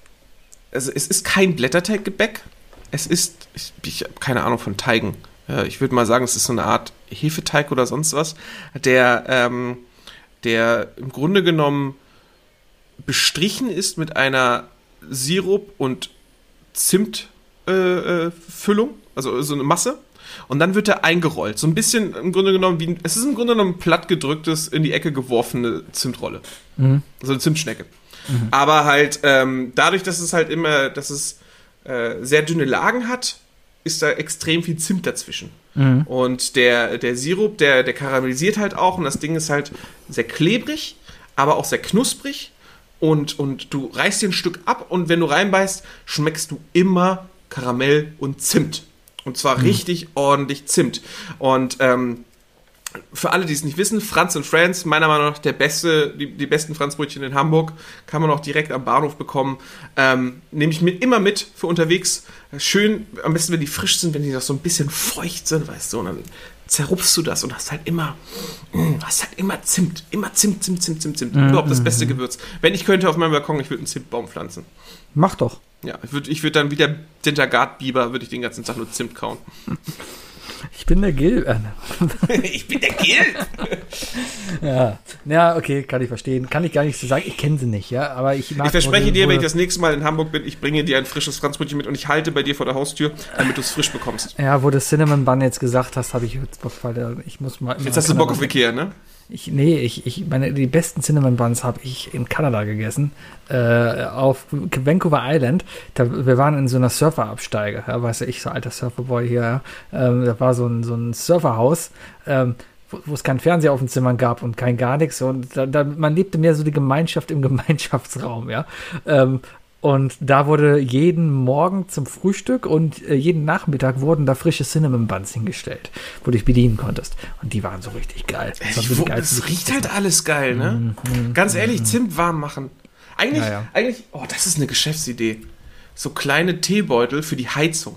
also es ist kein Blätterteiggebäck. Es ist, ich, ich habe keine Ahnung von Teigen. Ja, ich würde mal sagen, es ist so eine Art Hefeteig oder sonst was, der, ähm, der im Grunde genommen bestrichen ist mit einer Sirup- und Zimtfüllung, äh, Füllung, also so eine Masse. Und dann wird er eingerollt. So ein bisschen im Grunde genommen wie, es ist im Grunde genommen platt gedrücktes, in die Ecke geworfene Zimtrolle. Mhm. So eine Zimtschnecke. Mhm. Aber halt, ähm, dadurch, dass es halt immer, dass es äh, sehr dünne Lagen hat, ist da extrem viel Zimt dazwischen. Mhm. Und der, der Sirup, der, der karamellisiert halt auch und das Ding ist halt sehr klebrig, aber auch sehr knusprig. Und, und du reißt dir ein Stück ab und wenn du reinbeißt, schmeckst du immer Karamell und Zimt. Und zwar mhm. richtig ordentlich Zimt. Und ähm, für alle, die es nicht wissen, Franz and Friends, meiner Meinung nach der beste, die, die besten Franzbrötchen in Hamburg, kann man auch direkt am Bahnhof bekommen. Ähm, nehme ich mir immer mit für unterwegs. Schön, am besten, wenn die frisch sind, wenn die noch so ein bisschen feucht sind, weißt du, und dann zerrupfst du das und hast halt immer, mh, hast halt immer Zimt, immer Zimt, Zimt, Zimt, Zimt, Zimt. Mm, Überhaupt das beste mm. Gewürz. Wenn ich könnte auf meinem Balkon, ich würde einen Zimtbaum pflanzen. Mach doch. Ja, ich würde ich würd dann wie der Dintergard-Biber, würde ich den ganzen Tag nur Zimt kauen. Ich bin der Gil. Ich bin der Gil! Ja. Ja, okay, kann ich verstehen. Kann ich gar nicht so sagen. Ich kenne sie nicht, ja, aber ich mag... Ich verspreche wurde, dir, wenn wurde, ich das nächste Mal in Hamburg bin, ich bringe dir ein frisches Franzbrötchen mit und ich halte bei dir vor der Haustür, damit du es frisch bekommst. Ja, wo du Cinnamon Bun jetzt gesagt hast, habe ich jetzt Bock, weil ich muss mal... Jetzt hast du Bock auf Ikea, ne? Ich, nee, ich, ich meine, die besten Cinnamon Buns habe ich in Kanada gegessen, äh, auf Vancouver Island. Da, wir waren in so einer Surferabsteige, ja, weißt du, ich, so alter Surferboy hier, ähm, da war so ein, so ein Surferhaus, ähm, wo, wo es keinen Fernseher auf den Zimmern gab und kein gar nichts. Und da, da, man lebte mehr so die Gemeinschaft im Gemeinschaftsraum, ja. Ähm, Und da wurde jeden Morgen zum Frühstück und äh, jeden Nachmittag wurden da frische Cinnamon Buns hingestellt, wo du dich bedienen konntest. Und die waren so richtig geil. Das, Ey, so wo, das riecht halt alles geil, ne? Mm, mm, Ganz ehrlich, mm. Zimt warm machen. Eigentlich, Ja, ja. eigentlich, oh, das ist eine Geschäftsidee. So kleine Teebeutel für die Heizung.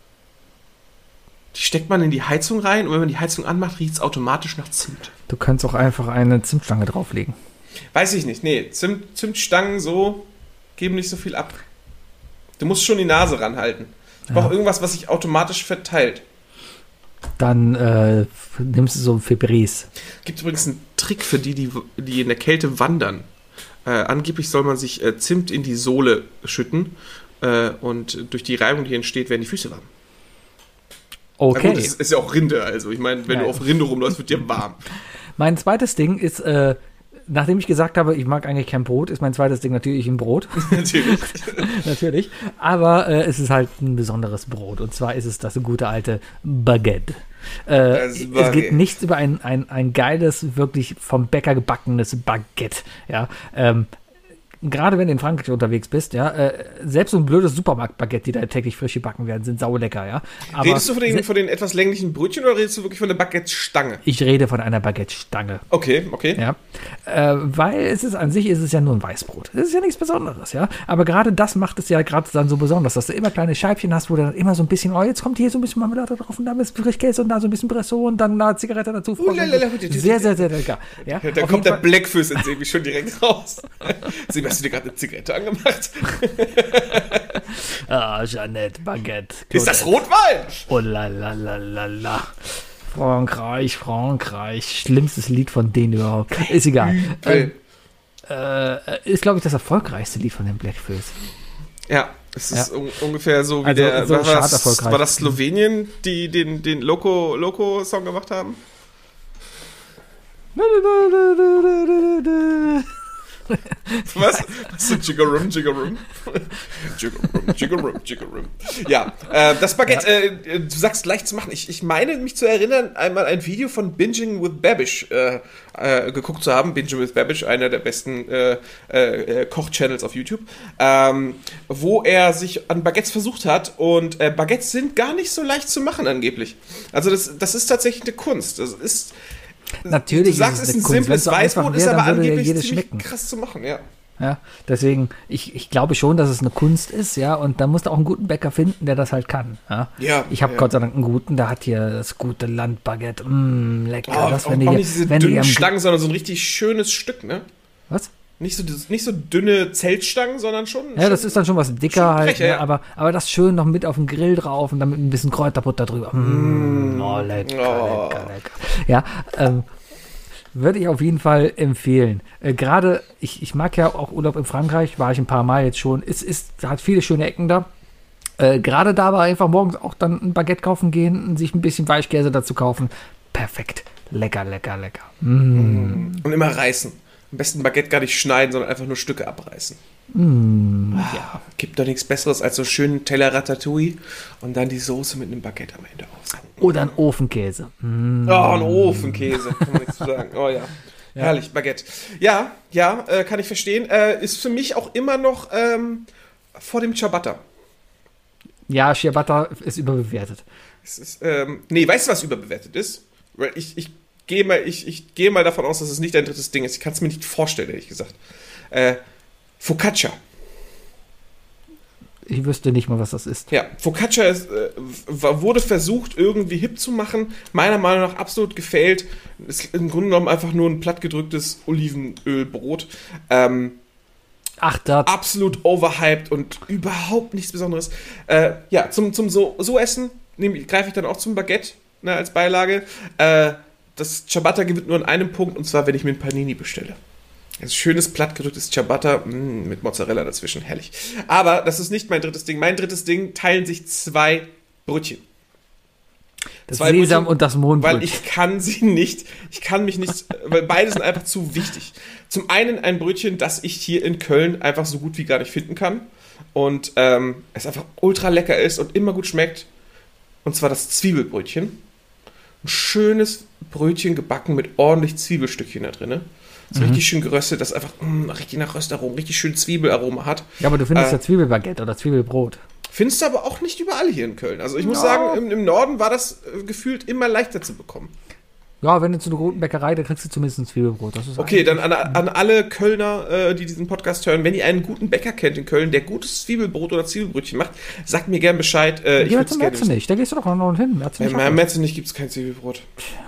Die steckt man in die Heizung rein und wenn man die Heizung anmacht, riecht es automatisch nach Zimt. Du kannst auch einfach eine Zimtstange drauflegen. Weiß ich nicht, nee, Zimt, Zimtstangen so geben nicht so viel ab. Du musst schon die Nase ranhalten. Ich brauche Ja. irgendwas, was sich automatisch verteilt. Dann äh, nimmst du so ein Febreze. Gibt übrigens einen Trick für die, die, die in der Kälte wandern. Äh, angeblich soll man sich äh, Zimt in die Sohle schütten äh, und durch die Reibung, die entsteht, werden die Füße warm. Okay. Na gut, das ist, ist ja auch Rinde, also ich meine, wenn Ja. du auf Rinde rumläufst, wird dir warm. Mein zweites Ding ist, äh, nachdem ich gesagt habe, ich mag eigentlich kein Brot, ist mein zweites Ding natürlich ein Brot. Natürlich. Natürlich. Aber äh, es ist halt ein besonderes Brot. Und zwar ist es das gute alte Baguette. Äh, Das es Baguette. geht nichts über ein, ein, ein geiles, wirklich vom Bäcker gebackenes Baguette. Ja, ähm, gerade wenn du in Frankreich unterwegs bist, ja, äh, selbst so ein blödes Supermarkt-Baguette, die da täglich frisch gebacken werden, sind saulecker, ja. Aber Redest du von den, se- von den etwas länglichen Brötchen oder redest du wirklich von der Baguette-Stange? ich rede von einer Baguette-Stange. Okay, okay. Ja, äh, weil es ist an sich ist es ja nur ein Weißbrot. Es ist ja nichts Besonderes, ja. Aber gerade das macht es ja gerade dann so besonders, dass du immer kleine Scheibchen hast, wo du dann immer so ein bisschen, oh, jetzt kommt hier so ein bisschen Marmelade drauf und da ein bisschen Frischkäse und da so ein bisschen Bresso und dann eine Zigarette dazu. Uh, lalala. Sehr, sehr, sehr lecker. Ja, Ja, auf da jeden kommt der Fall- Blackfist ins irgendwie schon direkt raus. Sieh, hast du dir gerade eine Zigarette angemacht? Ah, Jeanette, Baguette. Ist das Rotwein? Oh la la la la la. Frankreich, Frankreich. Schlimmstes Lied von denen überhaupt. Ist egal. Ähm, äh, ist, glaube ich, das erfolgreichste Lied von den Blackfist. Ja, es ist Ja. un ungefähr so wie Also der. so war, schad das, erfolgreich. war das Slowenien, die den, den Loco, Loco-Song gemacht haben? Was? Was ist Jiggerum, Jiggerum? Jiggerum, Jiggerum, Jiggerum. Ja, äh, das Baguette, äh, du sagst leicht zu machen. Ich, ich meine, mich zu erinnern, einmal ein Video von Binging with Babish äh, äh, geguckt zu haben. Binging with Babish, einer der besten äh, äh, Koch-Channels auf YouTube, ähm, wo er sich an Baguettes versucht hat. Und äh, Baguettes sind gar nicht so leicht zu machen, angeblich. Also das, das ist tatsächlich eine Kunst. Das ist... Natürlich Du sagst, ist es es ist eine ein Kunst. simples Wenn's so einfach Weißbrot, wäre, ist aber dann würde ja angeblich jedes ziemlich schmecken. krass zu machen, ja. Ja, deswegen, ich, ich glaube schon, dass es eine Kunst ist, ja, und da musst du auch einen guten Bäcker finden, der das halt kann. Ja, Ja, ich habe ja. Gott sei Dank einen guten, der hat hier das gute Landbaguette. Mm, lecker. Oh, das, auch, wenn auch die hier, nicht diese wenn die dünnen am- Stangen, sondern so ein richtig schönes Stück, ne? Was? Nicht so, dieses- nicht so dünne Zeltstangen, sondern schon... Ja, schon das ist dann schon was dicker schon halt, brecher, ne, ja. aber, aber das schön noch mit auf den Grill drauf und dann mit ein bisschen Kräuterbutter drüber. Mm, oh, lecker, Oh. lecker, lecker. Ja, ähm, würde ich auf jeden Fall empfehlen. Äh, Gerade, ich, ich mag ja auch Urlaub in Frankreich, war ich ein paar Mal jetzt schon. Es ist, hat viele schöne Ecken da. Äh, Gerade da war einfach morgens auch dann ein Baguette kaufen gehen und sich ein bisschen Weichkäse dazu kaufen. Perfekt. Lecker, lecker, lecker. Mm. Und immer reißen. Am besten Baguette gar nicht schneiden, sondern einfach nur Stücke abreißen. Mm. Ah, ja. Gibt doch nichts Besseres als so schönen Teller Ratatouille und dann die Soße mit einem Baguette am Ende aus. Oder ein Ofenkäse. Mm. Oh, ein Ofenkäse, kann man nichts zu sagen. Oh ja. Herrlich, Baguette. Ja, ja, äh, kann ich verstehen. Äh, ist für mich auch immer noch ähm, vor dem Ciabatta. Ja, Ciabatta ist überbewertet. Es ist, ähm, nee, weißt du, was überbewertet ist? Weil ich, ich gehe mal, ich, ich gehe mal davon aus, dass es nicht dein drittes Ding ist. Ich kann es mir nicht vorstellen, ehrlich gesagt. Äh, Focaccia. ich wüsste nicht mal, was das ist. Ja, Focaccia ist, äh, wurde versucht, irgendwie hip zu machen. Meiner Meinung nach absolut gefailt. Ist im Grunde genommen einfach nur ein plattgedrücktes Olivenölbrot. Ähm, Ach, das. absolut overhyped und überhaupt nichts Besonderes. Äh, ja, zum, zum so, so Essen greife ich dann auch zum Baguette, ne, als Beilage. Äh, das Ciabatta gewinnt nur an einem Punkt, und zwar, wenn ich mir ein Panini bestelle. Ein schönes, plattgedrücktes Ciabatta mh, mit Mozzarella dazwischen, herrlich. Aber das ist nicht mein drittes Ding. Mein drittes Ding teilen sich zwei Brötchen. Das Zwei Sesam Brötchen, und das Mohnbrötchen. Weil ich kann sie nicht, ich kann mich nicht, weil beide sind einfach zu wichtig. Zum einen ein Brötchen, das ich hier in Köln einfach so gut wie gar nicht finden kann. Und ähm, es einfach ultra lecker ist und immer gut schmeckt. Und zwar das Zwiebelbrötchen. Ein schönes Brötchen gebacken mit ordentlich Zwiebelstückchen da drin. So Mhm. richtig schön geröstet, das einfach mh, richtig nach Röstaromen, richtig schön Zwiebelaroma hat. Ja, aber du findest Äh, ja Zwiebelbaguette oder Zwiebelbrot. Findest du aber auch nicht überall hier in Köln. Also ich muss sagen, im, im Norden war das äh, gefühlt immer leichter zu bekommen. Ja, wenn du zu einer guten Bäckerei, dann kriegst du zumindest ein Zwiebelbrot. Das ist Okay, dann an, an alle Kölner, äh, die diesen Podcast hören, wenn ihr einen guten Bäcker kennt in Köln, der gutes Zwiebelbrot oder Zwiebelbrötchen macht, sagt mir gern Bescheid. Äh, ich Geh mal würd's zum gerne Metzenich, da gehst du doch auch noch hin. Metzenich wissen. hat Im das. Metzenich gibt es kein Zwiebelbrot.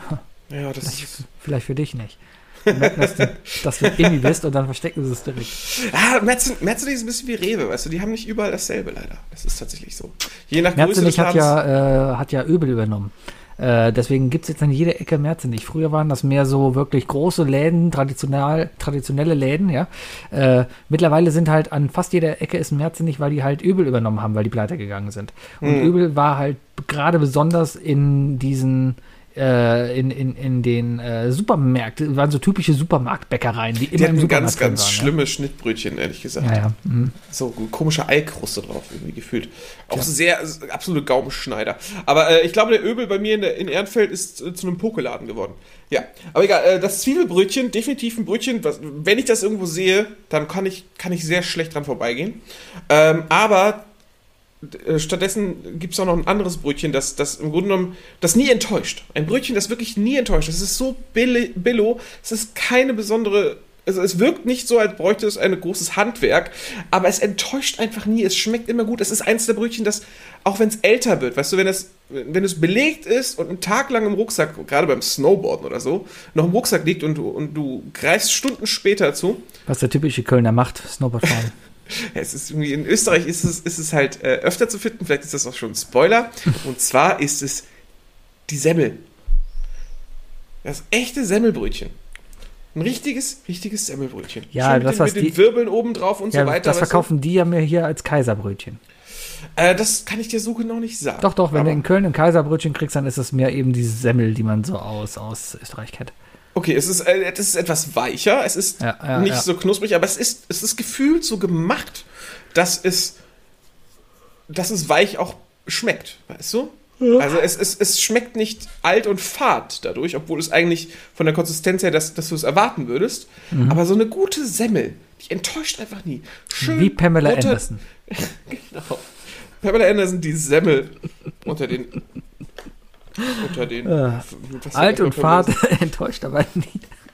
Ja, das ist... Vielleicht für dich nicht. Wir merken, dass du, dass du Inni bist und dann verstecken sie es direkt. Ah, Metzen, Metzenich ist ein bisschen wie Rewe, weißt du, die haben nicht überall dasselbe leider. Das ist tatsächlich so. Je nach Größe des Merzenich hat Ladens... ja, äh, hat ja Öbel übernommen. Äh, deswegen gibt es jetzt an jeder Ecke Merzenich. Früher waren das mehr so wirklich große Läden, traditionell, traditionelle Läden, ja. Äh, mittlerweile sind halt an fast jeder Ecke ist Merzenich, weil die halt Öbel übernommen haben, weil die pleite gegangen sind. Und Mhm. Öbel war halt gerade besonders in diesen äh, in, in, in den äh, Supermärkten, waren so typische Supermarktbäckereien, die immer Die im hatten Supermarkt ganz, drin ganz waren, schlimme Schnittbrötchen, ehrlich gesagt. Ja, ja. Mhm. So komische Eikruste drauf, irgendwie gefühlt. Auch sehr, absolute Gaumenschneider. Aber äh, ich glaube, der Öbel bei mir in, der, in Ehrenfeld ist äh, zu einem Pokeladen geworden. Ja, aber egal, äh, das Zwiebelbrötchen, definitiv ein Brötchen, was, wenn ich das irgendwo sehe, dann kann ich, kann ich sehr schlecht dran vorbeigehen. Ähm, aber äh, stattdessen gibt es auch noch ein anderes Brötchen, das, das im Grunde genommen, das nie enttäuscht. Ein Brötchen, das wirklich nie enttäuscht. Das ist so billi- billo, es ist keine besondere... Also es wirkt nicht so, als bräuchte es ein großes Handwerk, aber es enttäuscht einfach nie, es schmeckt immer gut. Es ist eins der Brötchen, das, auch wenn es älter wird, weißt du, wenn es, wenn es belegt ist und einen Tag lang im Rucksack, gerade beim Snowboarden oder so, noch im Rucksack liegt und du, und du greifst Stunden später zu. Was der typische Kölner macht, Snowboardfahren. Ja, es ist irgendwie, in Österreich ist es, ist es halt äh, öfter zu finden, vielleicht ist das auch schon ein Spoiler. Und zwar ist es die Semmel. Das echte Semmelbrötchen. Ein richtiges, richtiges Semmelbrötchen. Ja, Schön mit das, den, was mit den die- Wirbeln oben drauf und Ja, so weiter. das weißt du? verkaufen die ja mir hier als Kaiserbrötchen. Äh, das kann ich dir so genau nicht sagen. Doch, doch, wenn Aber, du in Köln ein Kaiserbrötchen kriegst, dann ist es mehr eben diese Semmel, die man so aus, aus Österreich kennt. Okay, es ist, äh, es ist etwas weicher, es ist Ja, ja, nicht ja. so knusprig, aber es ist, es ist gefühlt so gemacht, dass es, dass es weich auch schmeckt, weißt du? Also es, es, es schmeckt nicht alt und fad dadurch, obwohl es eigentlich von der Konsistenz her, dass, dass du es erwarten würdest. Mhm. Aber so eine gute Semmel, die enttäuscht einfach nie. Schön Wie Pamela Butter- Anderson. Genau. Pamela Anderson, die Semmel unter den... Unter den... Äh, was Alt sagt und man? fad, enttäuscht aber nie.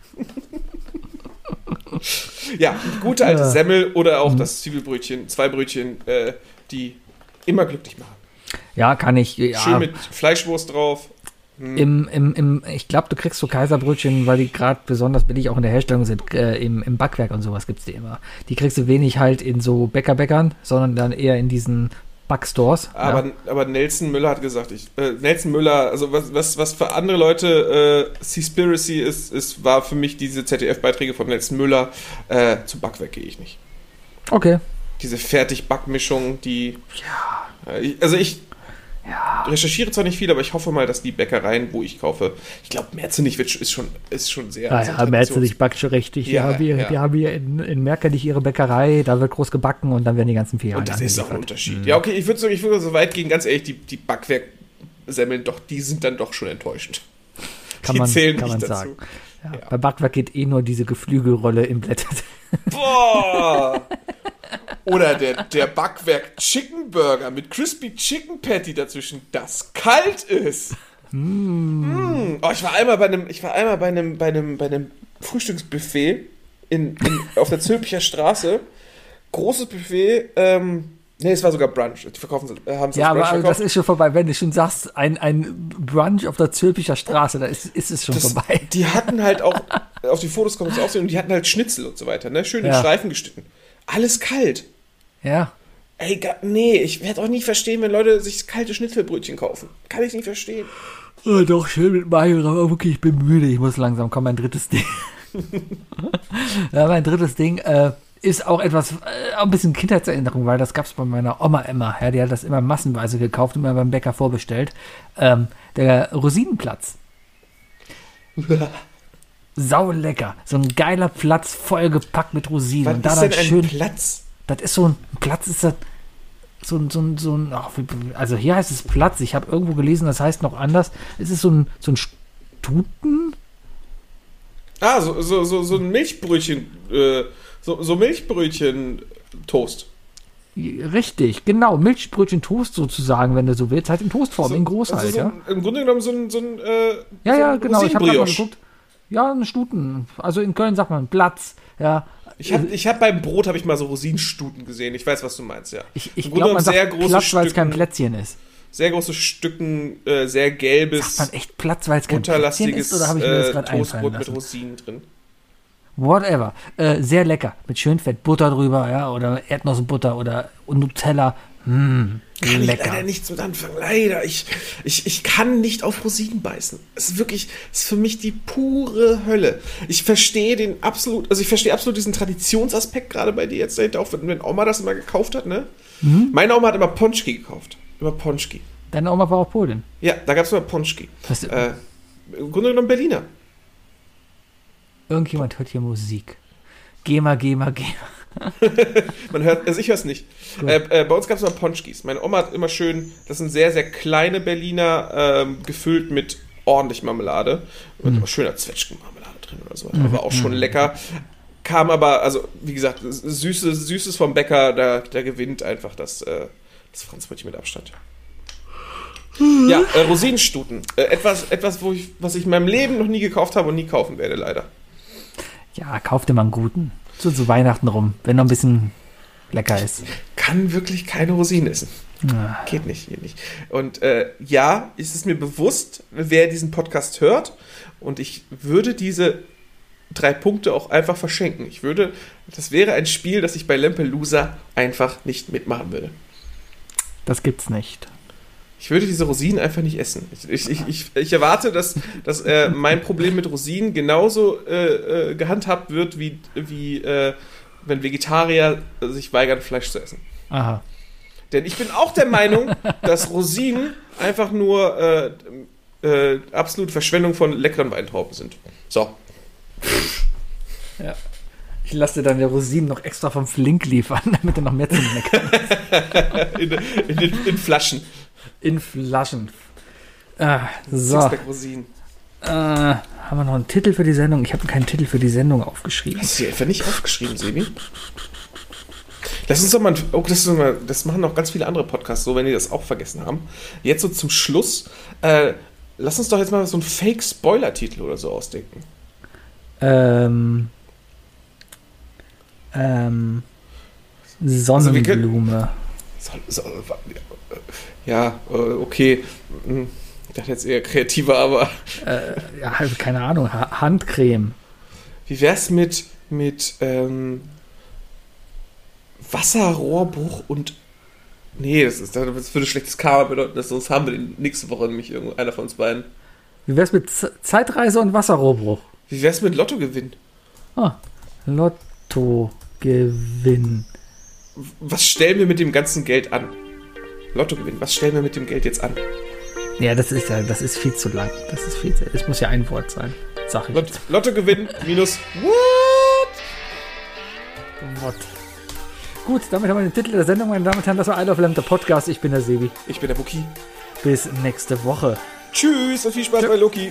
Ja, gute alte Ja. Semmel oder Mhm. auch das Zwiebelbrötchen, zwei Brötchen, äh, die immer glücklich machen. Ja, kann ich. Ja, Schön mit Fleischwurst drauf. Im, im, im, ich glaube, du kriegst so Kaiserbrötchen, weil die gerade besonders billig auch in der Herstellung sind. Äh, im, Im Backwerk und sowas gibt es die immer. Die kriegst du wenig halt in so Bäckerbäckern, sondern dann eher in diesen Backstores. Aber, ja. aber Nelson Müller hat gesagt, ich, äh, Nelson Müller, also was, was, was für andere Leute äh, Seaspiracy ist, ist, war für mich diese Z D F-Beiträge von Nelson Müller. Äh, zum Backwerk gehe ich nicht. Okay. Diese Fertigbackmischung, die... Ja. Äh, ich, also ich Ja. recherchiere zwar nicht viel, aber ich hoffe mal, dass die Bäckereien, wo ich kaufe, ich glaube, Merzenich wird, ist, schon, ist schon sehr... Ja, sehr ja, Merzenich backt schon richtig. Die Ja, haben hier, ja. die haben hier in, in Merkenich ihre Bäckerei, da wird groß gebacken und dann werden die ganzen Filialen Und das ist auch ein angeliefert. Unterschied. Ja, okay, ich würde so, ich würde so weit gehen, ganz ehrlich, die, die Backwerksemmeln, doch, die sind dann doch schon enttäuschend. Kann die man, zählen kann man nicht dazu. sagen. Ja, Ja. Bei Backwerk geht eh nur diese Geflügelrolle im Blätter. Boah! Oder der, der Backwerk Chicken Burger mit Crispy Chicken Patty dazwischen, das kalt ist. Mm. Oh, ich war einmal bei einem, ich war einmal bei einem, bei einem, bei einem Frühstücksbuffet in, in, auf der Zülpicher Straße. Großes Buffet, ähm, Nee, es war sogar Brunch. Die verkaufen sie, haben sie Ja, als Brunch aber also verkauft. das ist schon vorbei. Wenn du schon sagst, ein, ein Brunch auf der Zülpicher Straße, da ist, ist es schon Das, vorbei. die hatten halt auch, auf die Fotos kommt es auch so, und die hatten halt Schnitzel und so weiter, ne? Schön in Ja. Streifen geschnitten. Alles kalt. Ja. Ey, ga, nee, ich werde auch nie verstehen, wenn Leute sich kalte Schnitzelbrötchen kaufen. Kann ich nicht verstehen. Oh, doch, schön mit Mayo, aber wirklich, ich bin müde. Ich muss langsam kommen, mein drittes Ding. Ja, mein drittes Ding äh, ist auch etwas, äh, auch ein bisschen Kindheitserinnerung, weil das gab es bei meiner Oma immer. Ja, die hat das immer massenweise gekauft, immer beim Bäcker vorbestellt. Ähm, der Rosinenplatz. Sau lecker. So ein geiler Platz, vollgepackt mit Rosinen. Was Und da ist dann denn ein schön. Platz? Das ist so ein Platz, ist das so ein, so ein, so ein ach, wie- also hier heißt es Platz. Ich habe irgendwo gelesen, das heißt noch anders. Es ist so ein, so ein Stuten. Ah, so, so, so, so ein Milchbrötchen, äh, so, so Milchbrötchen-Toast. Richtig, genau. Milchbrötchen-Toast sozusagen, wenn du so willst. Halt in Toastform, So, in groß also halt, so ja. ein, Im Grunde genommen so ein, so ein, äh, Ja, so ja, ein genau. Ich habe gerade mal Rosinenbrioche. geguckt. Ja, ein Stuten. Also in Köln sagt man Platz. Ja. Ich habe ich hab beim Brot habe ich mal so Rosinenstuten gesehen. Ich weiß, was du meinst, ja. Ich, ich Im glaube, Grunde man genommen sehr sagt große Platz, weil es kein Stücken- Plätzchen ist. Sehr große Stücken, äh, sehr gelbes, Sagt man echt Platz, weil es kein Plätzchen butterlastiges ist? Oder habe ich mir das äh, gerade einfallen Toastbrot mit lassen? Rosinen drin. Whatever. Äh, sehr lecker. Mit schön Fett Butter drüber, ja. Oder Erdnussbutter oder Nutella. Mmh, Kann lecker. ich leider nichts mit anfangen. Leider. Ich, ich, ich kann nicht auf Rosinen beißen. Es ist wirklich, es ist für mich die pure Hölle. Ich verstehe den absolut, also ich verstehe absolut diesen Traditionsaspekt gerade bei dir jetzt dahinter, auch wenn, wenn Oma das immer gekauft hat, ne? Mhm. Meine Oma hat immer Ponschki gekauft. Immer Ponschki. Deine Oma war auch Polin. Ja, da gab es immer Ponschki. Was, Äh, Im Grunde genommen Berliner. Irgendjemand hört hier Musik. Geh mal, geh mal, geh mal. Man hört, also ich höre es nicht. Äh, äh, bei uns gab es immer Ponschkis. Meine Oma hat immer schön, das sind sehr, sehr kleine Berliner, ähm, gefüllt mit ordentlich Marmelade. Mit Mhm. mhm. schöner Zwetschgenmarmelade drin oder so. Mhm. War auch schon lecker. Kam aber, also wie gesagt, Süßes, Süßes vom Bäcker, da, da gewinnt einfach das, äh, das Franzbrötchen mit Abstand. Ja, äh, Rosinenstuten. Äh, etwas, etwas wo ich, was ich in meinem Leben noch nie gekauft habe und nie kaufen werde, leider. Ja, kauf dir mal einen guten. So zu Weihnachten rum, wenn noch ein bisschen lecker ist. Kann wirklich keine Rosinen essen. Ja. Geht nicht, geht nicht. Und äh, ja, ist es mir bewusst, wer diesen Podcast hört, und ich würde diese drei Punkte auch einfach verschenken. Ich würde, das wäre ein Spiel, das ich bei Lampelusa einfach nicht mitmachen würde. Das gibt's nicht. Ich würde diese Rosinen einfach nicht essen. Ich, ich, ich, ich, ich erwarte, dass, dass äh, mein Problem mit Rosinen genauso äh, äh, gehandhabt wird, wie, wie äh, wenn Vegetarier sich weigern, Fleisch zu essen. Aha. Denn ich bin auch der Meinung, dass Rosinen einfach nur äh, äh, absolute Verschwendung von leckeren Weintrauben sind. So. Ja. Ich lasse dir dann der Rosinen noch extra vom Flink liefern, damit er noch mehr zu meckern hat. in, in, in, in Flaschen. In Flaschen. Ah, so. Sixpack Rosinen. Äh, haben wir noch einen Titel für die Sendung? Ich habe keinen Titel für die Sendung aufgeschrieben. Hast du die einfach nicht aufgeschrieben, Sebi? Lass uns doch mal, oh, das, ist doch mal, das machen auch ganz viele andere Podcasts so, wenn die das auch vergessen haben. Jetzt so zum Schluss, äh, lass uns doch jetzt mal so einen Fake-Spoiler-Titel oder so ausdenken. Ähm. Ähm. Sonnenblume. So, so, ja, äh, okay. Hm, ich dachte jetzt eher kreativer, aber Äh, ja, halt, keine Ahnung. Ha Handcreme. wie wär's mit, mit ähm, Wasserrohrbruch und. Nee, das, ist, das würde schlechtes Karma bedeuten, dass sonst haben wir den nächste Woche nämlich irgendeiner von uns beiden. Wie wär's mit Z Zeitreise und Wasserrohrbruch? Wie wär's mit Lottogewinn? Ah, Lottogewinn. Was stellen wir mit dem ganzen Geld an? Lottogewinn, was stellen wir mit dem Geld jetzt an? Ja, das ist ja, das ist viel zu lang. Das ist viel zu, es muss ja ein Wort sein. Sag ich Lot jetzt. Lottogewinn minus what? Wort. Gut, damit haben wir den Titel der Sendung, meine Damen und Herren. Das war I Love Lamp, der Podcast. Ich bin der Sebi. Ich bin der Wookie. Bis nächste Woche. Tschüss und viel Spaß bei Loki.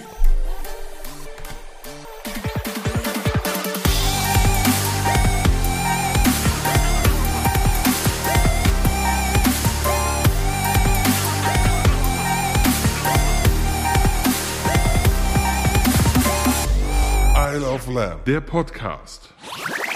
I Love Lamb, der Podcast.